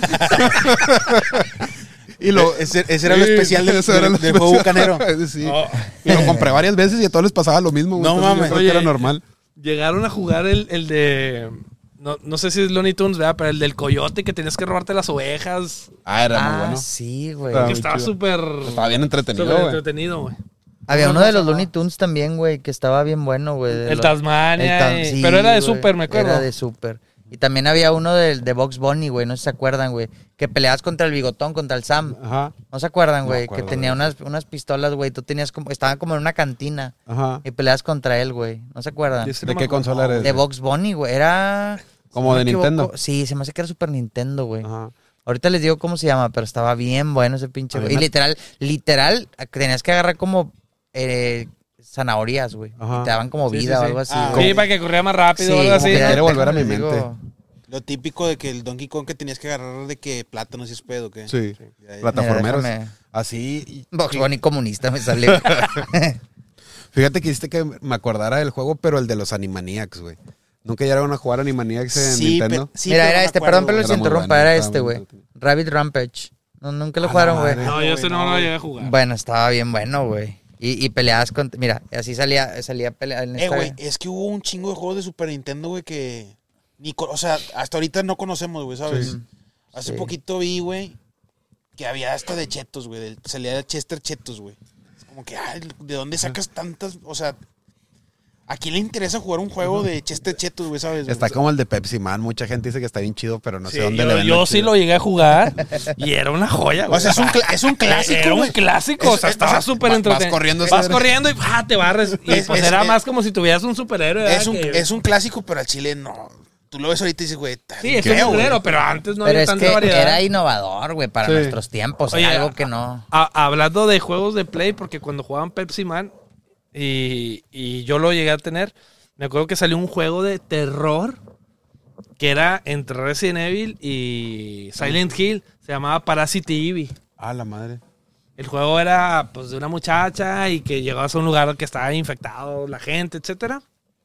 y lo, Ese, ese era lo Sí, especial del, eso era del- lo del juego especial. bucanero. Sí. Oh. Y lo compré varias veces y a todos les pasaba lo mismo, güey. No Entonces yo mames. creo que Oye, era normal. Llegaron a jugar el, el de... No, no sé si es Looney Tunes, ¿verdad? Pero el del coyote que tenías que robarte las ovejas. Ah, era muy Ah, bueno. sí, güey. Ah, que muy estaba chido. súper... Estaba bien entretenido, súper güey. entretenido, güey. Había no uno de los pasaba. Looney Tunes también, güey, que estaba bien bueno, güey. de El los- Tasmania. el y- Tam- sí, pero era de güey, Super, me acuerdo. Era de Super. Y también había uno de, de Box Bunny, güey, no sé si se acuerdan, güey. Que peleabas contra el bigotón, contra el Sam. Ajá, ¿No se acuerdan, No güey? me acuerdo que de tenía eso. unas, unas pistolas, güey. Tú tenías como... Estaban como en una cantina. ajá. Y peleabas contra él, güey. ¿No se acuerdan? Yo sí ¿De no qué me acuerdo. consola era De ese? Box Bunny, güey. Era... ¿Como si no de me Nintendo? equivoco, Sí, se me hace que era Super Nintendo, güey. Ajá. Ahorita les digo cómo se llama, pero estaba bien bueno ese pinche, A mí güey. Y me- literal, literal, tenías que agarrar como eh, zanahorias, güey. Ajá. Y te daban como Sí, vida sí, o sí. algo así. Ah, güey. Sí, para que corría más rápido Sí, o algo como así. que Me ya- quiere volver a mi les mente. digo, Lo típico de que el Donkey Kong que tenías que agarrar de que plátanos y es pedo, ¿qué? Sí, Ya, ya. plataformeros. Mira, déjame- Así. y- Box Bunny comunista me salió. Fíjate que hiciste que me acordara del juego, pero el de los Animaniacs, güey. Nunca llegaron a jugar Animaniacs en Sí, Nintendo. pe- sí, Mira, pero era no me este, acuerdo, perdón, pero güey. se Era muy interrumpa, bueno, era estaba este, muy güey. entretenido. Rabbit Rampage. No, nunca lo A la jugaron, güey. madre. No, yo ese no güey, lo no. llegué a jugar. Bueno, estaba bien bueno, güey. Y, y peleabas con... Mira, así salía, salía pelea en Eh, esta- güey, es que hubo un chingo de juegos de Super Nintendo, güey, que... Ni co- o sea, hasta ahorita no conocemos, güey, ¿sabes? Sí. Hace Sí. poquito vi, güey, que había hasta de chetos, güey. del- Salía de Chester Chetos, güey. Es como que, ay, ¿de dónde sacas tantas? O sea, ¿a quién le interesa jugar un juego de Chester Chetos, güey, sabes? Está O sea, como el de Pepsi Man. Mucha gente dice que está bien chido, pero no Sí, sé dónde yo le ven. yo sí lo llegué a jugar y era una joya, güey. O sea, es un, cla- es un clásico, Era un güey. clásico, o sea, Es- estaba o sea, súper vas- entretenido. vas corriendo, Vas ese- corriendo y ¡ah! Te barres. Y Es- pues es- era es- más como si tuvieras un superhéroe. Es ¿verdad? un, Que- es un clásico, pero al chile no. Tú lo ves ahorita y dices, güey, está Sí, bien es un feo, güey. superhéroe, pero antes no Pero había es tanta que variedad. era innovador, güey, para Sí. nuestros tiempos. Oye, Era algo a- que no... A- hablando de juegos de Play, porque cuando jugaban Pepsi Man y, y yo lo llegué a tener, me acuerdo que salió un juego de terror que era entre Resident Evil y Silent Hill. Se llamaba Parasite Eve. Ah, la madre. El juego era pues de una muchacha y que llegabas a un lugar que estaba infectado la gente, etcétera.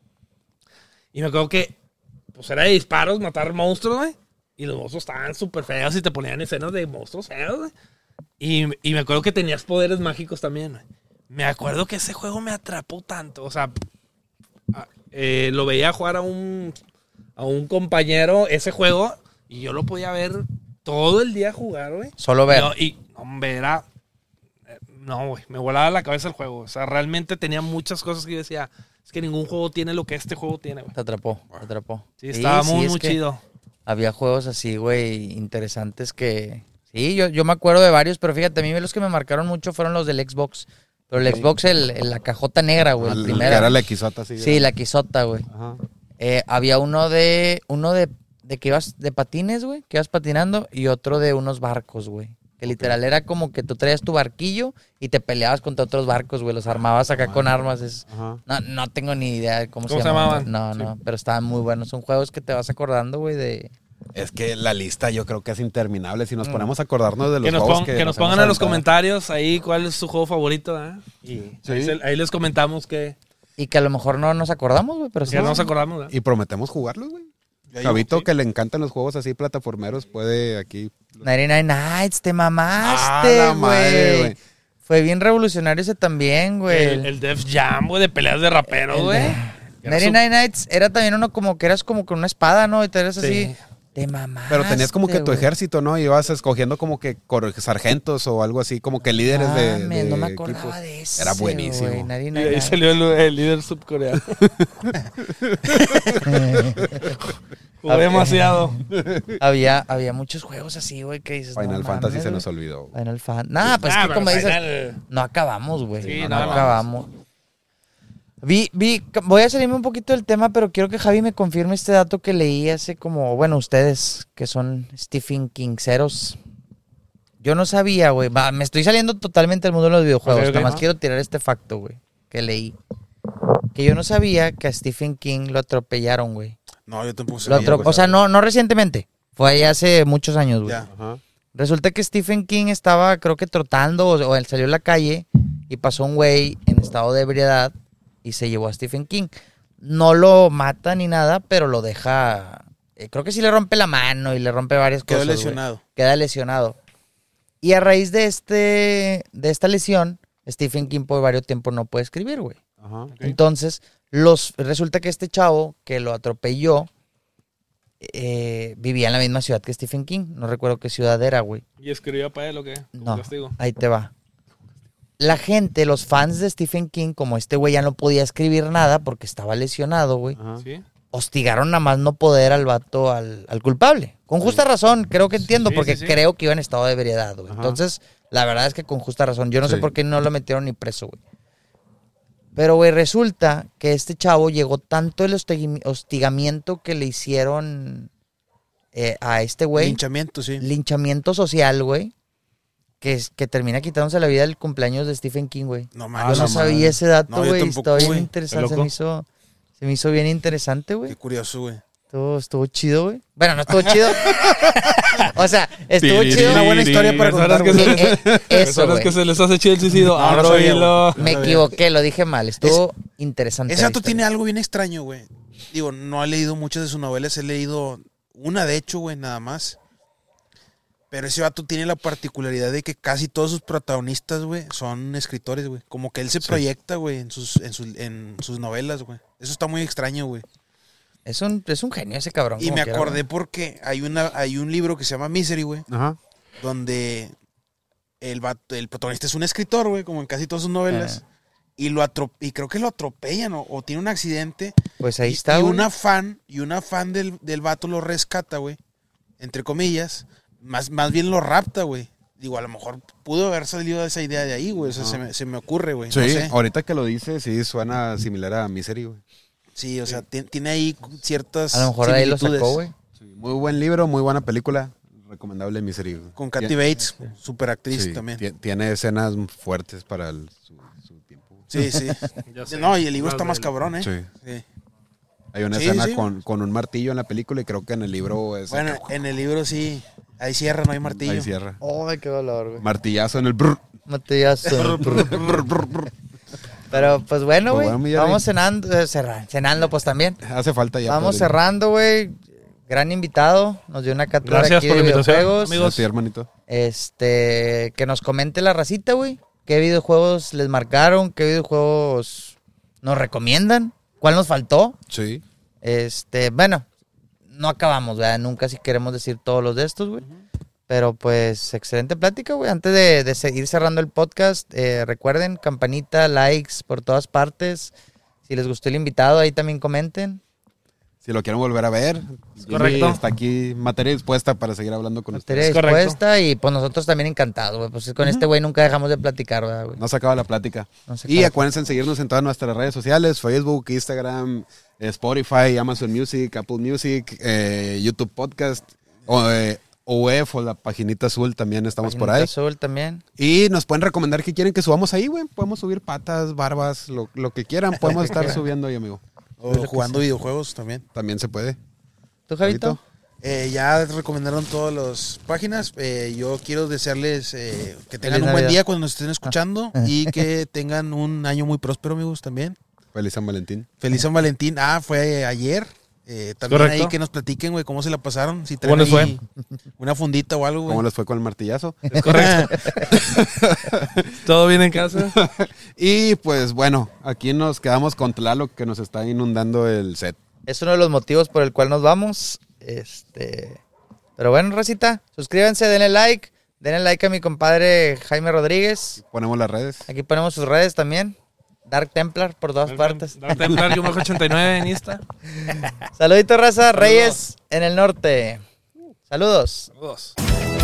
Y me acuerdo que pues era de disparos, matar monstruos, güey. Y los monstruos estaban súper feos y te ponían escenas de monstruos feos, güey. Y, y me acuerdo que tenías poderes mágicos también, güey. Me acuerdo que ese juego me atrapó tanto. O sea, a- eh, lo veía jugar a un, a un compañero ese juego y yo lo podía ver todo el día jugar, güey. Solo ver. No, y, hombre, era... eh, No, güey, me volaba la cabeza el juego. O sea, realmente tenía muchas cosas que yo decía, es que ningún juego tiene lo que este juego tiene, güey. Te atrapó, te atrapó. Sí, estaba muy, es muy que chido. Había juegos así, güey, interesantes que... Sí, yo, yo me acuerdo de varios, pero fíjate, a mí los que me marcaron mucho fueron los del Xbox. Pero el Ok. Xbox, el, el- la cajota negra, güey, el El- primero. que era la Xota así. Sí, la Quisota, güey. Ajá. Eh, había uno de, uno de, de que ibas de patines, güey, que ibas patinando, y otro de unos barcos, güey. Que literal era como que tú traías tu barquillo y te peleabas contra otros barcos, güey. Los armabas acá con armas. Es, Ajá. no, no tengo ni idea de cómo, ¿Cómo se se llamaban. llamaban? No, no, pero estaban muy buenos. Son juegos que te vas acordando, güey, de... Es que la lista yo creo que es interminable. Si nos ponemos a acordarnos de los Que nos, juegos pon- que, que nos hemos pongan en los aventado. comentarios ahí cuál es su juego favorito, ¿eh? Y Sí. ahí, se- ahí les comentamos que, Y que a lo mejor no nos acordamos, güey, pero sí. que no nos acordamos, ¿eh? Y prometemos jugarlos, güey. Ya digo, Javito, sí. que le encantan los juegos así plataformeros, puede aquí... noventa y nueve Nights, te Ah, mamaste, la madre, güey. güey. Fue bien revolucionario ese también, güey. El, el Def Jam, güey, de peleas de raperos, El güey. de- Era noventa y nueve Nights era también uno como que eras como con una espada, ¿no? Y te eras Sí. así. Te mamaste. Pero tenías como que tu güey. ejército, ¿no? Ibas escogiendo como que cor- sargentos o algo así, como que líderes de, Mames, de no me acordaba equipos. de eso. Era buenísimo. noventa y Y nueve ahí Nights. salió el, el líder subcoreano. Jugué demasiado. había, había muchos juegos así, güey, que dices. Final no Fantasy mames, se nos güey. olvidó. Final Fantasy. Nah, pues Ah, es que pero como dices, Final- no acabamos, güey. Sí, no, no, no. acabamos. Vi, vi, voy a salirme un poquito del tema, pero quiero que Javi me confirme este dato que leí hace como, bueno, ustedes que son Stephen Kingceros. Yo no sabía, güey. Va, me estoy saliendo totalmente del mundo de los videojuegos. Ok, ok. Nada más Ajá. quiero tirar este facto, güey, que leí. Que yo no sabía que a Stephen King lo atropellaron, güey. No, yo tampoco Lo sabía. atro- güey. o sea, no, no recientemente. Fue ahí hace muchos años, güey. Ya. Ajá. Resulta que Stephen King estaba, creo que trotando, o, o él salió a la calle y pasó un güey en estado de ebriedad y se llevó a Stephen King. No lo mata ni nada, pero lo deja. eh, creo que sí le rompe la mano y le rompe varias Quedó cosas. güey. lesionado. Queda lesionado. Y a raíz de este, de esta lesión, Stephen King por varios tiempos no puede escribir, güey. Ajá. Entonces, los, resulta que este chavo que lo atropelló eh, vivía en la misma ciudad que Stephen King. No recuerdo qué ciudad era, güey. ¿Y escribió para él o qué? Como No, castigo. ahí te va. La gente, los fans de Stephen King, como este güey ya no podía escribir nada porque estaba lesionado, güey, Ajá. ¿Sí? hostigaron a más no poder al vato, al, al culpable. Con justa razón, creo que entiendo, Sí, porque sí, sí. creo que iba en estado de ebriedad, güey. Ajá. Entonces, la verdad es que con justa razón. Yo no sé Sí. por qué no lo metieron ni preso, güey. Pero, güey, resulta que este chavo llegó tanto el hostigami- hostigamiento que le hicieron eh, a este güey, Linchamiento, sí. linchamiento social, güey, que, es- que termina quitándose la vida el cumpleaños de Stephen King, güey. No Yo mames. no la madre. sabía ese dato, No, yo güey. tampoco, Estaba bien güey. interesante. Qué Se loco. me hizo, se me hizo bien interesante, güey. Qué curioso, güey. Estuvo, estuvo chido, güey. Bueno, no estuvo chido. O sea, estuvo Tiri, chido. Una buena historia para Personas contar, que güey. se- Eh, eh, eso, Personas güey. que se les hace chido el suicidio. No, no Abro sabía, hilo. güey. Me No sabía. equivoqué, lo dije mal. Estuvo interesante. Ese la dato historia. tiene algo bien extraño, güey. Digo, no he leído muchas de sus novelas, he leído una de hecho, güey, nada más. Pero ese vato tiene la particularidad de que casi todos sus protagonistas, güey, son escritores, güey. Como que él se Sí. proyecta, güey, en sus, en, sus, en sus novelas, güey. Eso está muy extraño, güey. Es un, es un genio ese cabrón. Y como me quiera, acordé güey. porque hay, una, hay un libro que se llama Misery, güey, Ajá. donde el, vato- el protagonista es un escritor, güey, como en casi todas sus novelas. Ah. Y, lo atrope- y creo que lo atropellan o, o tiene un accidente. Pues ahí y, está, y güey. una fan, y una fan del, del vato lo rescata, güey. Entre comillas. Más, más bien lo rapta, güey. Digo, a lo mejor pudo haber salido esa idea de ahí, güey. O sea, se, me, se me ocurre, güey. Sí, No sé. ahorita que lo dices, sí, suena similar a Misery, güey. Sí, o sea, ti- tiene ahí ciertas A lo mejor ahí lo similitudes. sacó, güey. Sí, muy buen libro, muy buena película. Recomendable Misery, güey. Con Kathy Tien- Bates, super actriz sí, también. tie- Tiene escenas fuertes para el- su, su tiempo. Sí, sí. Ya sé. No, y el libro Más está más del- cabrón, ¿eh? Sí. Sí. Hay una Sí, escena sí. con, con un martillo en la película y creo que en el libro es... Bueno, en el libro sí. Ahí cierra, no hay martillo. Ahí cierra. Ay, qué dolor, güey. Martillazo en el... brr. Matillazo. Pero pues bueno, Pues güey. bueno, mi Jerry. Vamos cenando, eh, cerra- cenando pues también. Hace falta ya. Vamos padrino. cerrando, güey. Gran invitado. Nos dio una cátedra Gracias aquí por de la invitación, videojuegos. amigos. Sí, hermanito. Este, que nos comente la racita, güey. ¿Qué videojuegos les marcaron? ¿Qué videojuegos nos recomiendan? ¿Cuál nos faltó? Sí. Este, bueno, no acabamos, ¿verdad? Nunca si queremos decir todos los de estos, güey. Pero pues, excelente plática, güey. Antes de, de seguir cerrando el podcast, eh, recuerden, campanita, likes por todas partes. Si les gustó el invitado, ahí también comenten. Si lo quieren volver a ver, correcto. está aquí materia dispuesta para seguir hablando con Materia ustedes. correcto. dispuesta y pues nosotros también encantados, güey. Pues con este güey nunca dejamos de platicar, ¿verdad, güey? No se acaba la plática. No se Y acaba. acuérdense en seguirnos en todas nuestras redes sociales, Facebook, Instagram, eh, Spotify, Amazon Music, Apple Music, eh, YouTube Podcast, o, eh, O E F o la paginita azul también estamos por ahí. Paginita Azul también. Y nos pueden recomendar qué quieren que subamos ahí, güey. Podemos subir patas, barbas, lo, lo que quieran. Podemos estar subiendo ahí, amigo. O jugando videojuegos también. También se puede. ¿Tú, Javito? Eh, ya recomendaron todas las páginas. Eh, yo quiero desearles eh, que tengan Feliz un buen Navidad. día cuando nos estén escuchando y que tengan un año muy próspero, amigos, también. Feliz San Valentín. Feliz San Valentín. Ah, fue ayer. Eh, también Correcto. ahí que nos platiquen, güey, cómo se la pasaron. Si traen ¿Cómo les ahí una fundita o algo, ¿Cómo güey. les fue con el martillazo? Es correcto. ¿Todo bien en casa? Y pues bueno, aquí nos quedamos con Tlaloc que nos está inundando el set. Es uno de los motivos por el cual nos vamos. Este. Pero bueno, Racita, suscríbanse, denle like. Denle like a mi compadre Jaime Rodríguez. Ponemos las redes. Aquí ponemos sus redes también. Dark Templar por todas partes. Dark Templar, yo ochenta y nueve en Insta. Saludito, raza. Reyes en el norte. Saludos. Saludos.